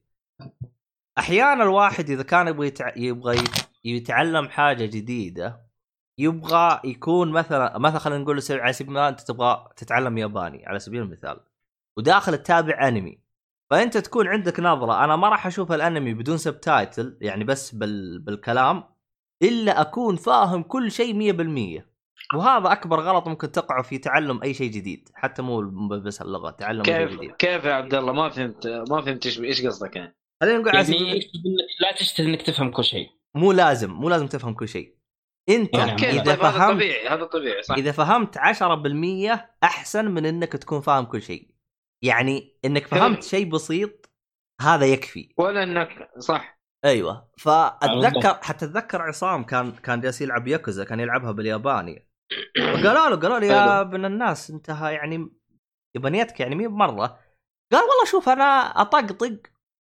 احيانا الواحد اذا كان يبغى يتع... يبغى يتعلم حاجه جديده، يبغى يكون مثلا مثلا خلينا نقول على سبيل المثال انت تبغى تتعلم ياباني على سبيل المثال وداخل تتابع انمي، فانت تكون عندك نظره انا ما راح اشوف الانمي بدون سبتايتل يعني بس بال... بالكلام الا اكون فاهم كل شيء مية بالمية. وهذا اكبر غلط ممكن تقع في تعلم اي شيء جديد، حتى مو بس اللغه، تعلم كيف اي شيء جديد. كيف يا عبد الله ما فهمت ما فهمت ايش ايش قصدك يعني؟ خلينا نقول يعني لا تشتري انك تفهم كل شيء. مو لازم مو لازم تفهم كل شيء. انت يعني اذا فهمت هذا طبيعي هذا طبيعي صح. اذا فهمت عشرة بالمية احسن من انك تكون فاهم كل شيء. يعني انك فهمت شيء بسيط هذا يكفي، ولا انك صح. ايوه. فاتذكر حتى اتذكر عصام كان كان جالس يلعب ياكوزا، كان يلعبها بالياباني، وقالوا له قالوا لي يا ابن الناس انت يعني يابانيتك يعني مي مره. قال والله شوف انا اطقطق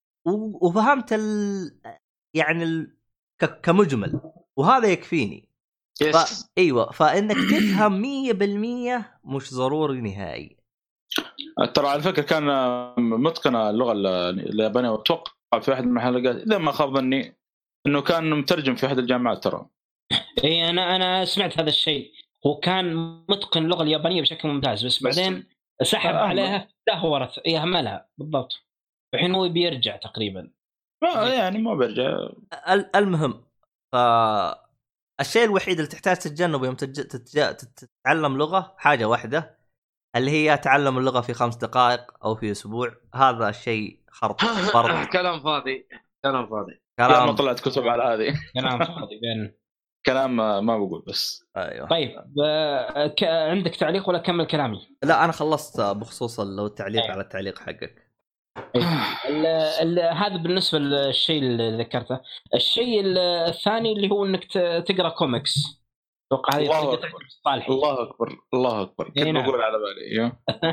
وفهمت ال يعني ال كمجمل وهذا يكفيني. يس. ف... ايوه فانك تفهم مية بالمية مش ضروري نهائي. ترى على فكره كان متقن اللغه اليابانيه، واتوقع في واحد من الحلقات اذا ما خاب ظني انه كان مترجم في احد الجامعات. ترى اي انا انا سمعت هذا الشيء، هو كان متقن اللغه اليابانيه بشكل ممتاز، بس بعدين سحب أه عليها دهورت اي اهملها بالضبط. الحين هو بيرجع تقريبا ما يعني مو بيرجع. المهم ف الشيء الوحيد اللي تحتاج تتجنبه يوم تتج... تتج... تتعلم لغه حاجه واحده، اللي هي تعلم اللغه في خمس دقائق او في اسبوع. هذا الشيء خرط فرض. كلام فاضي كلام فاضي كلام ما طلعت كتب على هذه. كلام فاضي بين كلام ما بقول بس. ايوه طيب ك... عندك تعليق ولا كمل كلامي؟ لا انا خلصت بخصوص لو التعليق أيوة. على التعليق حقك. ال... ال... هذا بالنسبه للشيء اللي ذكرته. الشيء الثاني اللي هو انك تقرا كوميكس. اتوقع هذه طريقه صالح. الله اكبر الله اكبر كنت نعم. بقول على بالي.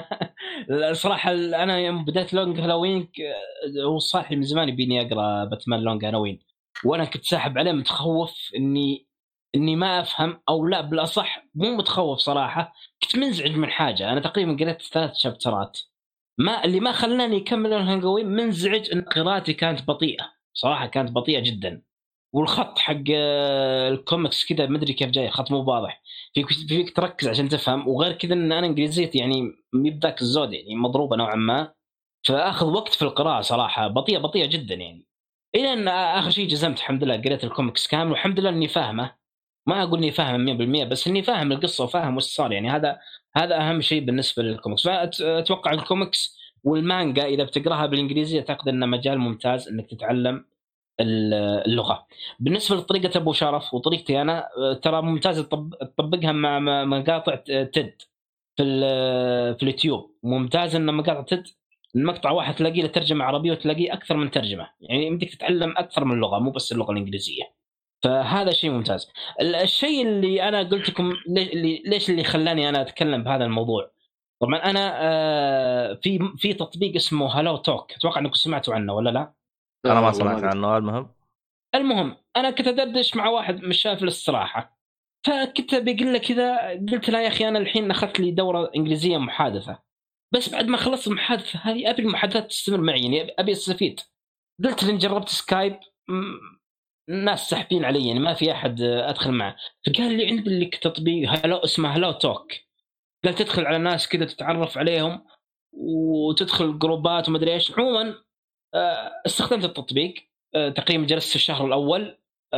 الصراحه انا يوم بدأت لونج هالوين هو صالح من زمان يبيني اقرا باتمان لونج هالوين، وانا كنت ساحب عليه متخوف اني اني ما افهم، او لا بالاصح مو متخوف صراحه، كنت منزعج من حاجه. انا تقريبا قريت ثلاث شابترات، ما اللي ما خلاني اكمل هانجوين منزعج ان قراءتي كانت بطيئه صراحه، كانت بطيئه جدا. والخط حق الكوميكس كذا ما ادري كيف جاي، خط مو واضح، فيك فيك تركز عشان تفهم. وغير كذا ان انا انجليزيتي يعني يبداك الزود يعني مضروبه نوعا ما، فاخذ وقت في القراءه صراحه، بطيئه بطيئه جدا يعني. الى ان اخر شيء جزمت الحمد لله قريت الكوميكس كامل، والحمد لله اني فاهمه. ما اقول اني فاهم مية بالمية بس اني فاهم القصه وفاهم وش صار يعني. هذا هذا اهم شيء بالنسبه للكوميكس. فاتوقع الكوميكس والمانجا اذا بتقراها بالانجليزيه اعتقد انه مجال ممتاز انك تتعلم اللغه. بالنسبه لطريقه ابو شرف وطريقتي انا ترى ممتاز تطبقها مع مقاطع تيد في في اليوتيوب. ممتاز ان مقاطع تيد المقطع واحد تلاقيه له ترجمه عربيه وتلاقيه اكثر من ترجمه، يعني بدك تتعلم اكثر من لغه مو بس اللغه الانجليزيه. فهذا شيء ممتاز. الشيء اللي انا قلت لكم ليش اللي خلاني انا اتكلم بهذا الموضوع، طبعا انا في في تطبيق اسمه هالو توك، اتوقع انكم سمعتوا عنه ولا لا؟ انا ما سمعت عنه. المهم المهم انا كنت ادردش مع واحد مش شايف الاستراحه، فكنت بقول له كذا، قلت له يا اخي انا الحين اخذت لي دوره انجليزيه محادثه، بس بعد ما خلصت المحادثه هذه ابي المحادثات تستمر معي، يعني ابي استفيد. قلت له جربت سكايب الناس سحبين علي، يعني ما في احد ادخل معه. فقال لي عندي لك تطبيق هلو اسمه هلو توك، قال تدخل على ناس كذا تتعرف عليهم وتدخل جروبات وما ادري ايش. عموما استخدمت التطبيق تقريبا، جلست الشهر الاول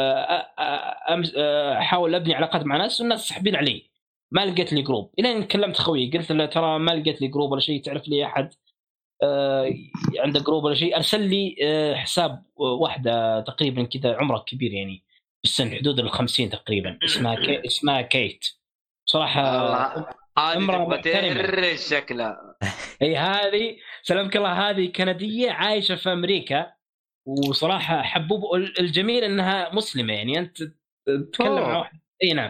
احاول ابني علاقات مع ناس والناس سحبين علي، ما لقيت لي جروب. الين كلمت خوي قلت له ترى ما لقيت لي جروب ولا شيء، تعرف لي احد عنده جروب ولا شيء؟ ارسل لي حساب واحده تقريبا كذا عمرها كبير، يعني بالسن حدود الخمسين تقريبا، اسمها كي... اسمها كيت صراحه. هذه تبتر شكلها اي هذه سلامك الله، هذه كنديه عايشه في امريكا، وصراحه حبوب الجميل انها مسلمه، يعني انت تتكلم مع واحد اي نعم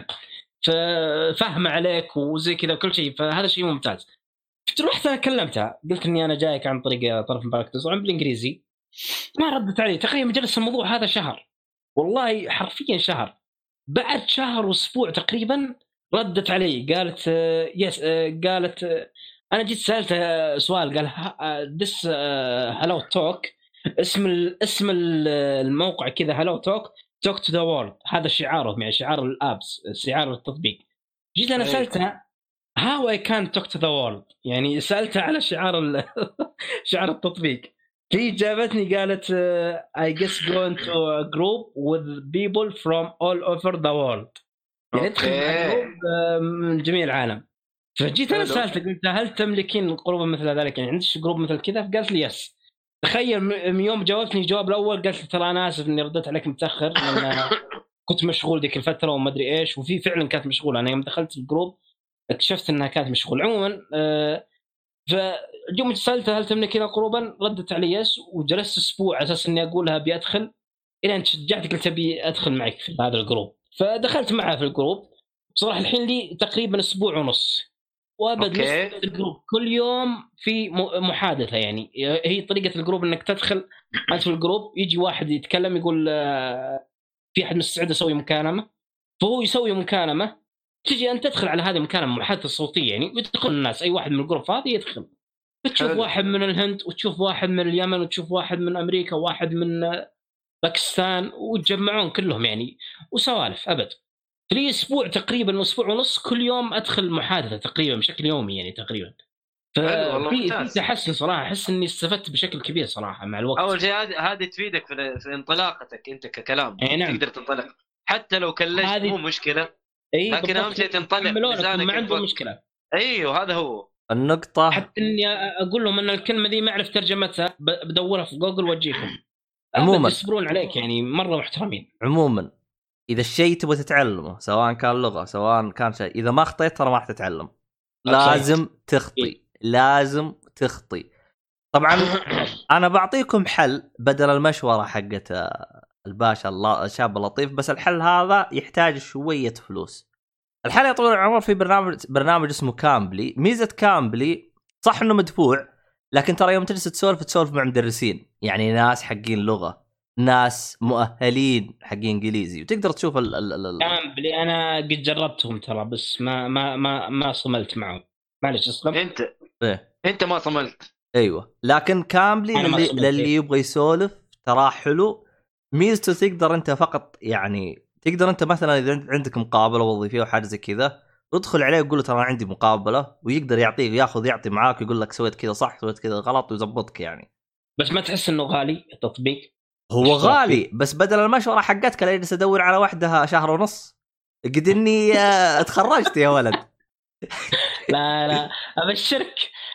ففهم عليك وزي كذا وكل شيء، فهذا شيء ممتاز. رحت انا كلمتها قلت اني انا جايك عن طريق طرف مباركتز وعن بالانجليزي، ما ردت علي. تقريبا جلس الموضوع هذا شهر، والله حرفيا شهر. بعد شهر واسبوع تقريبا ردت علي قالت يس، قالت انا جيت سالتها سؤال، قال دس هلو توك، اسم اسم الموقع كذا هلو توك توك تو ذا وورلد، هذا شعاره يعني شعار الابس، شعار التطبيق. جيت انا سالتها how I can talk to the world، يعني سالتها على شعار شعار التطبيق. في جابتني قالت I guess going to a group with people from all over the world، يعني ادخل جروب من جميع العالم. فجيت انا سالتها قلت هل تملكين قروبا مثل ذلك، يعني عندك جروب مثل كذا؟ قالت لي يس. تخيل من يوم جاوبتني الجواب الاول قالت لي ترى انا اسف اني رديت عليك متاخر لان كنت مشغول ذيك الفتره وما ادري ايش، وفي فعلا كانت مشغوله. انا يوم دخلت الجروب اكتشفت انها كانت مشغول. عموما آه فاليوم سالتها هل تملكين قروبا، ردت علي يس، وجلست اسبوع اساس اني اقولها بيدخل، الى ان تشجعت قلت ابي ادخل معك في هذا الجروب. فدخلت معها في الجروب. بصراحه الحين لي تقريبا اسبوع ونص وابد في الجروب كل يوم في محادثه. يعني هي طريقه الجروب انك تدخل انت في الجروب، يجي واحد يتكلم يقول في احد مستعد يسوي مكالمه، فهو يسوي مكالمه، تجي انت تدخل على هذه المكالمه محادثه صوتيه، يعني يدخل الناس اي واحد من الجروب هذه يدخل، بتشوف حلو. واحد من الهند وتشوف واحد من اليمن وتشوف واحد من امريكا وواحد من باكستان، وتجمعون كلهم يعني وسوالف ابد. في اسبوع تقريبا اسبوع ونص كل يوم ادخل محادثه تقريبا بشكل يومي يعني تقريبا. ففي تحسن صراحه، احس اني استفدت بشكل كبير صراحه مع الوقت. اول شيء هذه تفيدك في, في انطلاقتك انت ككلام، نعم. تقدر تنطلق حتى لو كلشت مو مشكله. أيه لكن اهم شيء تنطلق لسانك، ما عنده مشكله. ايوه هذا هو النقطه. حتى اني اقول لهم ان الكلمه دي ما اعرف ترجمتها بدورها في جوجل واجيكم. عموما يصبرون عليك يعني مره محترمين. عموما اذا الشيء تبغى تتعلمه سواء كان لغه سواء كان شيء، اذا ما خطيت ترى ما راح تتعلم، لازم تخطي، لازم تخطي. طبعا انا بعطيكم حل بدل المشوره حقت الباشا الله الشاب اللطيف، بس الحل هذا يحتاج شويه فلوس. الحل يا طويل العمر في برنامج برنامج اسمه كامبلي. ميزه كامبلي صح انه مدفوع، لكن ترى يوم تجلس تسولف تسولف مع مدرسين، يعني ناس حقين لغه، ناس مؤهلين حقين انجليزي، وتقدر تشوف ال ال ال كامبلي. انا قد جربتهم ترى، بس ما ما ما ما صملت معهم. معلش اسلم انت إيه؟ انت ما صملت. ايوه لكن كامبلي للي, للي يبغى يسولف ترى حلو. ميزته تقدر انت فقط يعني تقدر انت مثلا اذا عندك مقابله وظيفيه او حاجه زي كذا ادخل عليه وقول له ترى عندي مقابله، ويقدر يعطيك ياخذ يعطي معاك ويقول لك سويت كذا صح سويت كذا غلط ويزبطك يعني. بس ما تحس انه غالي التطبيق؟ هو غالي بس بدل المشوره حقتك اللي اجلس ادور على وحدها شهر ونص قد اني اتخرجت يا ولد. لا لا ابشرك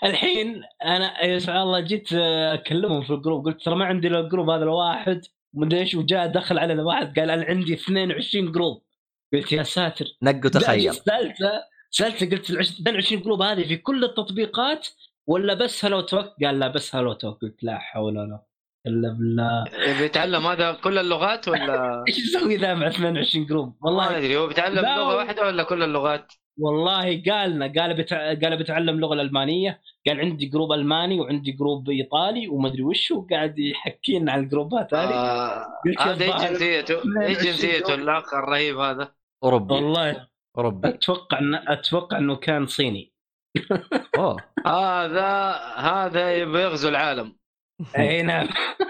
الحين انا يا سبحان الله جيت اكلمهم في الجروب، قلت ترى ما عندي الا الجروب هذا الواحد ومدري ايش، وجاء دخل على واحد قال انا عندي اثنين وعشرين جروب. قلت يا ساتر، نقوا تخيل. سالته سالته قلت ال اثنين وعشرين جروب هذه في كل التطبيقات ولا بس هلو توك؟ قال لا بس هلو توك. قلت لا حول ولا قوه الا بالله. بيتعلم هذا كل اللغات ولا ايش يسوي ذا مع اثنين وعشرين جروب؟ والله والله ما ادري، هو بيتعلم لغه واحده ولا كل اللغات؟ والله قالنا قال بتع... قال بتعلم اللغه الالمانيه، قال عندي جروب الماني وعندي جروب ايطالي وما ادري وش، وقاعد يحكينا على الجروبات هذه. آه... هذا ايش جنسيته؟ ايش جنسيته الاخ الرهيب هذا؟ اوروبي والله اوروبي. اتوقع ان اتوقع انه كان صيني. اوه هذا هذا يبغى يغزو العالم. اي نعم.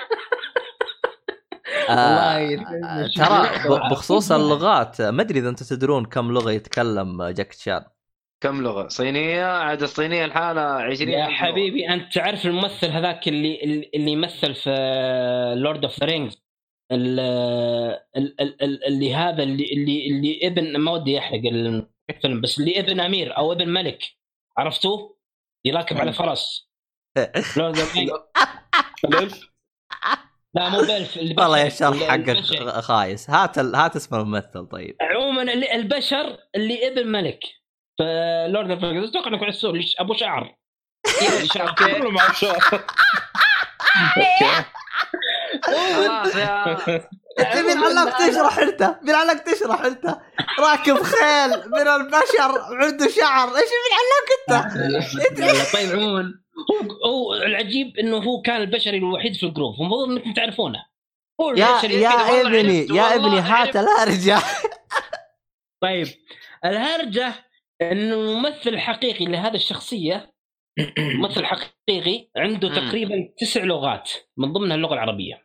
آه ترى بخصوص اللغات ما ادري اذا انتم تدرون كم لغه يتكلم جاك تشان. كم لغه؟ صينيه عاد الصينيه الحالة عشرين. يا حبيبي انت تعرف الممثل هذاك اللي اللي يمثل في لورد اوف ذا رينجز، اللي هذا اللي اللي اللي ابن، ما ودي احرق الفيلم، بس اللي ابن امير او ابن ملك، عرفتوه؟ يراكب على فرس. لورد اوف ذا رينجز. لا مو بلف. والله يا الشرح حقك خايس. هات ال... هات اسم الممثل. طيب عموما البشر اللي ابن ملك في لورد اوف ذا رينجز، اتوقع انك عسول ابو شعر. كله مع شعر. خلاص يا تبي علق تشرح انت، بالعلق تشرح انت راكب خيل من البشر عنده شعر، ايش بالعلق انت؟ طيب عموما هو العجيب انه هو كان البشري الوحيد في الجروب، المفروض انكم تعرفونه. هو يا يا ابني يا ابني هات الهرجه. طيب الهرجه انه الممثل الحقيقي لهذه الشخصيه، ممثل حقيقي عنده تقريبا تسع لغات من ضمنها اللغه العربيه.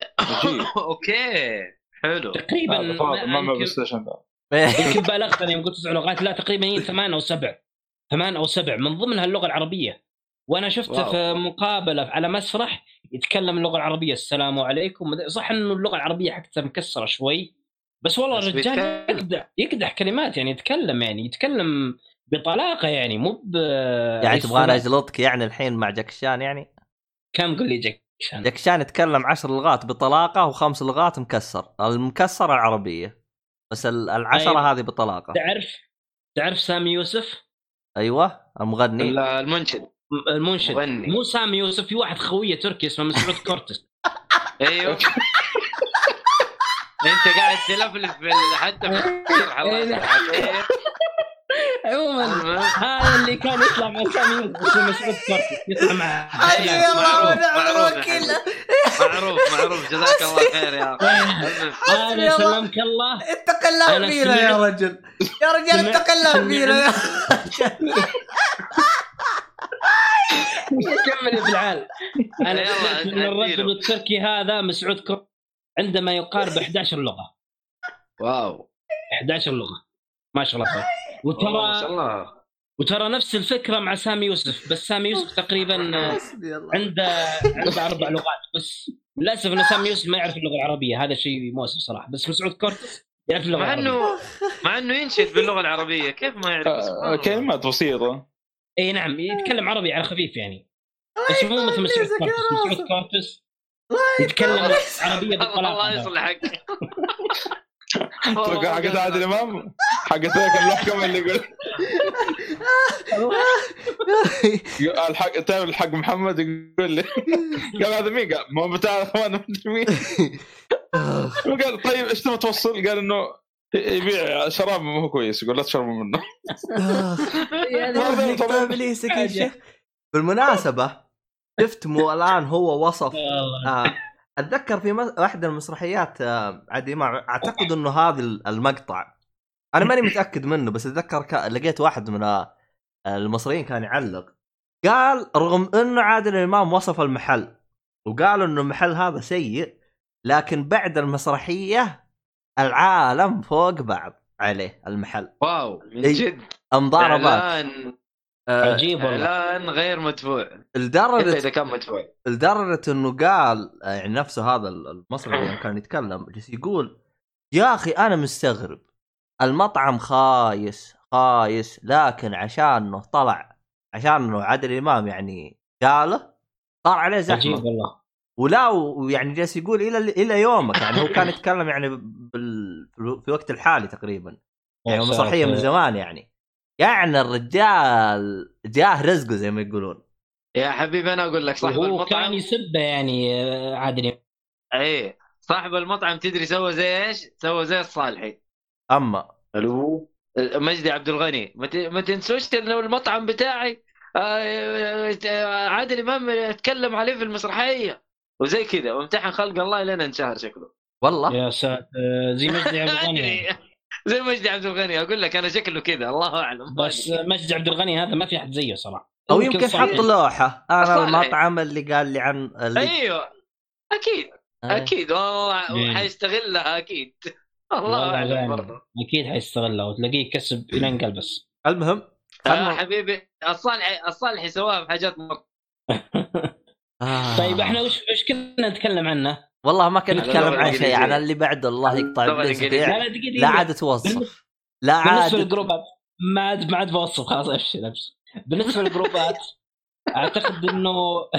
اوكي حلو. تقريبا ما ما بلايستيشن يمكن بالغت انا يوم قلت تسع لغات، لا تقريبا ثمان او سبع ثمان او سبع من ضمنها اللغه العربيه. وانا شفته واو. في مقابله على مسرح يتكلم اللغه العربيه، السلام عليكم. صح انه اللغه العربيه حقتها مكسره شوي، بس والله الرجال يقدح يقدح كلمات، يعني يتكلم يعني يتكلم بطلاقه، يعني مو ب يعني تبغى اجلطك يعني الحين مع جاكشان؟ يعني كم قل لي جاكشان؟ جاكشان يتكلم عشر لغات بطلاقه وخمس لغات مكسر. المكسره العربيه بس العشره أيوة. هذه بطلاقه. تعرف تعرف سامي يوسف؟ ايوه المغني المنشد المنشد مغني. مو سامي يوسف، في واحد خويه تركي اسمه مسعود كورتس. ايوه انت قاعد تلفلف حتى في حلقه. عموما هذا اللي كان يطلع مع سامي يوسف مسعود كورتس، يطلع معه. معروف معروف معروف معروف جزاك الله خير يا اخي. انا سلمك الله. اتق الله فينا يا رجل، يا رجال اتق الله فينا يا كمل في العال. انا سمعت من الرجل التركي هذا مسعود كورتس عندما يقارب إحدى عشرة لغه. واو إحدى عشرة لغه ما شاء الله. وترى ما شاء الله وترى نفس الفكره مع سامي يوسف، بس سامي يوسف تقريبا عنده عنده اربع لغات بس. للاسف ان سامي يوسف ما يعرف اللغه العربيه، هذا شيء مؤسف صراحه. بس مسعود كورتس يعرف اللغه مع العربيه، انه مع انه ينشد باللغه العربيه، كيف ما يعرف؟ آه كلمات بسيطه. اي نعم يتكلم عربي على خفيف يعني، بس مو مثل مسعود كورتس. مسعود كورتس يتكلم عربيه بالطلاقه. الله يصلحك. ترى حقت عادل امام حقت ذاك المحكمه اللي يقول الحق تابع الحق محمد يقول لي قال هذا مين؟ قال ما بتاع اخوان مين. قال طيب ايش تبغى توصل؟ قال انه يبيع شراب ما هو كويس، يقول لا تشربوا منه. هذا ابليسك يا شيخ. بالمناسبه شفت مو الان هو وصف آه اتذكر في واحده من المسرحيات آه عادي ما اعتقد انه هذا المقطع انا ماني متاكد منه، بس اتذكر ك... لقيت واحد من آه المصريين كان يعلق قال رغم انه عادل الامام وصف المحل وقالوا انه المحل هذا سيء، لكن بعد المسرحيه العالم فوق بعض عليه المحل. واو من جد انضربات عجيب والله، اعلان غير مدفوع لدرجه اذا كان مدفوع، لدرجه انه قال يعني نفسه هذا المصري اللي كان يتكلم جالس يقول يا اخي انا مستغرب المطعم خايس خايس، لكن عشانه طلع عشان انه عادل امام يعني قاله صار عليه عجيب زحمه والله. ولا ويعني جالس يقول الى الى يومك يعني هو كان يتكلم يعني بال... في الوقت الحالي تقريبا يعني مسرحيه من زمان يعني يعني الرجال جاه رزقه زي ما يقولون. يا حبيبي انا اقول لك صاحب هو المطعم كان يسبه يعني عادل. ايه صاحب المطعم تدري سوى زي ايش؟ سوى زي الصالحي. اما الو مجدي عبد الغني ما ت- ما تنسوش انه المطعم بتاعي آه، آه، عادل امام يتكلم عليه في المسرحيه وزي كذا وامتحن خلق الله لين انشهر شكله. والله يا ساتر زي مجدي عبد الغني. زي مجدي عبد الغني اقول لك انا شكله كذا الله اعلم. بس مجدي عبد الغني هذا ما في احد زيه صراحه. او يمكن صحيح. حط لوحه انا صحيح. المطعم اللي قال لي عن اللي... ايوه اكيد اكيد وحيستغلها اكيد الله اعلم برضه. اكيد حيستغلها وتلاقيه كسب الى انقل. بس المهم آه خلنا... حبيبي الصالح الصالح يسواها في حاجات مر... آه. طيب احنا وش وش كنا نتكلم عنه؟ والله ما كنت على نتكلم اللغة عن شيء الإنجليزية. عن اللي بعد الله يقطع اللغة ابليس الإنجليزية. لا لا لا دقيقه لا دقيقة. عاد توصف لا بالنسبه عاد للجروبات ما عاد ما عاد بوصف خلاص ابشر ابشر. بالنسبه للجروبات اعتقد انه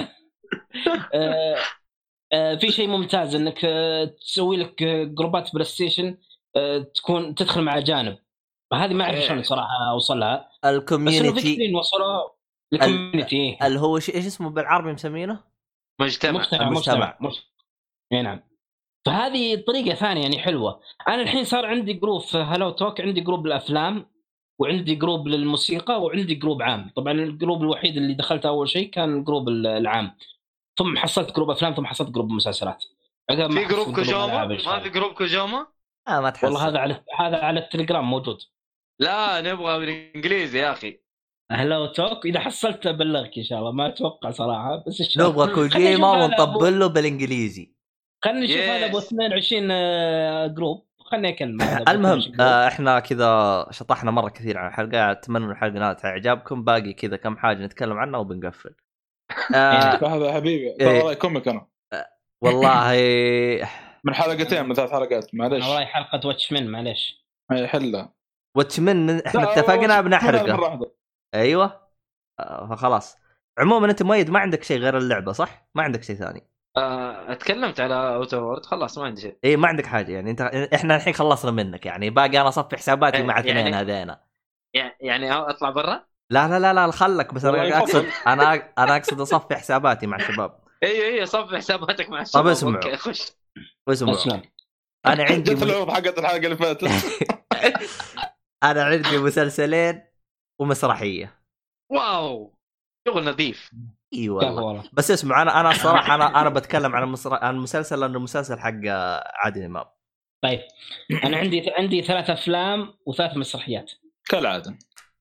آه آه في شيء ممتاز انك آه تسوي لك آه جروبات بلاي ستيشن آه تكون تدخل مع اجانب. هذه ما اعرف شلون صراحه اوصلها بس انه في الكوميونتي كثيرين وصلوا الكوميونتي اللي هو شيء ايش اسمه بالعربي مسمينه مجتمع مجتمع المجتمع. مجتمع اي نعم. فهذه طريقه ثانيه يعني حلوه. انا الحين صار عندي جروب في هالو توك عندي جروب للافلام وعندي جروب للموسيقى وعندي جروب عام. طبعا الجروب الوحيد اللي دخلته اول شيء كان الجروب العام ثم حصلت جروب افلام ثم حصلت جروب مسلسلات. في جروب كوجوما ما في جروب كوجوما آه ما تحس والله هذا على هذا على التليجرام موجود. لا نبغى بالانجليزي يا اخي. هلو توك اذا حصلت ابلغك ان شاء الله. ما اتوقع صراحه بس ان شاء الله نبغى كوجيما ونطبل له بالانجليزي. خلينا نشوف هذا ابو اثنين وعشرين جروب خلينا نكلم. المهم آه احنا كذا شطحنا مره كثير عن الحلقه. اتمنى ان الحلقه نالت اعجابكم. باقي كذا كم حاجه نتكلم عنها وبنقفل. آه هذا حبيبي إيه. والله كوميك انا والله من حلقتين من ثلاث حلقات معليش والله حلقه واتشمن معليش هي حله واتشمن احنا اتفقنا بنحرقه. ايوه آه فخلاص. عموما انت مؤيد ما عندك شيء غير اللعبه صح؟ ما عندك شيء ثاني؟ آه، اتكلمت على اوتوورد خلاص ما عندي شيء. اي ما عندك حاجه يعني انت احنا الحين خلصنا منك يعني باقي انا اصفي حساباتي مع اثنين يعني... هذينا يعني اطلع برا. لا لا لا لا خلك بس انا اقصد انا انا اقصد اصفي حساباتي مع الشباب. ايوه ايوه صفي حساباتك مع الشباب. طب اسمعوا اوكي خش اسمعوا انا عندي جت العروض حقت الحلقه اللي فاتت. انا عندي مسلسلين ومسرحيه. واو شغل نظيف. اي والله بس اسمع انا انا الصراحه انا انا بتكلم عن المسر... عن المسلسل لانه مسلسل حق عادل امام. طيب انا عندي عندي ثلاث افلام وثلاث مسرحيات كالعاده.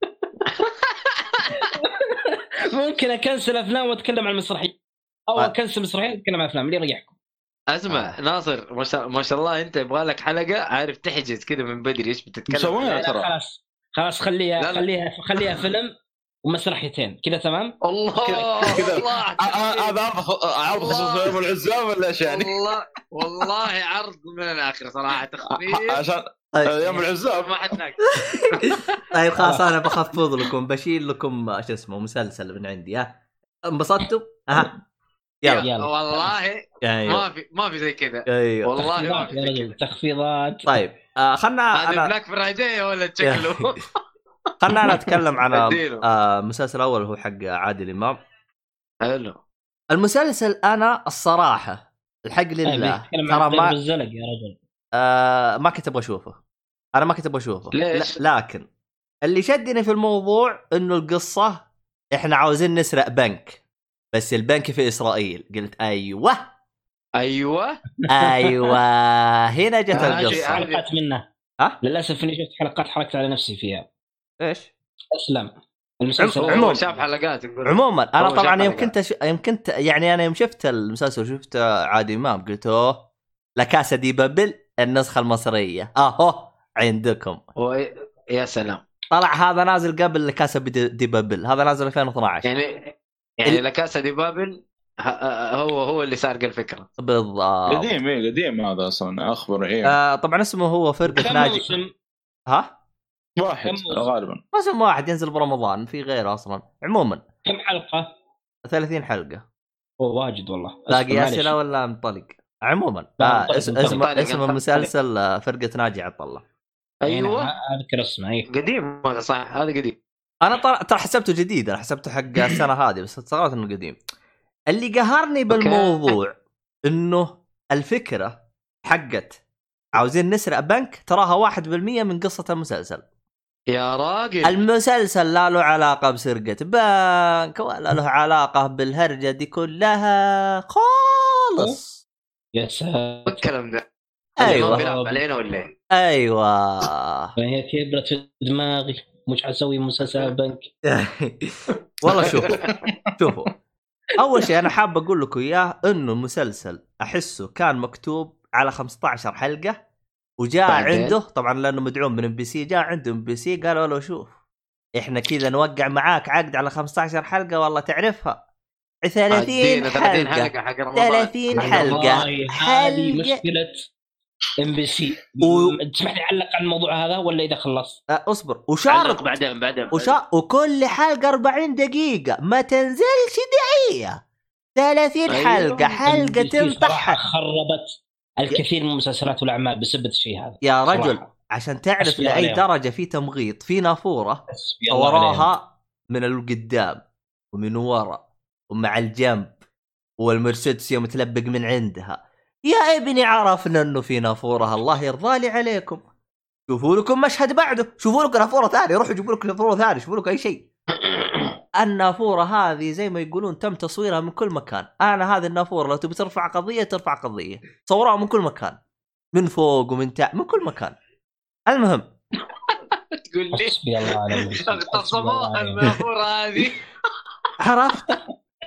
ممكن اكنسل افلام واتكلم عن المسرحيات او اكنسل مسرحيات واتكلم عن افلام اللي يريحكم. اسمع آه. ناصر ما شاء ما شاء الله انت يبغى لك حلقه عارف تحجز كذا من بدري ايش بتتكلم. خلاص خلاص خليها لا لا. خليها خليها فيلم ومسرحيتين كذا تمام. الله كذا هذا عرض خصوصي يوم العزاب ولا ايش يعني؟ والله والله عرض من الاخر صراحه تخفيف عشان يوم العزاب ما حد ناقص. طيب خلاص انا بخفض لكم بشيل لكم ايش اسمه مسلسل من عندي. ها انبسطتوا؟ ها يلا, يلا. والله ما في ما في زي كذا. أيوه. والله ما في زي كذا تخفيضات. طيب آه خلنا هذا أنا... بلاك فرايداي ولا شكله. خلنا انا اتكلم عن آه المسلسل الاول هو حق عادل امام. حلو المسلسل انا الصراحه الحق لله ترى ما بالزلق يا رجل. آه ما كنت ابغى اشوفه. انا ما كنت ابغى اشوفه ل... لكن اللي شدني في الموضوع انه القصه احنا عاوزين نسرق بنك بس البنك في اسرائيل. قلت ايوه ايوه ايوه هنا جت القصه. حلقات منه ها للاسف اني شفت حلقات حركت على نفسي فيها. ايش اسلم المسلسل عموما شاف حلقات يقول. عموما انا طبعا يمكن تش... يمكن ت... يعني انا يوم شفت المسلسل شفت عادل امام قلت اوه لا كاسا دي بابل النسخه المصريه اهو عندكم. و... يا سلام طلع هذا نازل قبل لا كاسا دي بابل. هذا نازل ألفين واثني عشر يعني يعني ال... لا كاسا دي بابل هو هو اللي سارق الفكره بالضبط. قديم ايه قديم هذا اصلا اخبر ايه آه طبعا اسمه هو فرقه ناجي. موسم؟ ها واحد غالبا موسم واحد ينزل برمضان، في غيره اصلا. عموما كم حلقه؟ ثلاثين حلقه. هو واجد والله. باقي اسئله ولا منطلق؟ عموما آه اسم اسم, اسم المسلسل فرقه ناجي عطا الله. ايوه اذكر اسمه. ايوه قديم هذا صح، هذا قديم. انا ترى حسبته جديد، انا حسبته حق السنه هذه، بس استغربت انه قديم. اللي قهرني بالموضوع انه الفكره حقت عاوزين نسرق بنك تراها واحد بالمية من قصه المسلسل. يا راجل المسلسل لا له علاقه بسرقه بنك ولا له علاقه بالهرجه دي كلها خالص. يا ساتر الكلام ده. ايوه بيلعب علينا ولا ايوه هي كبرت في دماغي، مش حسوي مسلسل بنك. والله شوفوا شوفوا اول شيء انا حاب اقول لكم اياه انه المسلسل احسه كان مكتوب على خمسة عشر حلقه، وجاء عنده طبعا لانه مدعوم من ام بي سي، جاء عنده ام بي سي قالوا له شوف احنا كذا نوقع معاك عقد على خمسة عشر حلقه والله تعرفها ثلاثين حلقه ثلاثين حلقه. هذه مشكله ام بي سي. تسمح لي اعلق على الموضوع هذا ولا اذا خلصت؟ أه اصبر وشارك بعدين بعدين وشا... وكل حلقه أربعين دقيقه ما تنزلش دقيقه. ثلاثين أيوة. حلقه حلقه تنطح. خربت الكثير من المسلسلات والاعمال بسبب الشيء هذا يا رجل صراحة. عشان تعرف لاي درجه في تمغيط. في نافوره وراها من القدام ومن ورا ومع الجنب، والمرسيدس يوم تلبق من عندها. يا ابني عرفنا انه في نافوره، الله يرضى لي عليكم. شوفوا لكم مشهد بعده، شوفوا لكم نافوره ثانيه، روحوا جيبوا لكم نافوره ثانيه، شوفوا لكم اي شيء. النافوره هذه زي ما يقولون تم تصويرها من كل مكان. انا هذه النافوره لو تبي ترفع قضيه ترفع قضيه، صوروها من كل مكان، من فوق ومن تحت، من كل مكان. المهم تقول لي حسبي الله عليك اغتصبوها النافوره هذه. عرفت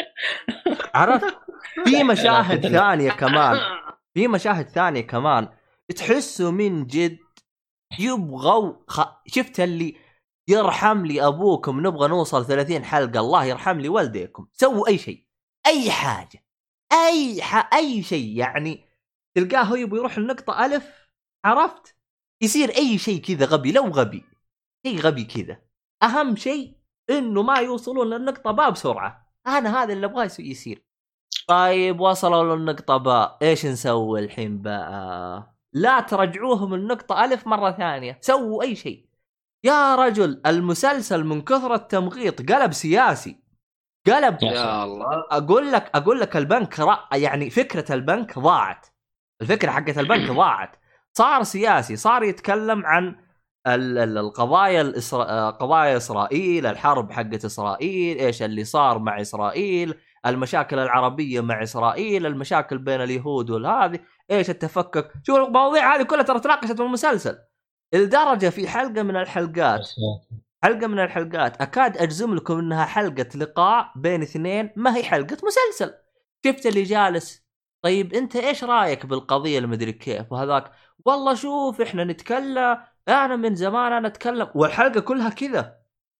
عرفت في مشاهد ثانيه كمان، في مشاهد ثانيه كمان تحسوا من جد يبغوا خ... شفت اللي يرحم لي ابوكم نبغى نوصل ثلاثين حلقه، الله يرحم لي والديكم، سووا اي شيء اي حاجه اي ح... اي شيء. يعني تلقاه هو يبغى يروح النقطه الف، عرفت، يصير اي شيء كذا غبي، لو غبي شيء غبي كذا. اهم شيء انه ما يوصلون للنقطه باء بسرعه. انا هذا اللي ابغاه يصير. طيب وصلوا للنقطه باء، ايش نسوي الحين بقى؟ لا ترجعوهم النقطه الف مره ثانيه، سووا اي شيء. يا رجل المسلسل من كثرة تمغيط قلب سياسي، قلب يا الله. اقول لك اقول لك البنك رأ... يعني فكرة البنك ضاعت، الفكرة حقت البنك ضاعت، صار سياسي، صار يتكلم عن القضايا الإسرا... قضايا إسرائيل، الحرب حقت إسرائيل، إيش اللي صار مع إسرائيل، المشاكل العربية مع إسرائيل، المشاكل بين اليهود والهذه، إيش التفكك. شو المواضيع هذه كلها ترى تناقشت في المسلسل. الدرجة في حلقة من الحلقات حلقة من الحلقات أكاد أجزم لكم أنها حلقة لقاء بين اثنين، ما هي حلقة مسلسل. شفت اللي جالس طيب أنت إيش رأيك بالقضية المدري كيف وهذاك، والله شوف إحنا نتكلم، أنا من زمان أنا أتكلم، والحلقة كلها كذا.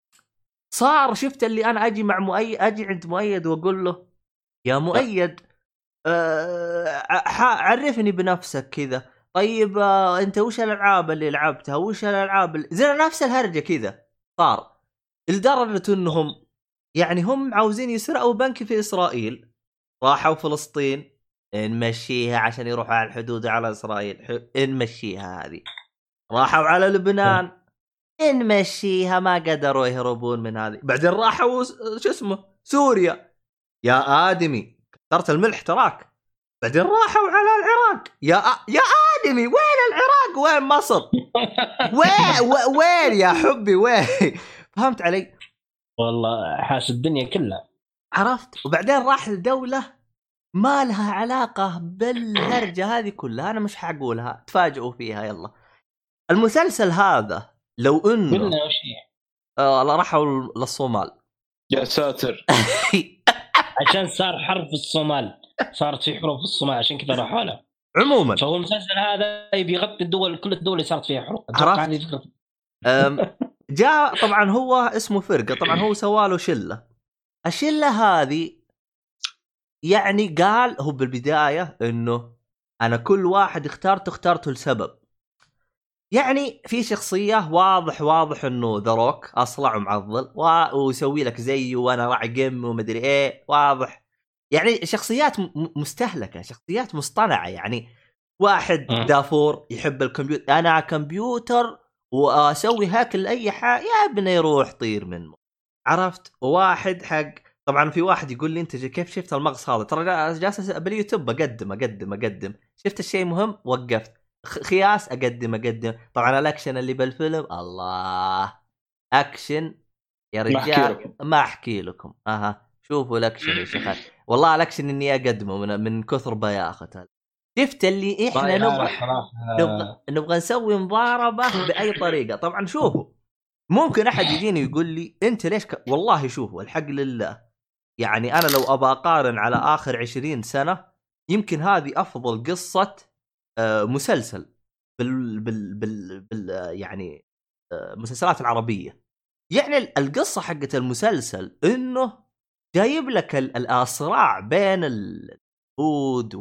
صار شفت اللي أنا أجي مع مؤيد، أجي عند مؤيد وأقول له يا مؤيد أه... عرفني بنفسك كذا، طيب آه، انت وش الالعاب اللي لعبتها، وش الالعاب اللي... زي نفس الهرجه كذا. صار لدرجه انهم يعني هم عاوزين يسرقوا بنك في اسرائيل، راحوا فلسطين نمشيها عشان يروحوا على الحدود على اسرائيل، ح... نمشيها هذه. راحوا على لبنان نمشيها، ما قدروا يهربون من هذه. بعدين راحوا شو اسمه سوريا، يا ادمي كثرت الملح تراك. بعدين راحوا على العراق، يا أ... يا آدمي وين العراق وين مصر وين و... وين يا حبي وين؟ فهمت علي؟ والله حاس الدنيا كلها، عرفت. وبعدين راح الدولة ما لها علاقة بالهرجة هذه كلها، أنا مش حقولها، تفاجئوا فيها. يلا المسلسل هذا لو إنه قلنا شيء آه راحوا للصومال. يا ساتر. عشان صار حرب في الصومال، صارت في حروب في الصومال عشان كذا راحوا له. عموما فهو المسلسل هذا يبي يغطي الدول، كل الدول اللي صارت فيها حروب. جاء طبعا هو اسمه فرقة، طبعا هو سواله شلة. الشلة هذه يعني قال هو بالبداية انه انا كل واحد اختارته اختارته لسبب. يعني في شخصيه واضح واضح انه ذا روك اصلع ومعضل ويسوي لك زيه وانا راعي جيم ومدري ايه، واضح يعني شخصيات مستهلكه، شخصيات مصطنعه. يعني واحد دافور يحب الكمبيوتر، انا كمبيوتر واسوي هاك لاي حاجه، يا ابني روح طير منه، عرفت؟ وواحد حق طبعا في واحد يقول لي انت كيف شفت المقص هذا؟ ترى جالس باليوتيوب اقدم اقدم اقدم شفت الشيء مهم وقفت، خياس اقدم اقدم. طبعا الاكشن اللي بالفيلم الله اكشن يا رجال ما احكي لكم. اها شوفوا الاكشن يا شيخ، والله الاكشن اني اقدمه من, من كثر بياخته. شفت اللي احنا نبغى نبغى نبغى نسوي مضاربه باي طريقه. طبعا شوفوا ممكن احد يجيني يقول لي انت ليش ك... والله شوفوا الحق لله، يعني انا لو ابى اقارن على اخر عشرين سنه يمكن هذه افضل قصه مسلسل بال بال بال, بال... يعني مسلسلات العربيه. يعني القصه حقت المسلسل انه جايب لك الصراع بين اليهود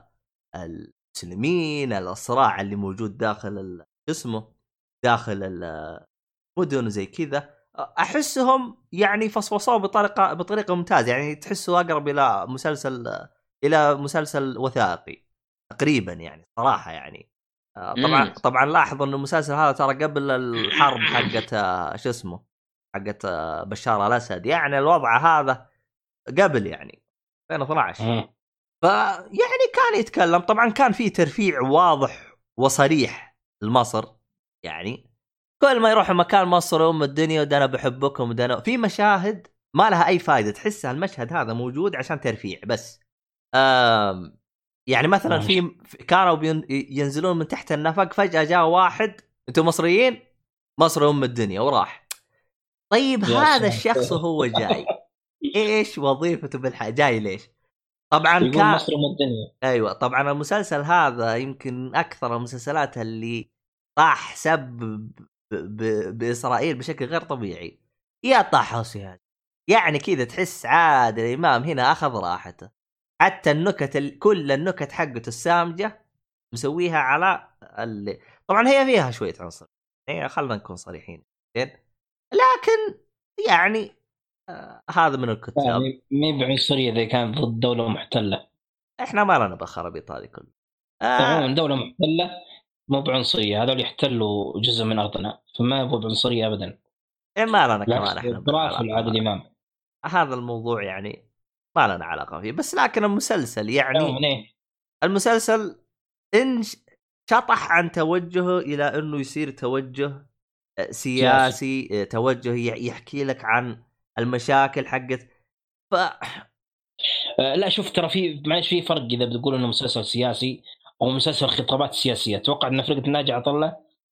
والمسلمين، الصراع اللي موجود داخل اسمه داخل المدن زي كذا، احسهم يعني فصفصوا بطريقه بطريقه ممتازه، يعني تحسوا اقرب الى مسلسل الى مسلسل وثائقي تقريبا يعني صراحه. يعني طبعا مم. طبعا لاحظ ان المسلسل هذا ترى قبل الحرب حقت شو اسمه حقت بشار الاسد، يعني الوضع هذا قبل يعني ألفين واثني عشر. فيعني كان يتكلم، طبعا كان فيه ترفيع واضح وصريح لمصر، يعني كل ما يروح مكان مصر ام الدنيا وده انا بحبكم وده أنا... في مشاهد ما لها اي فائده، تحس المشهد هذا موجود عشان ترفيع بس. آم يعني مثلا في كانوا بين... ينزلون من تحت النفق، فجاه جاء واحد انتم مصريين مصر ام الدنيا وراح. طيب هذا الشخص وهو جاي ايش وظيفته بالحياه؟ جاي ليش؟ طبعا كان مصر ام الدنيا. ايوه طبعا المسلسل هذا يمكن اكثر المسلسلات اللي طاح سب ب... ب... باسرائيل بشكل غير طبيعي. يا طاحوس يعني يعني كذا تحس عادل الامام هنا اخذ راحته، حتى النكت ال... كل النكت حقته السامجه مسويها على ال... طبعا هي فيها شويه عنصر، هي خلنا نكون صريحين، لكن يعني آه هذا من الكتاب يعني مي بعنصريه اذا كانت ضد دوله محتله. احنا ما لنا بخرابيط هذه كلها. آه دوله محتله مو بعنصريه، هذول يحتلوا جزء من ارضنا فما يبغوا بعنصريه ابدا. إيه ما لنا كمان احنا برافل عادل الامام، هذا الموضوع يعني ما لنا علاقه فيه. بس لكن المسلسل يعني المسلسل ان شطح عن توجهه الى انه يصير توجه سياسي, سياسي. توجه يحكي لك عن المشاكل حقت ف... لا شوف ترى في معلش في فرق اذا بتقول انه مسلسل سياسي او مسلسل خطابات سياسيه. اتوقع ان فرقه ناجي عطله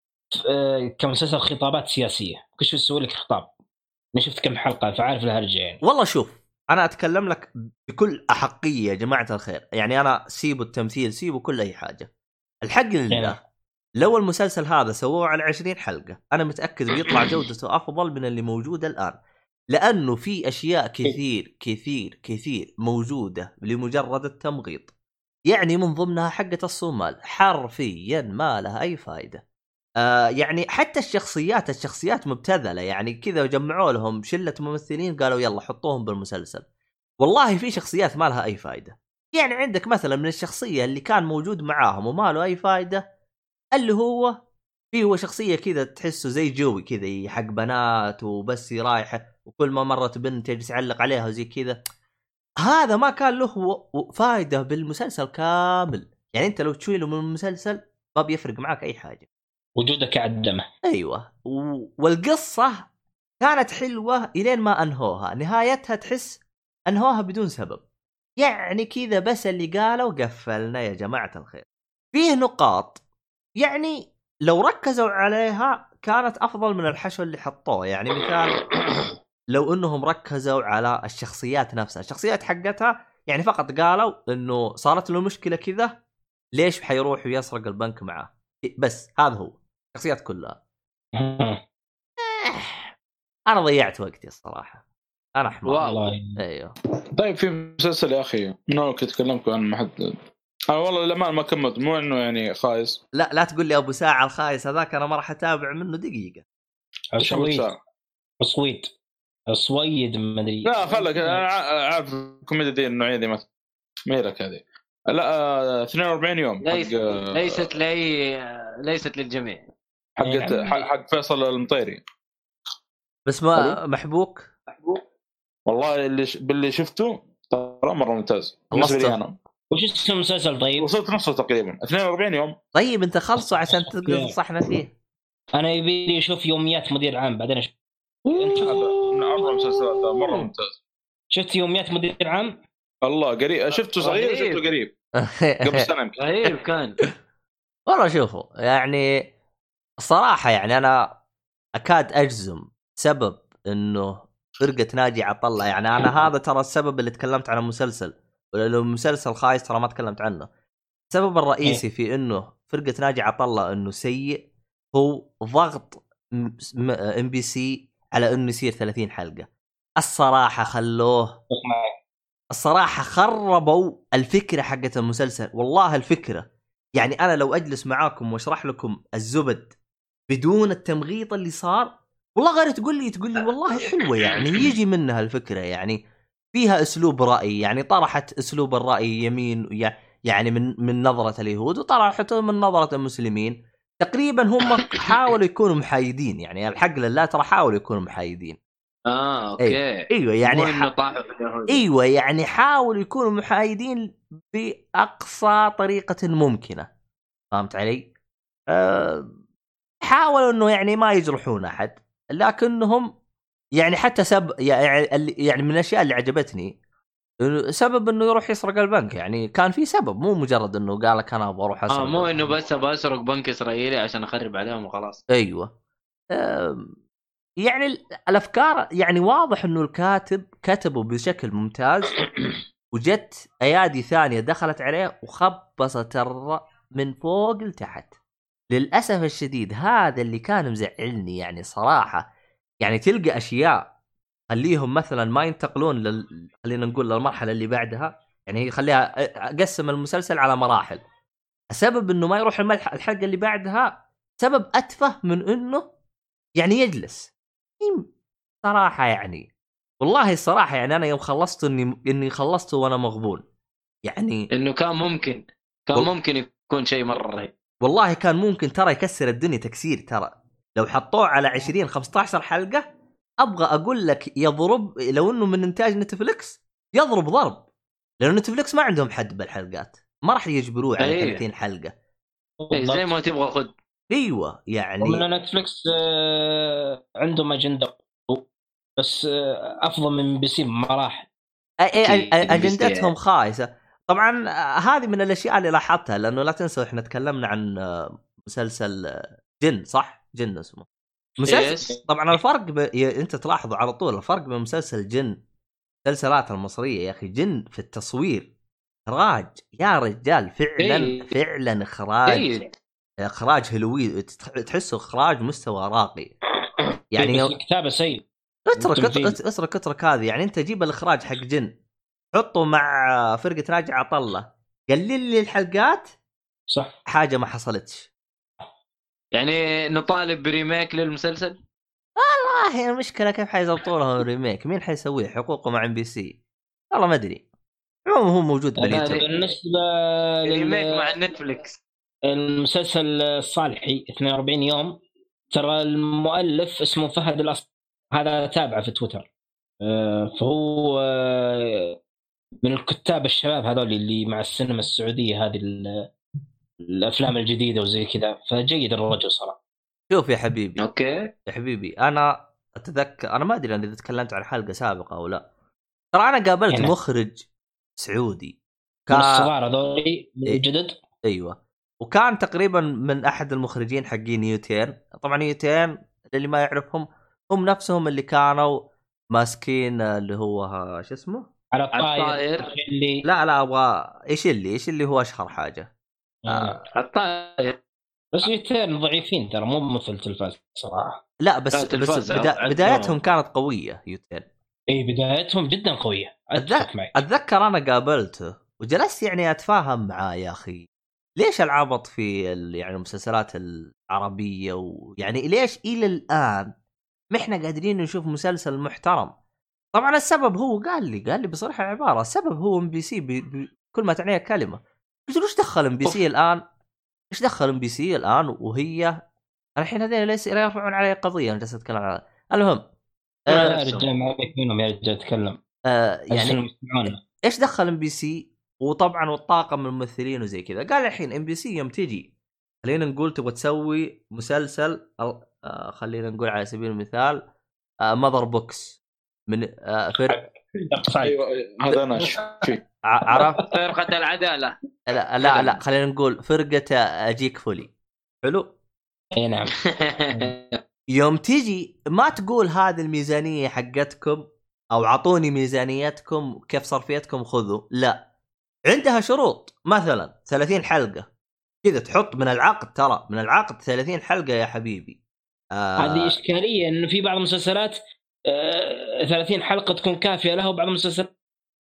كمسلسل خطابات سياسيه، كيف يسوي لك خطاب؟ انا شفت كم حلقه فعارف الهرجه يعني. والله شوف انا اتكلم لك بكل احقيه يا جماعه الخير، يعني انا سيبوا التمثيل سيبوا كل اي حاجه، الحق لله يعني. لو المسلسل هذا سووه على عشرين حلقه انا متاكد بيطلع جودته افضل من اللي موجوده الان، لانه في اشياء كثير كثير كثير موجوده لمجرد التمغيط، يعني من ضمنها حقه الصومال حرفيا ما لها اي فائده. آه يعني حتى الشخصيات الشخصيات مبتذله، يعني كذا جمعوا لهم شله ممثلين قالوا يلا حطوهم بالمسلسل، والله في شخصيات ما لها اي فائده. يعني عندك مثلا من الشخصيه اللي كان موجود معاهم وما له اي فائده اللي هو فيه هو شخصيه كذا تحسه زي جوي كذا حق بنات وبس رايحه وكل ما مرت بنت يجلس يعلق عليها وزي كذا، هذا ما كان له فائده بالمسلسل كامل. يعني انت لو تشيله من المسلسل ما بيفرق معك اي حاجه، وجودك عدمه. ايوه والقصه كانت حلوه الين ما انهوها، نهايتها تحس انهوها بدون سبب، يعني كذا بس اللي قالوا قفلنا يا جماعه الخير. فيه نقاط يعني لو ركزوا عليها كانت افضل من الحشو اللي حطوه. يعني مثال لو انهم ركزوا على الشخصيات نفسها، الشخصيات حقتها يعني فقط قالوا انه صارت له مشكله كذا ليش حيروح ويسرق البنك معه، بس هذا هو الشخصيات كلها. انا ضيعت وقتي الصراحه، انا حمار والله. ايوه طيب في مسلسل يا اخي نوك تكلمكم عن محد انا والله لما ما كملت، مو انه يعني خايس. لا لا تقول لي ابو ساعه الخايس هذاك، انا ما راح اتابع منه دقيقه. السويد السويد السويد ما ادري. لا خلك عارف الكوميديا دي النوعيه دي ما ما لك هذه. لا اثنين وأربعين يوم ليس... حق... ليست لي ليست للجميع. حق حق, حق فيصل المطيري. بس ما محبوك والله اللي ش... باللي شفته ترى مره ممتاز بالنسبه لي انا. وش اسم المسلسل طيب؟ وصلت نصه تقريبا اثنين وأربعين يوم. طيب انت خلصه عشان تقدر تنصحنا فيه. انا يبي لي اشوف يوميات مدير عام بعدين اشوف. انت من افضل المسلسلات مره ممتاز. شفت يوميات مدير عام؟ الله قريب شفته صغير شفته قريب قبل سنه يمكن. قريب كان والله شوفوا يعني الصراحه يعني انا اكاد اجزم سبب انه فرقه ناجي عطله، يعني انا هذا ترى السبب اللي تكلمت عنه مسلسل، ولو مسلسل خايس ترى ما تكلمت عنه. السبب الرئيسي في انه فرقه ناجي عطله انه سيء هو ضغط ام بي سي على انه يصير ثلاثين حلقه. الصراحه خلوه الصراحه خربوا الفكره حقت المسلسل. والله الفكره يعني انا لو اجلس معاكم واشرح لكم الزبد بدون التمغيط اللي صار، والله غير تقول لي تقول لي والله حلوه، يعني يجي منها الفكره، يعني فيها اسلوب راي، يعني طرحت اسلوب الراي يمين يعني من من نظره اليهود وطرحته من نظره المسلمين. تقريبا هم حاولوا يكونوا محايدين، يعني الحق لله ترى حاولوا يكونوا محايدين. اه اوكي ايوه يعني ح... ايوه يعني حاولوا يكونوا محايدين باقصى طريقه ممكنه. فهمت علي؟ أه حاولوا انه يعني ما يجرحون احد، لكنهم يعني حتى سب يعني يعني من الاشياء اللي عجبتني سبب انه يروح يسرق البنك، يعني كان في سبب، مو مجرد انه قال لك انا بروح اسرق. اه مو انه بس ابغى اسرق بنك اسرائيلي عشان اخرب عليهم وخلاص. ايوه يعني الافكار يعني واضح انه الكاتب كتبه بشكل ممتاز وجت ايادي ثانيه دخلت عليه وخبصت الر من فوق لتحت. للاسف الشديد هذا اللي كان مزعلني يعني صراحه. يعني تلقى اشياء خليهم مثلا ما ينتقلون لل... خلينا نقول للمرحله اللي بعدها، يعني هي خليها اقسم المسلسل على مراحل. السبب انه ما يروح الملح... الحلقه اللي بعدها سبب اتفه من انه يعني يجلس صراحه. يعني والله الصراحه يعني انا يوم خلصت اني اني خلصته وانا مغبون، يعني انه كان ممكن كان وال... ممكن يكون شيء مره رهيب. والله كان ممكن ترى يكسر الدنيا تكسير، ترى لو حطوه على عشرين خمسة عشر حلقه ابغى اقول لك يضرب. لو انه من انتاج نتفليكس يضرب ضرب، لانه نتفليكس ما عندهم حد بالحلقات، ما راح يجبروه على أيه. ثلاثين حلقه. أيه زي ما تبغى خذ. ايوه يعني ومن نتفليكس عندهم اجنده بس افضل من بي سي بمراحل. اجندتهم خايسه طبعا. هذه من الاشياء اللي لاحظتها، لانه لا تنسوا احنا تكلمنا عن مسلسل جن، صح؟ جن اسمه مسلسل. yes. طبعا الفرق ب... انت تلاحظوا على طول الفرق بين مسلسل جن المسلسلات المصريه يا اخي. جن في التصوير اخراج يا رجال فعلا إيه. فعلا اخراج إيه. اخراج هلوي، تحسه اخراج مستوى راقي يعني. بس الكتابه سيء. اترك اترك اترك هذه يعني. انت جيب الاخراج حق جن حطه مع فرقه ناجي عطله، قلل لي الحلقات صح، حاجه ما حصلتش. يعني نطالب بريميك للمسلسل. والله المشكله كيف حيزبطوا له ريميك؟ مين حيسويه؟ حقوقه مع ام بي سي والله ما ادري. عموما هو موجود باليوتيوب. بالنسبه ريميك مع نتفليكس المسلسل الصالحي اثنين وأربعين يوم، ترى المؤلف اسمه فهد الأصل، هذا تابعه في تويتر. فهو من الكتاب الشباب هذول اللي مع السينما السعوديه هذه الافلام الجديده وزي كذا، فجيد الرجل صراحه. شوف يا حبيبي، اوكي يا حبيبي انا اتذكر، انا ما ادري اذا تكلمت عن حلقه سابقه او لا، ترى انا قابلت يعني مخرج سعودي كان من الصغار هذول الجدد. ايوه، وكان تقريبا من احد المخرجين حقين يوتين. طبعا يوتين اللي ما يعرفهم هم نفسهم اللي كانوا ماسكين اللي هو شو اسمه على الطائر اللي لا لا ابغى ايش اللي ايش اللي هو اشهر حاجه آه. الطائر. بس يوتين ضعيفين ترى، مو مثل تلفاز صراحه. لا بس بس بدا... بدايتهم كانت قويه يوتين. اي بدايتهم جدا قويه. أتذكر... اتذكر انا قابلته وجلست يعني اتفاهم معاه يا اخي ليش العبط في ال- يعني المسلسلات العربيه، ويعني ليش الى الان ما احنا قادرين نشوف مسلسل محترم. طبعا السبب هو قال لي قال لي بصراحه عباره، السبب هو ام بي سي بكل ما تعنيها كلمه. قلت له ايش دخل ام بي سي الان؟ ايش دخل ام بي سي الان وهي الحين هذول ليس لا يرفعون علي قضيه. انا جالس اتكلم عن المهم آه آه يا رجال ما عليك منهم يا رجال اتكلم. آه يعني يسمعونا. ايش دخل ام بي سي وطبعا والطاقم من الممثلين وزي كذا. قال الحين ام بي سي يوم تجي خلينا نقول تبغى تسوي مسلسل آه خلينا نقول على سبيل المثال آه ماذر بوكس من آه فرق ايوه هذا انا في عرف فرقة العدالة. لا لا لا خلينا نقول فرقة اجيك فولي. حلو. اي نعم. يوم تيجي ما تقول هذه الميزانية حقتكم او عطوني ميزانيتكم كيف صرفيتكم خذوا، لا عندها شروط. مثلا ثلاثين حلقة كذا تحط من العقد، ترى من العقد ثلاثين حلقة يا حبيبي. آه هذه إشكالية إنه في بعض المسلسلات آه ثلاثين حلقة تكون كافية له، وبعض المسلسلات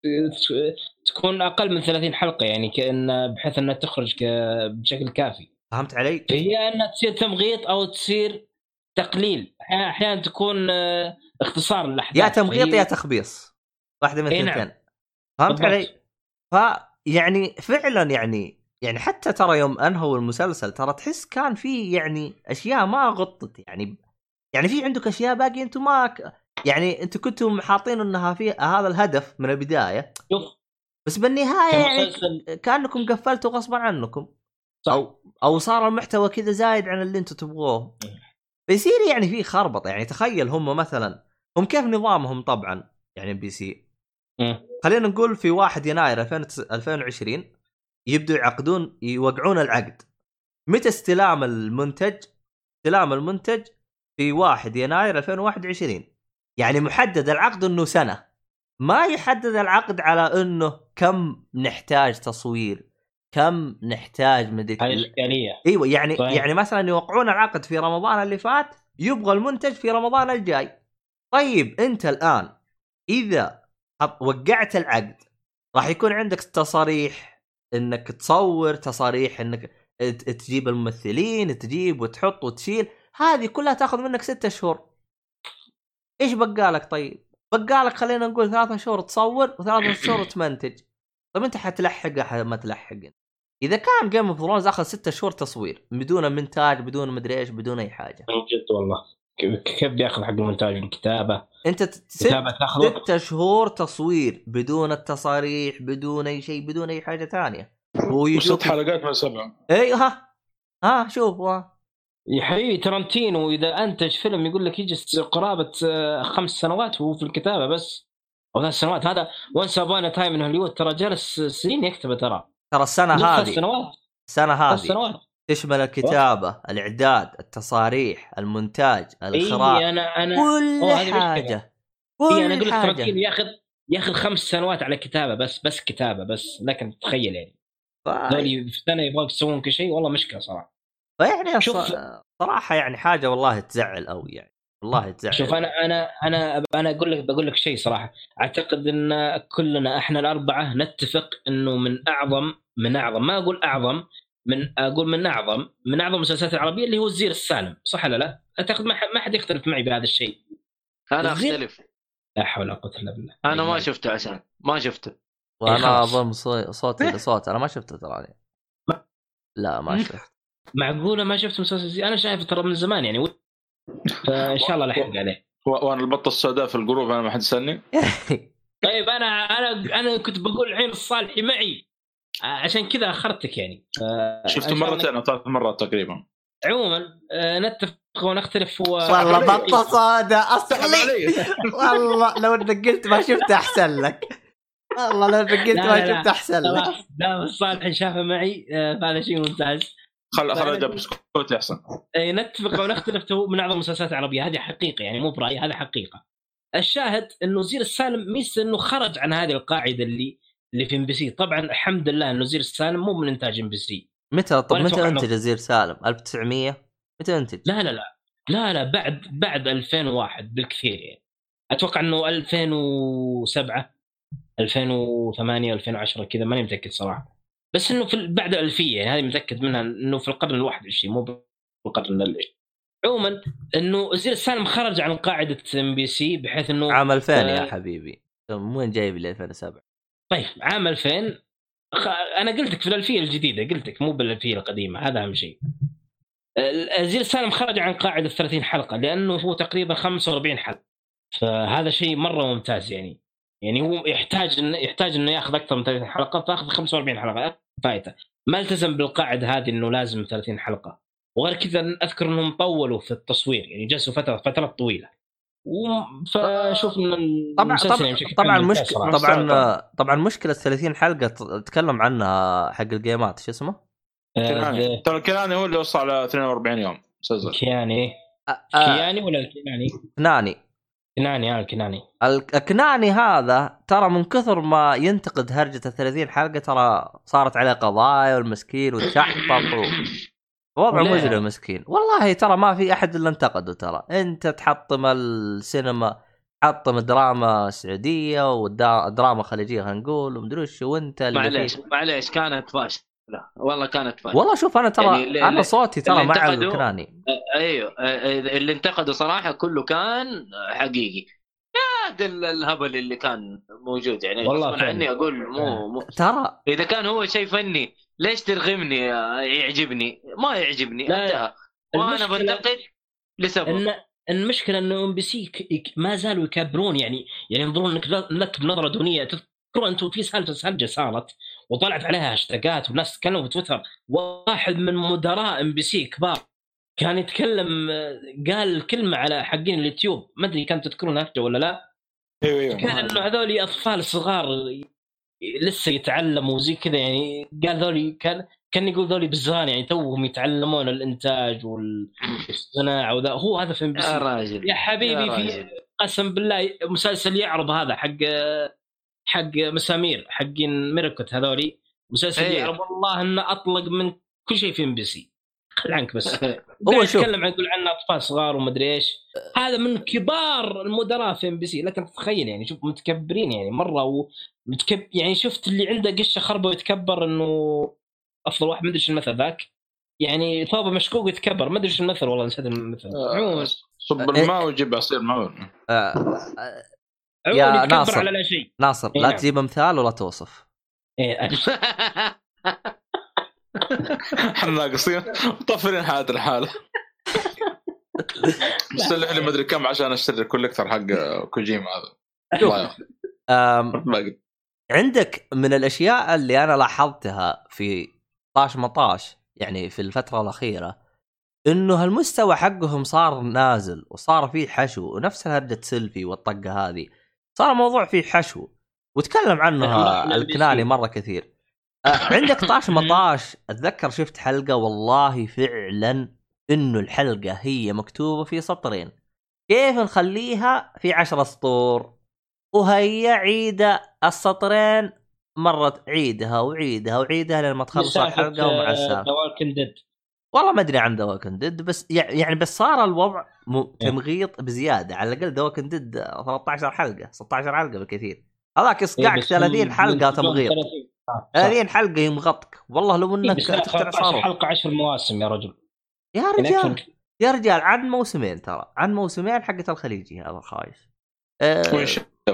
تكون أقل من ثلاثين حلقة يعني كأن بحيث أنها تخرج بشكل كافي. فهمت علي؟ هي أنها تصير تمغيط أو تصير تقليل، أحيانا تكون آه اختصار للأحداث، يا تمغيط يا تخبيص، واحدة من الثنتين. نعم. فهمت علي؟ فيعني فعلا يعني يعني حتى ترى يوم انهوا المسلسل ترى تحس كان في يعني اشياء ما غطت، يعني يعني في عندك اشياء باقي انتم ما ك... يعني انتم كنتم حاطين انها في هذا الهدف من البدايه، شوف بس بالنهايه يعني المسلسل... كانكم قفلتوا غصبا عنكم. صح. او او صار المحتوى كذا زايد عن اللي انتم تبغوه، بيصير يعني في خربطه. يعني تخيل هم مثلا هم كيف نظامهم طبعا يعني بي سي م. خلينا نقول في واحد يناير ألفين وعشرين يبدوا يعقدون يوقعون العقد. متى استلام المنتج؟ استلام المنتج في واحد يناير ألفين وواحد وعشرين. يعني محدد العقد انه سنة، ما يحدد العقد على انه كم نحتاج تصوير، كم نحتاج مدري. هاي إشكالية. ايوه يعني طيب. يعني مثلا يوقعون العقد في رمضان اللي فات، يبغى المنتج في رمضان الجاي. طيب انت الان اذا وقعت العقد راح يكون عندك تصاريح انك تصور، تصاريح انك تجيب الممثلين، تجيب وتحط وتشيل، هذه كلها تاخذ منك ستة شهور. ايش بقالك؟ طيب بقالك خلينا نقول ثلاثة شهور تصور وثلاثة شهور تمنتج. طيب انت حتلحق ما تلحق؟ اذا كان جيم اوف ثرونز اخذ ستة شهور تصوير بدون مونتاج بدون مدري ايش بدون اي حاجه، جد والله كيف بياخذ حق المونتاج والكتابه؟ انت ستة شهور تصوير بدون التصاريح بدون اي شيء بدون اي حاجه ثانيه، وست حلقات من سبعه. اي ها ها شوف ها يا حبيبي ترنتينو اذا انتج فيلم يقول لك يجي قرابه خمس سنوات وهو في الكتابه بس، او ثلاث سنوات. هذا وانس ابانا تايم من هوليوود ترى جلس سنين يكتبه. ترى ترى السنه هذه سنوات. السنه هذه تشمل الكتابه و... الاعداد التصاريح المونتاج الاخراج. إيه أنا أنا كل حاجه كل إيه أنا أقول لك حاجه ياخذ ياخذ خمس سنوات على كتابه بس بس كتابه بس. لكن تخيل يعني ذولي في سنه يبغوا يسوون كل شيء، والله مشكله صراحه. فيعني شوف صراحه يعني حاجه والله تزعل قوي يعني والله تزعل. شوف انا انا انا انا اقول لك بقول لك شيء صراحه، اعتقد ان كلنا احنا الاربعه نتفق انه من اعظم من اعظم ما اقول اعظم من اقول من اعظم من اعظم المسلسلات العربيه اللي هو الزير السالم، صح ولا لا؟ اعتقد ما حد يختلف معي بهذا الشيء. انا اختلف. لا حول ولا قوه الا بالله. انا ما شفته عشان ما شفته. وانا اظن صوتي لصوت انا ما شفته ترى. لا ما شفت. معقوله ما شفت مسلسل زي انا شايفه ترى من زمان يعني، فان شاء الله لحق عليه. وانا البطه السوداء في الجروب انا ما حد سالني. طيب انا انا انا كنت بقول عين الصالحي معي عشان كذا اخرتك يعني. شفته مرتين او ثلاث مرات تقريبا. عموما نتفق ونختلف. هو والله بطه سوداء اصلي والله لو انك قلت ما شفت احسن لك. والله لو انك قلت ما شفت احسن لك. لا الصالحي شافه معي هذا شيء ممتاز. خل خرج بسكوت احسن. اي نتفق ونختلف. هو من اعظم المسلسلات العربيه، هذه حقيقه يعني مو برايي، هذا حقيقه. الشاهد انه زير السالم ميس انه خرج عن هذه القاعده اللي اللي في ام بي سي. طبعا الحمد لله انه زير السالم مو من انتاج ام بي سي. متى طب متى انتج زير سالم؟ ألف وتسعمية متى انتج؟ لا لا لا لا لا بعد بعد ألفين وواحد بالكثير يعني. اتوقع انه ألفين وسبعة ألفين وثمانية ألفين وعشرة كذا، ماني متاكد صراحه، بس انه في بعد الألفية يعني، هذه متاكد منها انه في القرن الواحد والعشرين مو بالقرن العشرين. عموما انه الزير السالم خرج عن قاعده ام بي سي بحيث انه عام ألفين آه يا حبيبي، من وين جايب لي ألفين وسبعة؟ طيب عام ألفين خ... انا قلت لك في الألفية الجديده، قلت لك مو بالألفية القديمه، هذا اهم شيء. الزير السالم خرج عن قاعده ثلاثين حلقه لانه هو تقريبا خمسة وأربعين حلقه، فهذا شيء مره ممتاز يعني. يعني هو يحتاج إن يحتاج انه ياخذ اكثر من ثلاثين حلقه، فاخذ خمسة وأربعين حلقه فايته، ما التزم بالقاعده هذه انه لازم ثلاثين حلقه. وغير كذا اذكر انهم طولوا في التصوير، يعني جلسوا فتره فترات طويله. فشوف ان طبعا طبعا طبعا مشكله طبعا طبعا مشكله ثلاثين حلقه تتكلم عنها حق الجيمات، شو اسمه؟ كناني. ترى كناني هو اللي وصل على اثنين وأربعين يوم سجل. كياني أه كياني ولا الكناني؟ كناني كناني اه الكناني الكناني هذا ترى من كثر ما ينتقد هرجة الثلاثين حلقة ترى صارت عليه قضايا والمسكين وتشحطط وضع مزري مسكين. والله ترى ما في أحد اللي انتقده، ترى أنت تحطم السينما، تحطم دراما سعودية ودراما خليجية هنقول ومدري وش، وانت معليش معليش كانت فاشلة، لا والله كانت فاشلة. والله شوف أنا ترى يعني أنا صوتي ترى مع الكناني. أيوه اللي انتقدوا صراحة كله كان حقيقي، هذا الهبل اللي كان موجود يعني. والله عني أقول مو, مو ترى إذا كان هو شيء فني ليش ترغمني يعجبني؟ ما يعجبني انتهى، وأنا بنتقد لسبب. إن المشكلة إنه ام بي سي ما زالوا يكبرون يعني، يعني ينظرون إنك لك بنظرة دونية. تذكروا أنتم في سالفة سالفة صارت وطلعت عليها هاشتاجات والناس تكلموا في تويتر، واحد من مدراء ام بي سي كبار كان يتكلم، قال كلمة على حقين اليوتيوب، ما أدري كانت تذكرون هذا ولا لا؟ ايوه ايوه كان انه هذول اطفال صغار لسه يتعلموا وزي كذا يعني. قال ذولي كان كان يقول ذولي بالزان يعني توهم يتعلمون الانتاج والصناعه وذا. هو هذا في ام بي سي يا راجل يا حبيبي، يا في قسم بالله مسلسل يعرض هذا حق حق مسامير حقين ميركوت، هذولي مسلسل أيه. يعرض والله انه اطلق من كل شيء في ام بي سي. خل عنك بس هو يتكلم عن يقول عنا اطفال صغار ومدري ايش، هذا من كبار المدراء في ام بي سي. لكن تخيل يعني شوف متكبرين يعني مره ومتكب يعني، شفت اللي عنده قشه خربه ويتكبر انه افضل واحد، ما ادري ايش المثل ذاك يعني، ثوبه مشكوك يتكبر، ما ادري ايش المثل والله نسيت المثل. عموما صب الماء وجيب عصير معون. يا ناصر على لا شيء ناصر لا تجيب مثال ولا توصف. ايه احنا ناقصين طفرين هذا الحالة. مستلح لي ما ادري كم عشان اشتري الكوليكتر حق كوجيما هذا. عندك من الاشياء اللي انا لاحظتها في طاش مطاش يعني في الفترة الأخيرة، انه هالمستوى حقهم صار نازل وصار فيه حشو، ونفس هرجة سيلفي والطقة هذه صار موضوع فيه حشو وتكلم عنها الكناني مرة كثير. عندك طاش مطاش اتذكر شفت حلقة والله فعلا انه الحلقة هي مكتوبة في سطرين، كيف نخليها في عشرة سطور، وهي عيدة السطرين مرة عيدها وعيدها وعيدها لما تخلص الحلقة ومع السالفة. والله ما ادري عن دواكن ديد، بس يعني بس صار الوضع تمغيط بزيادة. على الأقل دواكن ديد ثلاثة عشر حلقة ستة عشر حلقة بالكثير، هذاك يسقعك ثلاثين حلقة تمغيط، ثلاثين حلقة يمغطك. والله لو انك تقطع صار حلقة عشر مواسم يا رجل يا رجال يا رجال عن موسمين، ترى عن موسمين حقة الخليجي هذا خايس. أه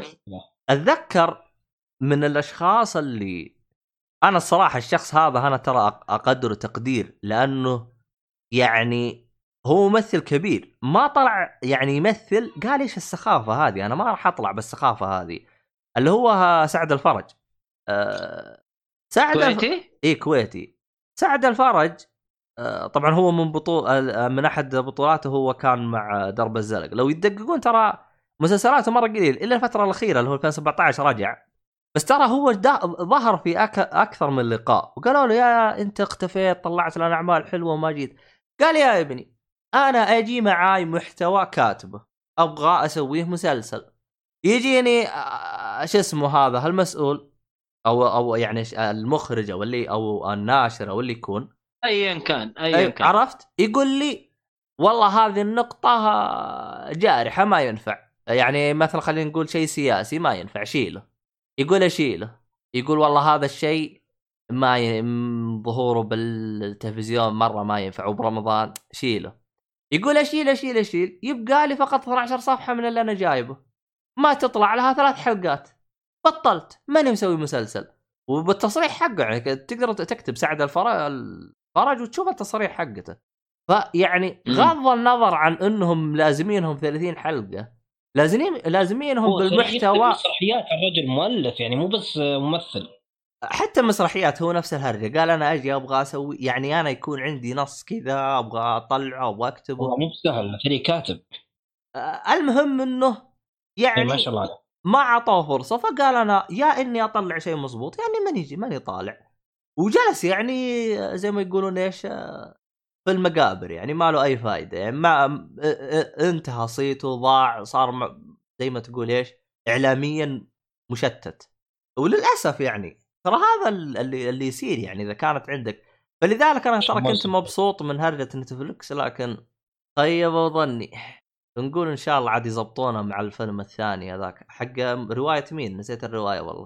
اتذكر من الاشخاص اللي انا الصراحة الشخص هذا انا ترى اقدره تقدير، لانه يعني هو ممثل كبير ما طلع يعني يمثل قال ايش السخافة هذه، انا ما راح اطلع بالسخافة هذه، اللي هو سعد الفرج. أه سعد كويتي الف... ايه كويتي. سعد الفرج أه طبعا هو من بطول من احد بطولاته هو كان مع درب الزلق. لو يدققون ترى مسلسلاته مره قليل الا الفتره الاخيره اللي هو ألفين وسبعة عشر رجع، بس ترى هو ظهر في أك... اكثر من لقاء، وقالوا له يا انت اختفيت طلعت لنا اعمال حلوه وما جيت. قال يا ابني انا اجي معاي محتوى كاتبه ابغى اسويه مسلسل، يجيني ايش اسمه هذا هالمسؤول او او يعني المخرج او اللي او الناشر او اللي يكون ايا كان ايا كان عرفت، يقول لي والله هذه النقطه جارحه ما ينفع، يعني مثلا خلينا نقول شيء سياسي ما ينفع شيله. يقول اشيله، يقول والله هذا الشيء ما ي... م- ظهوره بالتلفزيون مره ما ينفع وبرمضان شيله. يقول اشيل اشيل اشيل يبقى لي فقط اثنا عشر صفحه من اللي انا جايبه، ما تطلع لها ثلاث حلقات، بطلت ماني مسوي مسلسل. وبالتصريح حقه يعني تقدر تكتب سعد الفرج الفرج وتشوف التصريح حقته. فيعني غض النظر عن انهم لازمينهم ثلاثين حلقه، لازمين لازمينهم بالمحتوى. مسرحيات الرجل مؤلف يعني مو بس ممثل. حتى مسرحيات هو نفس الهرجه، قال انا اجي ابغى اسوي يعني انا يكون عندي نص كذا ابغى اطلعه ابغى اكتبه، مو سهل فري كاتب. المهم انه يعني ما شاء الله ما عطوه فرصه، فقال انا يا اني اطلع شيء مزبوط يعني ماني يجي ماني طالع، وجلس يعني زي ما يقولون ايش في المقابر، يعني ما له اي فائده، يعني ما انتهى صيته ضاع، صار زي ما تقول ايش اعلاميا مشتت. وللاسف يعني ترى هذا اللي اللي يصير يعني اذا كانت عندك. فلذلك انا ترى كنت مبسوط من هرجة نتفلكس، لكن خيبوا ظني. نقول ان شاء الله عاد يضبطونه مع الفيلم الثاني هذاك حق روايه مين نسيت الروايه والله.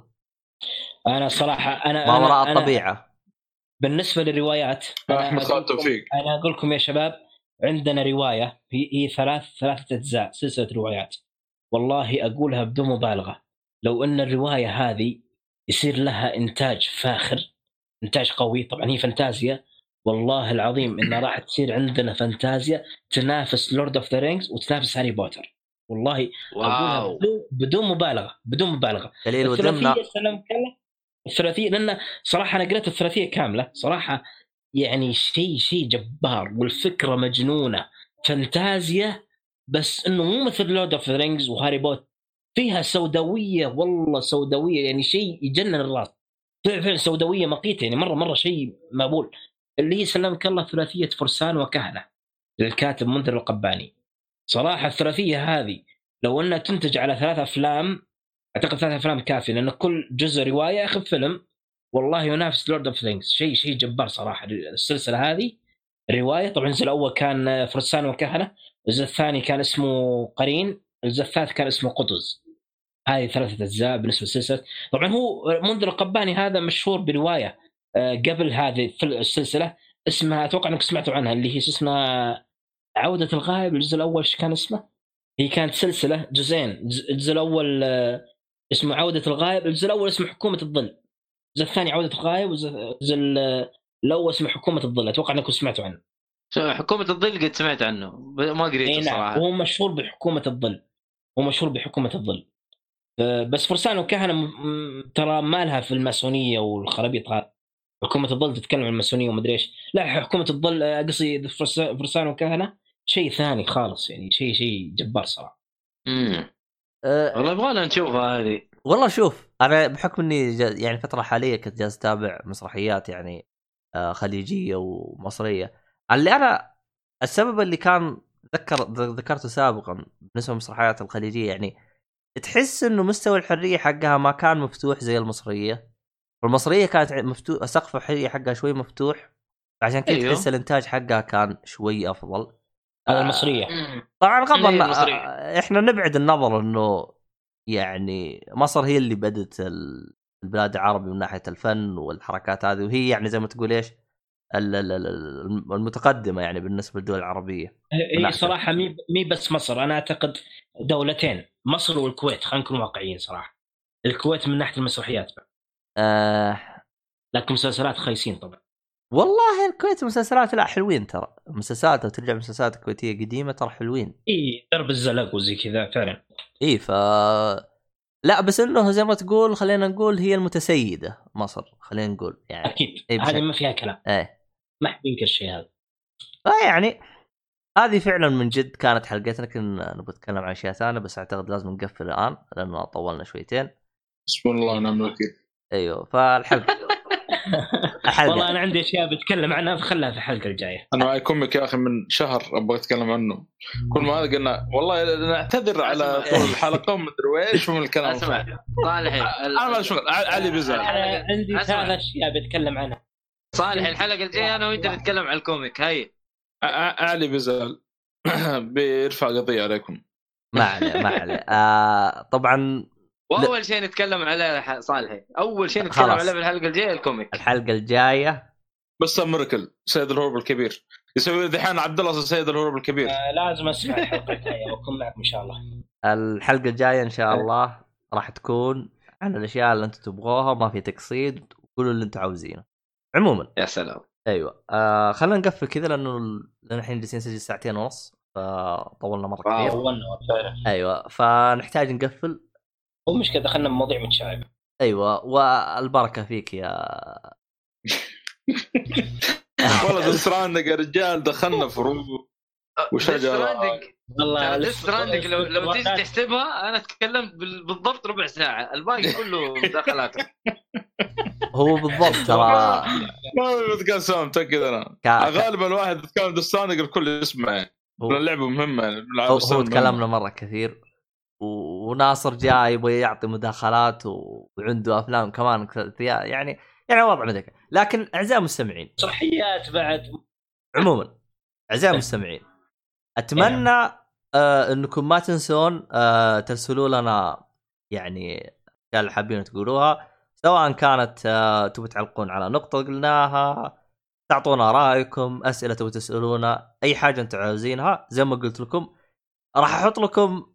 انا صراحه انا ما وراء أنا الطبيعه. أنا بالنسبه للروايات احمد خالد توفيق، انا اقول لكم يا شباب عندنا روايه هي, هي ثلاث ثلاثه اجزاء سلسله روايات، والله اقولها بدون مبالغه، لو ان الروايه هذه يصير لها انتاج فاخر انتاج قوي، طبعا هي فانتازيا، والله العظيم انها راح تصير عندنا فانتازيا تنافس لورد اوف ذا رينجز وتنافس هاري بوتر، والله اقولها بدون, بدون مبالغه بدون مبالغه. الثلاثيه سلام كله الثلاثيه، لان صراحه انا قرأت الثلاثيه كامله صراحه يعني شيء شيء جبار، والفكره مجنونه فانتازيا، بس انه مو مثل لورد اوف ذا رينجز وهاري بوتر، فيها سوداويه والله سوداويه يعني شيء يجنن الراس، فعلا سوداويه مقيته يعني مره مره شيء مقبول. اللي هي سلمك الله ثلاثيه فرسان وكهنه للكاتب منذر القباني، صراحه الثلاثيه هذه لو انها تنتج على ثلاث افلام اعتقد ثلاث افلام كافيه، لان كل جزء روايه ياخذ فيلم، والله ينافس لورد اوف ثينجز، شيء شيء جبار صراحه. السلسله هذه روايه، طبعا الجزء الاول كان فرسان وكهنه، الجزء الثاني كان اسمه قرين، الجزء الثالث كان اسمه قطز. هذه ثلاثه اجزاء بالنسبه للسلسله. طبعا هو منذر القباني هذا مشهور بروايه قبل هذه السلسله اسمها اتوقع انك سمعتوا عنها، اللي هي اسمها عوده الغائب. الجزء الاول ايش كان اسمه؟ هي كانت سلسله جزئين، الجزء الاول اسمه عوده الغائب، الجزء الاول اسمه حكومه الظل، الجزء الثاني عوده الغائب، والجزء الاول اسمه حكومه الظل. اتوقع انكم سمعتوا عنه. حكومه الظل قد سمعت عنه ما قريته صراحه. هو مشهور بحكومه الظل، هو مشهور بحكومه الظل، بس فرسان وكهنه ترى ما لها في الماسونيه والخرابيط هذه. حكومه الظل تتكلم عن الماسونيه وما ادري ايش، لا حكومه الظل قصدي فرسان وكهنه شيء ثاني خالص، يعني شيء شيء جبار صراحه. امم أه والله يبغى نشوفها هذه. والله شوف انا بحكم اني يعني فتره حاليه كنت جالس اتابع مسرحيات يعني خليجيه ومصريه، اللي انا السبب اللي كان ذكر ذكرته سابقا بالنسبه للمسرحيات الخليجيه، يعني تحس انه مستوى الحريه حقها ما كان مفتوح زي المصريه. المصريه كانت مفتوح، سقف الحريه حقها شوي مفتوح، عشان كذا أيوه. تحس الانتاج حقها كان شوي افضل. هذا المصريه طبعا غض احنا نبعد النظر انه يعني مصر هي اللي بدت البلاد العربي من ناحيه الفن والحركات هذه، وهي يعني زي ما تقول ايش المتقدمه يعني بالنسبه للدول العربيه. هي صراحه مي مي بس مصر، انا اعتقد دولتين مصر والكويت، خلينا نكون واقعيين صراحه. الكويت من ناحيه المسرحيات آه لكن مسلسلات خايسين طبعا. والله الكويت مسلسلات لا حلوين ترى، مسلسلات لو ترجع مسلسلات كويتيه قديمه ترى حلوين. اي درب الزلق وزي كذا فعلا. اي ف لا بس انه زي ما تقول خلينا نقول هي المتسيده مصر، خلينا نقول يعني اكيد هذه ما فيها كلام، ايه ما حبينك الشيء هذا. يعني هذه فعلا من جد كانت حلقتنا، كنا نبغى نتكلم عن اشياء ثانيه بس اعتقد لازم نقفل الان لانه طولنا شويتين. بسم الله ونعم الوكيل. ايوه فالحلقه والله انا عندي اشياء بتكلم عنها فخلها في الحلقه الجايه. انا معي كوميك يا اخي من شهر ابغى اتكلم عنه، كل ما هذا قلنا والله نعتذر على طول الحلقه وما ادري ايش من الكلام. اسمع صالح انا ما شغل علي بيزعل، انا عندي ثلاث اشياء بتكلم عنها. صالح الحلقه الجايه انا وانت نتكلم عن الكوميك. هاي علي بيزعل بيرفع قضيه عليكم. ما عليه ما عليه. آه طبعا واول شيء نتكلم عليه صالحي، اول شيء نتكلم خلاص. عليه بالحلقه الجايه الكوميك. الحلقه الجايه بس ميركل سيد الهروب الكبير يسوي دحين عبد الله سيد الهروب الكبير. آه لازم اسمع الحلقه الجايه واكون معكم ان شاء الله. الحلقه الجايه ان شاء الله راح تكون عن الاشياء اللي انتم تبغوها، ما في تقصيد، قولوا اللي انتم عاوزينه. عموما يا سلام. ايوه آه خلينا نقفل كذا لانه لان الحين جالسين نسجل ساعتين ونص فطولنا مره كثير. طولنا ايوه فنحتاج نقفل. هو مشكله دخلنا بمواضيع متشعبه. ايوه والبركه فيك يا والله دستراندك يا رجال، دخلنا فروض وشجره. والله دستراندك لو لو تيجي تحسبها انا تكلمت بالضبط ربع ساعه، الباقي كله مداخلات. هو بالضبط ترى ما بتقسم متاكد انا كا... غالبا الواحد يتكلم دستراندك الكل يسمع. هو... اللعبه مهمه يعني. هو, هو تكلمنا مره كثير و... وناصر جاي يبغى يعطي مداخلات و... وعنده افلام كمان يعني يعني وضع مدك. لكن اعزائي المستمعين صحيات بعد. عموما اعزائي المستمعين اتمنى آه انكم ما تنسون آه ترسلوا لنا يعني اللي حابين تقولوها، سواء كانت آه تبوا تعلقون على نقطه قلناها، تعطونا رايكم، اسئله تبوا تسالونا، اي حاجه انتم عاوزينها. زي ما قلت لكم راح احط لكم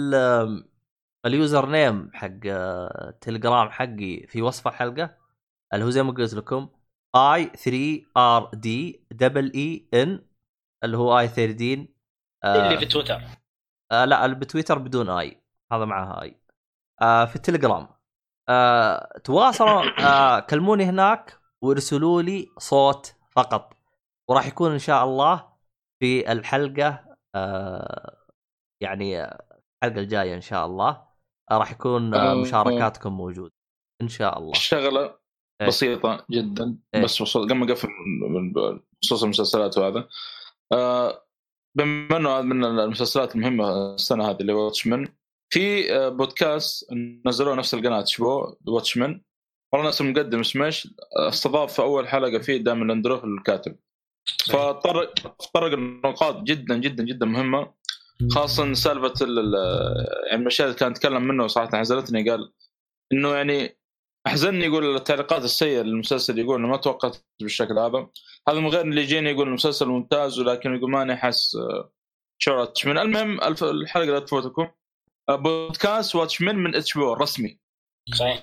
اليوزر نيم حق التليجرام حقي في وصف الحلقه، اللي هو زي ما قلت لكم اي ثري ار دي دبل اي ان، اللي هو اي ثلاثة عشر آه اللي في تويتر. آه لا اللي بتويتر بدون اي، هذا معها اي. آه في التليجرام آه تواصلوا آه كلموني هناك وارسلوا لي صوت فقط، وراح يكون ان شاء الله في الحلقه آه يعني الحلقه الجايه ان شاء الله آه راح يكون آه مشاركاتكم موجود ان شاء الله. الشغله إيه؟ بسيطه جدا إيه؟ بس قبل ما اقفل بخصوص المسلسلات وهذا آه بما انه من المسلسلات المهمه السنه هذه اللي واتشمان، في بودكاست نزلوه نفس القناه شبو واتشمان، والله نفس المقدم سماش استضاف في اول حلقه فيه دائما لاندروف الكاتب، فطرق طرق النقاط جدا جدا جدا مهمه، خاصه سالفه يعني الاشياء اللي كان يتكلم منه صراحه حزنتني. قال انه يعني احزنني يقول التعليقات السيئه للمسلسل، يقول انه ما توقعت بالشكل هذا، هذا من غير اللي يجيني يقول المسلسل ممتاز ولكن يقول ماني حس شو واتشمان. المهم الحلقه لا تفوتكم بودكاست واتشمان من اتش بي او الرسمي. صحيح.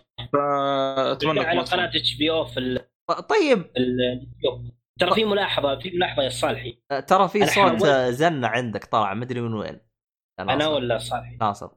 فاتمنى على قناه اتش بي او في ال... طيب اليوتيوب. ترى في ملاحظه في ملاحظه يا صالحي، ترى في صوت زنه عندك طلع ما ادري من وين. انا ولا صالحي؟ ناصر.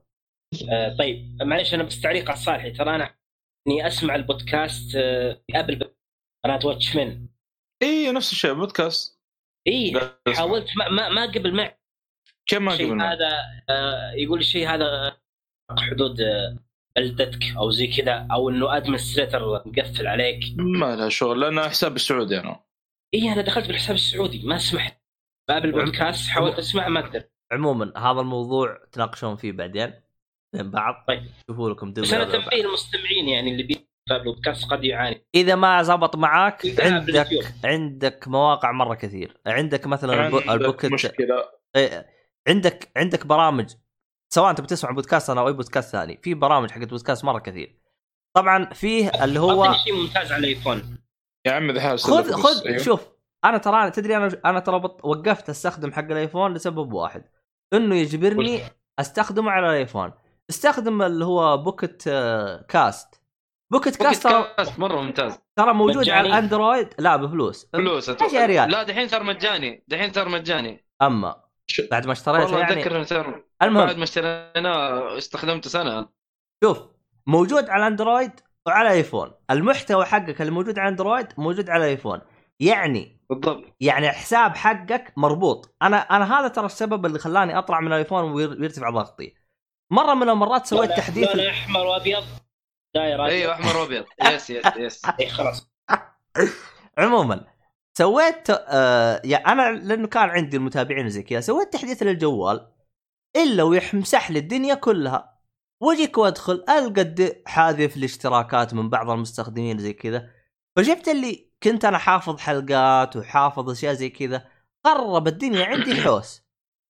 آه طيب معليش انا بس تعليق على صالحي، ترى انا اني اسمع البودكاست آه قبل قناه واتشمان. اي نفس الشيء بودكاست. اي حاولت ما ما, ما قبل معي. كم ما قبل هذا آه يقول الشيء هذا حدود آه بلدتك او زي كذا، او انه ادمنستريتور مقفل عليك. ما لها شغل لأن حساب السعودي انا. اي انا دخلت بالحساب السعودي ما سمحت، باب البودكاست حاولت اسمع ما اقدر. عموما هذا الموضوع تناقشون فيه بعدين بين بعض. طيب شوفوا لكم بس انا تنبيه المستمعين يعني اللي بي باب البودكاست قد يعاني. اذا ما زبط معاك عندك عندك مواقع مره كثير، عندك مثلا البوكت مشكله إيه. عندك عندك برامج سواء انت بتسمع بودكاست انا او اي بودكاست ثاني، في برامج حقت بودكاست مره كثير. طبعا فيه اللي هو شيء ممتاز على الايفون يا عمي ذا خذ خذ أيوه. شوف انا ترى تدري انا انا ترى وقفت استخدم حق الايفون لسبب واحد، انه يجبرني استخدمه على الايفون. استخدم اللي هو بوكت كاست. بوكت كاست ترى مره ممتاز، ترى موجود مجاني. على الاندرويد لا بفلوس فلوس لا دحين صار مجاني، دحين صار مجاني اما بعد ما اشتريته يعني صار المهم بعد ما اشتريناه استخدمته سنه. شوف موجود على اندرويد وعلى ايفون، المحتوى حقك اللي موجود على اندرويد موجود على ايفون، يعني بالضبط يعني حساب حقك مربوط. انا انا هذا ترى السبب اللي خلاني اطلع من الايفون ويرتفع ضغطي. مره من المرات سويت تحديث لا احمر وابيض دايره. ايوه احمر وابيض يس يس يس خلاص. عموما سويت آه يعني انا لانه كان عندي المتابعين زي كذا سويت تحديث للجوال الا ويمسح لي الدنيا كلها، واجيك وادخل القى حاذف الاشتراكات من بعض المستخدمين زي كذا. فجبت اللي كنت انا حافظ حلقات وحافظ اشياء زي كذا، قرب الدنيا عندي حوس.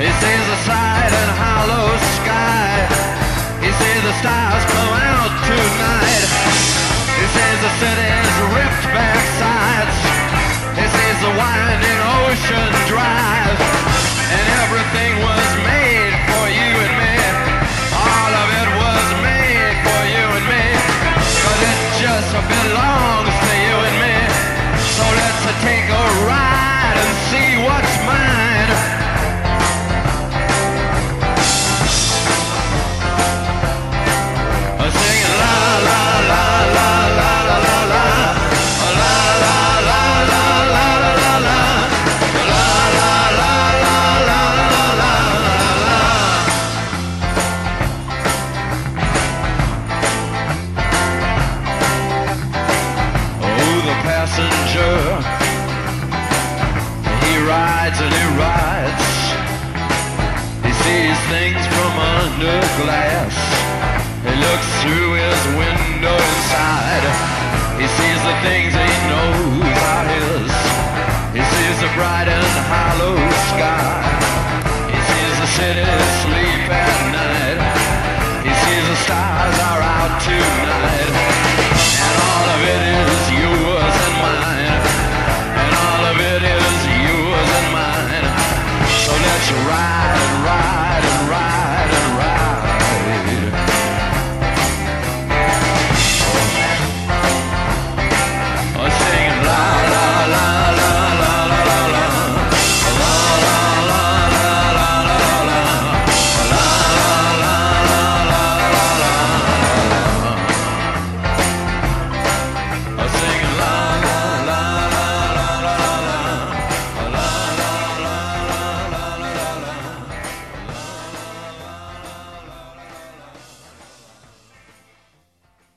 He sees the side and hollow sky. He sees the stars come out tonight. He sees the city's ripped back sides. He sees the winding ocean drive. And everything was made for you and me. All of it was made for you and me. But it just belongs to you and me. So let's take a ride and see what's mine. Singing la la la la la la la la la la la la la la la passenger. He rides and he rides. He sees things from under glass. He looks through his window inside. He sees the things he knows are his. He sees the bright and hollow sky. He sees the city sleep at night. He sees the stars are out tonight. And all of it is yours and mine. And all of it is yours and mine. So let's ride and ride.